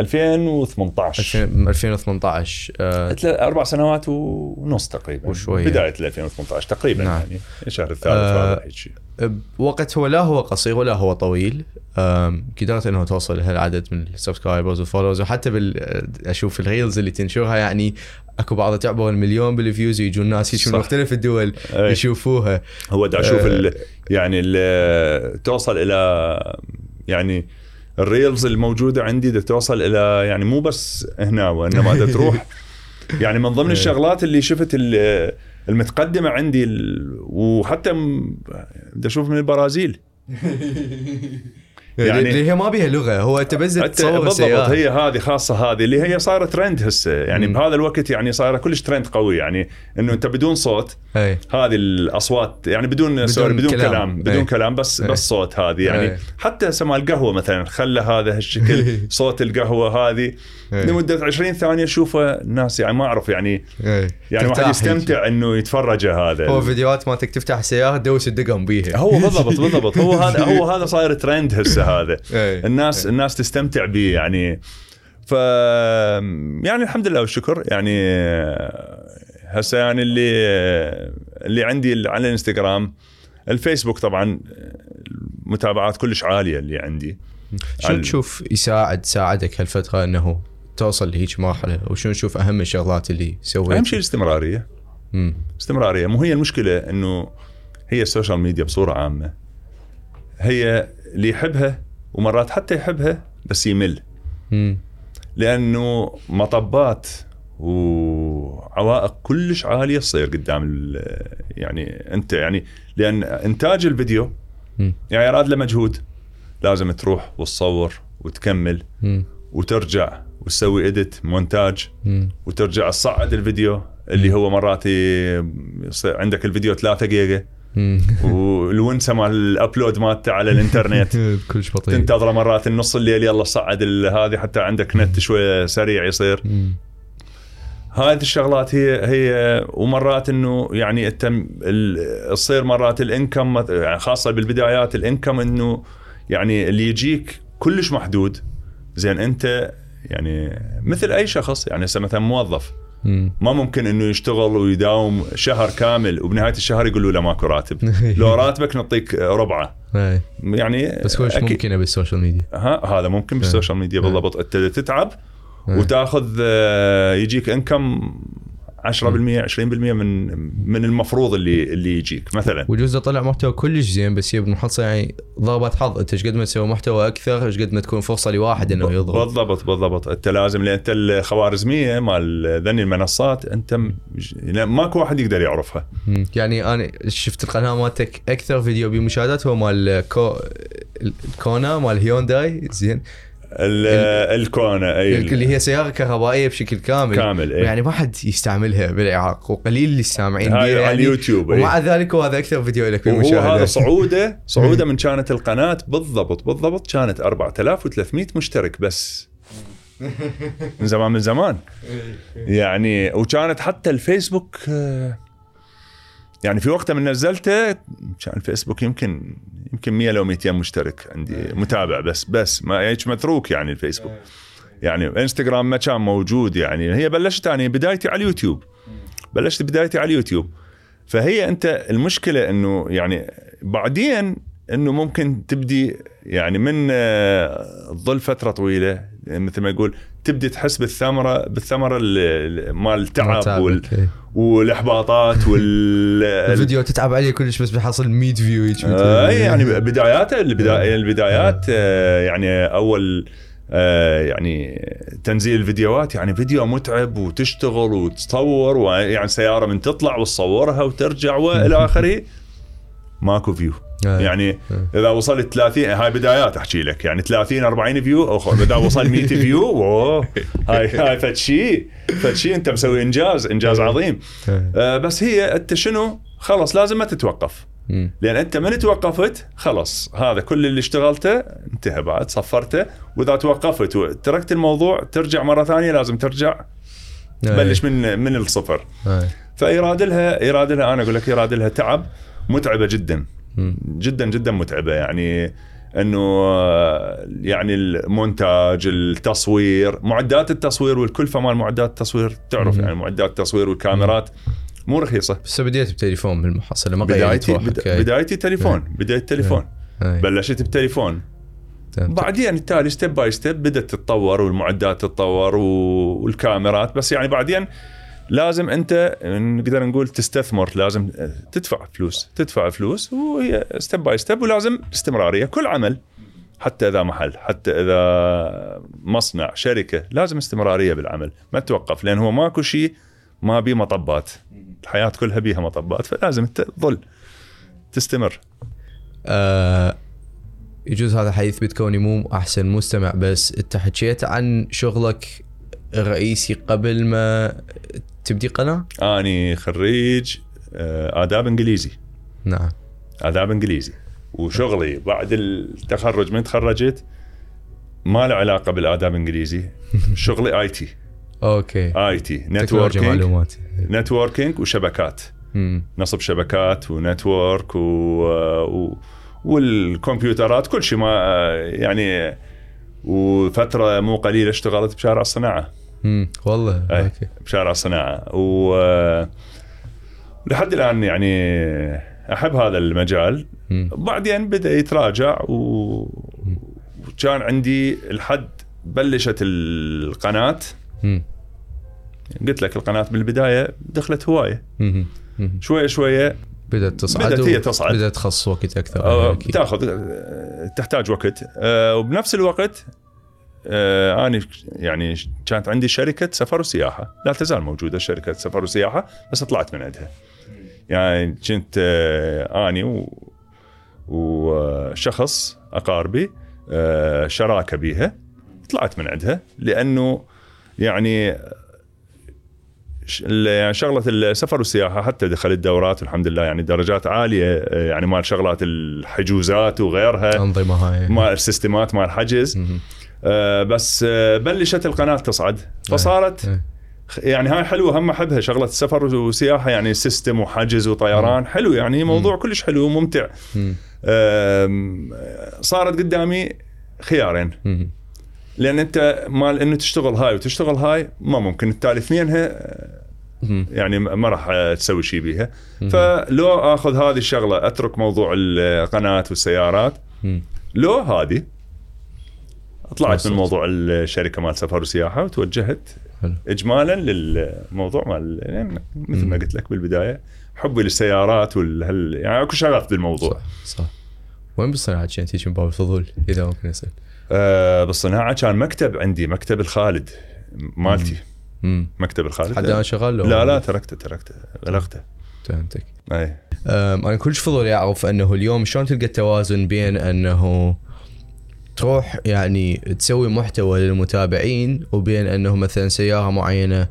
2018 4 سنوات ونص تقريبا وشوية. بدايه 2018 تقريبا. نعم. يعني الشهر الثالث هذا هيك شيء. وقت هو لا هو قصير ولا هو طويل، قدرت انه توصل لهالعدد من السبسكرايبرز والفولورز، وحتى اشوف الريلز اللي تنشرها يعني اكو بعضها تعبر 1,000,000 بالفيوز، يجون ناس من مختلف الدول يشوفوها. هو دا اشوف يعني توصل الى يعني الريلز الموجوده عندي دا توصل الى يعني مو بس هنا وانما دا تروح يعني من ضمن الشغلات اللي شفت المتقدمه عندي وحتى دا اشوف من البرازيل يعني اللي هي ما بيها لغه، هو تبزت تصور بالضبط. هي هذه خاصه، هذه اللي هي صارت ترند هسه يعني بهذا الوقت، يعني صايره كلش ترند قوي، يعني انه انت بدون صوت هذه الاصوات يعني بدون كلام بس صوت هذه يعني حتى سماع القهوه مثلا خلى هذا هالشكل صوت القهوه هذه لمده 20 ثانيه شوفه الناس يعني ما اعرف يعني واحد يستمتع انه يتفرج. هذا هو فيديوهات مالتك تفتح السياره تدوس الدقم بيها، هو بالضبط هو هذا صاير ترند هسه هذا الناس تستمتع به يعني. يعني الحمد لله والشكر يعني هسه يعني اللي عندي على الانستغرام، الفيسبوك طبعا متابعات كلش عاليه اللي عندي. شو تشوف ساعدك هالفتره انه توصل لهيك مرحله، وشو نشوف اهم الشغلات اللي سويتها؟ اهم شيء الاستمراريه. استمراريه، مو هي المشكله انه هي السوشيال ميديا بصوره عامه هي اللي يحبها ومرات حتى يحبها بس يمل، لانه مطبات وعوائق كلش عاليه تصير قدام يعني انت يعني لان انتاج الفيديو يعني يراد له مجهود، لازم تروح وتصور وتكمل وترجع وتسوي اديت مونتاج وترجع تصعد الفيديو اللي هو مرات يصير عندك الفيديو 3 جيجا والونسه مال الابلود مالته على الانترنت كلش بطيء، تنتظر مرات النص الليل يلا صعد هذه حتى عندك نت شويه سريع يصير. هذه الشغلات هي ومرات انه يعني تصير مرات الانكم يعني خاصه بالبدايات الانكم انه يعني اللي يجيك كلش محدود. زين انت يعني مثل اي شخص يعني مثلا موظف ما ممكن انه يشتغل ويداوم شهر كامل وبنهايه الشهر يقولوا له ماكو راتب، لو راتبك نعطيك ربعه يعني. بس هو ممكن بالسوشيال ميديا، هذا ممكن بالسوشيال ميديا بالضبط. انت تتعب وتاخذ يجيك انكم 10% 20% من المفروض اللي يجيك مثلا. وجوز طلع محتوى كلش زين، بس هي بالمحصله يعني ضربات حظ. انت ايش قد ما تسوي محتوى اكثر ايش قد ما تكون فرصه لواحد انه يضرب. بالضبط انت لازم، لان انت الخوارزميه مال ذني المنصات انت ماكو واحد يقدر يعرفها. يعني انا شفت القناه مالتك اكثر فيديو بمشاهدات هو مال الكونا مال هيونداي زين، الكونا اللي هي سيارة كهربائية بشكل كامل يعني ما حد يستعملها بالعراق وقليل اللي سامعين بها يعني على اليوتيوب. ومع ذلك هذا أكثر فيديو لك بالمشاهدة. وهذا صعودة من كانت القناة بالضبط كانت 4300 مشترك بس من زمان يعني. وكانت حتى الفيسبوك يعني في وقتها من نزلته كان الفيسبوك يمكن 100 لو 200 مشترك عندي متابع بس ما هيك متروك يعني الفيسبوك. يعني انستغرام ما كان موجود يعني. هي بلشت يعني بدايتي على اليوتيوب. فهي انت المشكلة انه يعني بعدين انه ممكن تبدي يعني من ظل فترة طويلة مثل ما يقول تبدي تحس بالثمرة مال التعب والاحباطات الفيديو تتعب عليه كلش بس بيحصل 100 فيو يعني البدايات يعني اول يعني تنزيل الفيديوهات يعني فيديو متعب وتشتغل وتصور ويعني سيارة من تطلع وتصورها وترجع والى اخره ماكو فيو. يعني اذا وصلت 30 هاي بدايات احكي لك يعني 30 40 فيو او اذا وصل 100 فيو هاي فشي انت مسوي انجاز عظيم. بس هي انت شنو خلص لازم ما تتوقف، لان انت من توقفت خلص هذا كل اللي اشتغلته انتهى بعد صفرته. واذا توقفت وتركت الموضوع ترجع مره ثانيه لازم ترجع تبلش من الصفر. فإرادلها انا اقول لك إرادلها تعب متعبه جدا جدا متعبه. يعني انه يعني المونتاج التصوير معدات التصوير والكلفه مال معدات التصوير تعرف يعني معدات التصوير والكاميرات مو رخيصه. بس بديت بتليفون بالمحصله ما بدايتي تليفون بلشت بتليفون بعدين التالي ستيب باي ستيب بدأت تتطور والمعدات تتطور والكاميرات. بس يعني بعدين لازم انت نقدر نقول تستثمر، لازم تدفع فلوس وهي ستيب باي ستيب. ولازم استمراريه كل عمل حتى اذا محل حتى اذا مصنع شركه لازم استمراريه بالعمل ما توقف، لان هو ماكو شيء ما بيه مطبات. الحياه كلها بيها مطبات فلازم تظل تستمر. يجوز هذا حيث بتكوني مو احسن مستمع، بس انت حكيت عن شغلك الرئيسي قبل ما تبدي قناة. أنا خريج آداب إنجليزي. نعم آداب إنجليزي. وشغلي بعد التخرج من تخرجت ما له علاقة بالآداب إنجليزي. شغلي آي تي. أوكي. آي تي نتوركينج وشبكات. نصب شبكات ونتورك والكمبيوترات كل شيء ما يعني. وفترة مو قليلة اشتغلت بشارع الصناعة. والله أوكي. بشارع الصناعة ولحد الآن يعني أحب هذا المجال. بعدين بدأ يتراجع وكان عندي الحد بلشت القناة. قلت لك القناة بالبداية دخلت هواية شوية بدأت تصعد بدأت تخصص وقت أكثر. تحتاج وقت. وبنفس الوقت أنا يعني كانت عندي شركة سفر وسياحة لا تزال موجودة شركة سفر وسياحة بس طلعت من عندها. يعني كنت أنا وشخص أقاربي شراكة بيها طلعت من عندها لأنه يعني شغلة السفر والسياحة حتى دخلت دورات والحمد لله يعني درجات عالية يعني مال شغلات الحجوزات وغيرها أنظمة هاي مال السيستمات مال الحجز. بس بلشت القناة تصعد فصارت يعني هاي حلوة هم أحبها شغلة السفر والسياحة يعني سيستم وحجز وطيران حلو يعني موضوع كلش حلو وممتع. صارت قدامي خيارين لأن أنت مال إنه تشتغل هاي وتشتغل هاي ما ممكن التالي اثنينها يعني ما راح تسوي شيء بيها. فلو أخذ هذه الشغلة أترك موضوع القناة والسيارات لو هذه طلعت من موضوع الشركه مال سفر وسياحه وتوجهت اجمالا للموضوع مال يعني مثل ما قلت لك بالبدايه حبي للسيارات يعني اكو شغف بالموضوع. صح. وين بالصناعه كنتي من باب الفضول اذا ممكن اسال؟ بالصناعه كان مكتب عندي، مكتب الخالد مالتي. مكتب الخالد حد انا شغال لا تركته بلغته. فهمتك. اي انا كلش فضولي اعرف انه اليوم شلون تلقى التوازن بين انه تروح يعني تسوي محتوى للمتابعين وبين انه مثلا سيارة معينة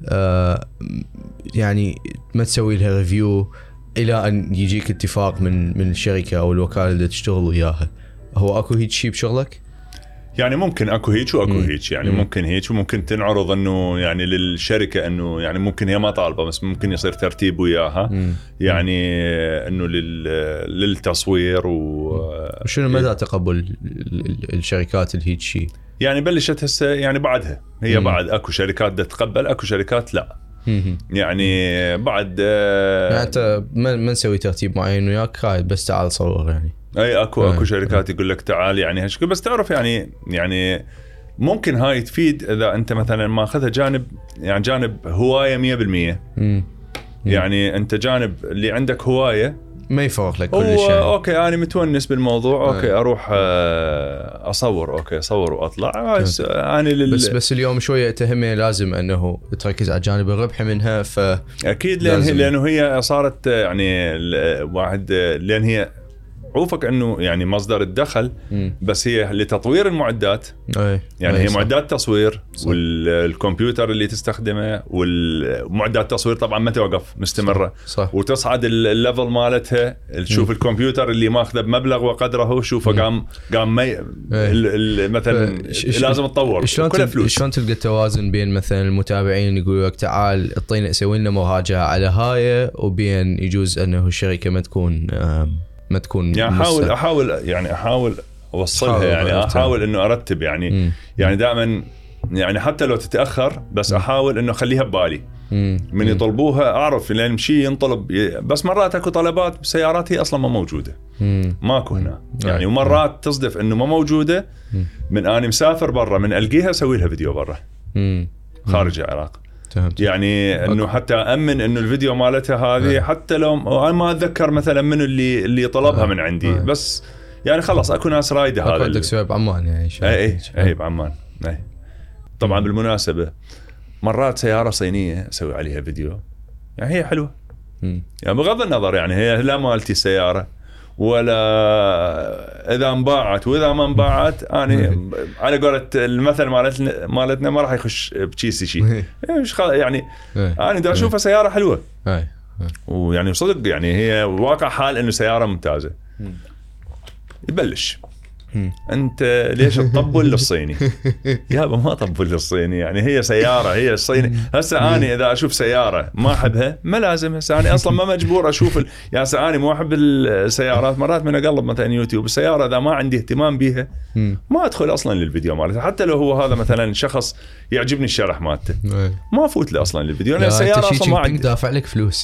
يعني ما تسوي لها ريفيو الى ان يجيك اتفاق من الشركة او الوكالة اللي تشتغل وياها. هو اكو هيك شيء بشغلك؟ يعني ممكن اكو هيك واكو هيك، يعني ممكن هيك وممكن تنعرض انه يعني للشركه انه يعني ممكن هي ما طالبه بس ممكن يصير ترتيب وياها يعني انه للتصوير وشنو مدى تقبل الشركات اللي هيك شيء؟ يعني بلشت هسه يعني بعدها هي بعد اكو شركات تتقبل اكو شركات لا. يعني بعد يعني انت ما نسوي ترتيب معين وياك هاي بس تعال صور يعني. اي اكو شركات يقول لك تعال يعني هالشكل بس تعرف يعني ممكن هاي تفيد اذا انت مثلا ماخذها جانب هوايه 100%. يعني انت جانب اللي عندك هوايه ما يفرق لك كل شيء. اوكي انا متونس بالموضوع اوكي اروح اصور اوكي اصور واطلع انا بس اليوم شويه تهمه لازم انه تركز على الجانب الربحي منها. اكيد لانه هي صارت يعني واحد لان هي عوفك انه يعني مصدر الدخل بس هي لتطوير المعدات. يعني هي معدات تصوير والكمبيوتر اللي تستخدمه والمعدات التصوير طبعا ما توقف مستمره صح. وتصعد الليفل مالتها تشوف الكمبيوتر اللي ماخذه بمبلغ وقدره شوفه قام مثلا لازم تطور. شلون تلقى التوازن بين مثلا المتابعين يقولوا لك تعال اعطينا سوي لنا مراجعه على هاي وبين يجوز انه الشركه ما تكون يعني احاول اوصلها يعني احاول انه ارتب يعني يعني دائما يعني حتى لو تتاخر بس احاول انه اخليها ببالي من يطلبوها اعرف لان شيء ينطلب بس مرات اكو طلبات بسيارات هي اصلا ما موجوده ماكو هنا يعني ومرات تصدف انه ما موجوده من اني مسافر برا من القيها اسوي لها فيديو برا خارج العراق. يعني انه حتى امن انه الفيديو مالتها هذه حتى لو انا ما اتذكر مثلا من اللي طلبها من عندي بس يعني خلاص اكو ناس رايده هذا عندك سوي بعمان يعني اي بعمان. طبعا بالمناسبه مرات سياره صينيه اسوي عليها فيديو يعني هي حلوه يعني بغض النظر يعني هي لا مالتي السياره ولا اذا انباعت واذا ما انباعت انا على قولة المثل مالتنا ما راح يخش بكيسي شيء يعني انا دا اشوفها سياره حلوه ويعني صدق يعني هي واقع حال انه سياره ممتازه. يبلش انت ليش تطبل للصيني؟ يابا ما طبل للصيني يعني هي سياره هي الصيني. هسه اني اذا اشوف سياره ما احبها ما لازم هسه اني اصلا ما مجبور اشوف يعني هسه اني مو احب السيارات مرات من اقلب مثلا يوتيوب السياره اذا ما عندي اهتمام بيها ما ادخل اصلا للفيديو مالته حتى لو هو هذا مثلا شخص يعجبني الشرح مالته ما افوت له اصلا للفيديو لان السياره اصلا ما عندي دافع لك فلوس.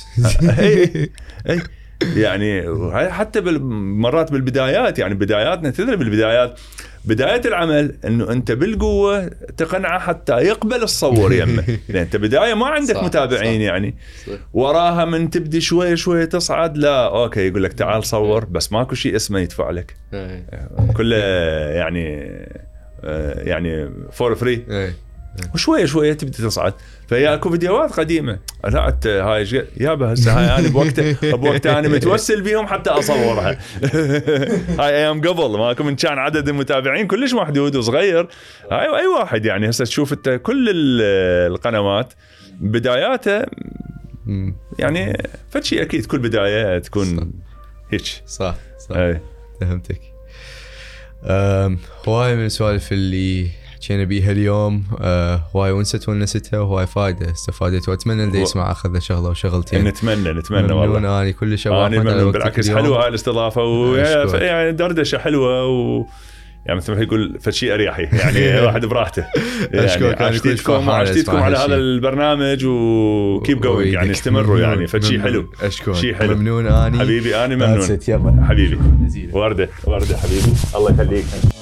اي يعني حتى مرات بالبدايات يعني بداياتنا تدري بالبدايات بداية العمل انه انت بالقوة تقنعه حتى يقبل الصور يمه لان انت بداية ما عندك صح متابعين صح يعني صح. وراها من تبدي شوية تصعد لا اوكي يقول لك تعال صور بس ماكو شيء اسمه يدفع لك كله يعني فور فري وشوية تبدي تصعد. فهي اكو فيديوهات قديمه لا هاي يابا هسه هاي انا بوقت انا متوسل بيهم حتى اصورها. هاي ايام قبل ماكو من كان عدد المتابعين كلش محدود وصغير. هاي اي واحد يعني هسه تشوف انت كل القنوات بداياته يعني فشي اكيد كل بدايه تكون هيك صح فهمتك. هواي من السوالف اللي حكينا بيها اليوم هواي ونستها وهواي فايدة استفادت واتمنى اللي يسمع اخذ شغله وشغلتين. نتمنى والله اني كل شباب بالعكس حلوه هاي الاستضافه ويعني دردشه حلوه يعني مثل ما يقول فشي اريحي يعني واحد براحته. اشكرك عشتكم على هذا البرنامج وكيب جوينج يعني استمروا يعني فشي حلو شيء حلو. ممنون اني حبيبي انا ممنون حبيبي ورده حبيبي الله يخليك.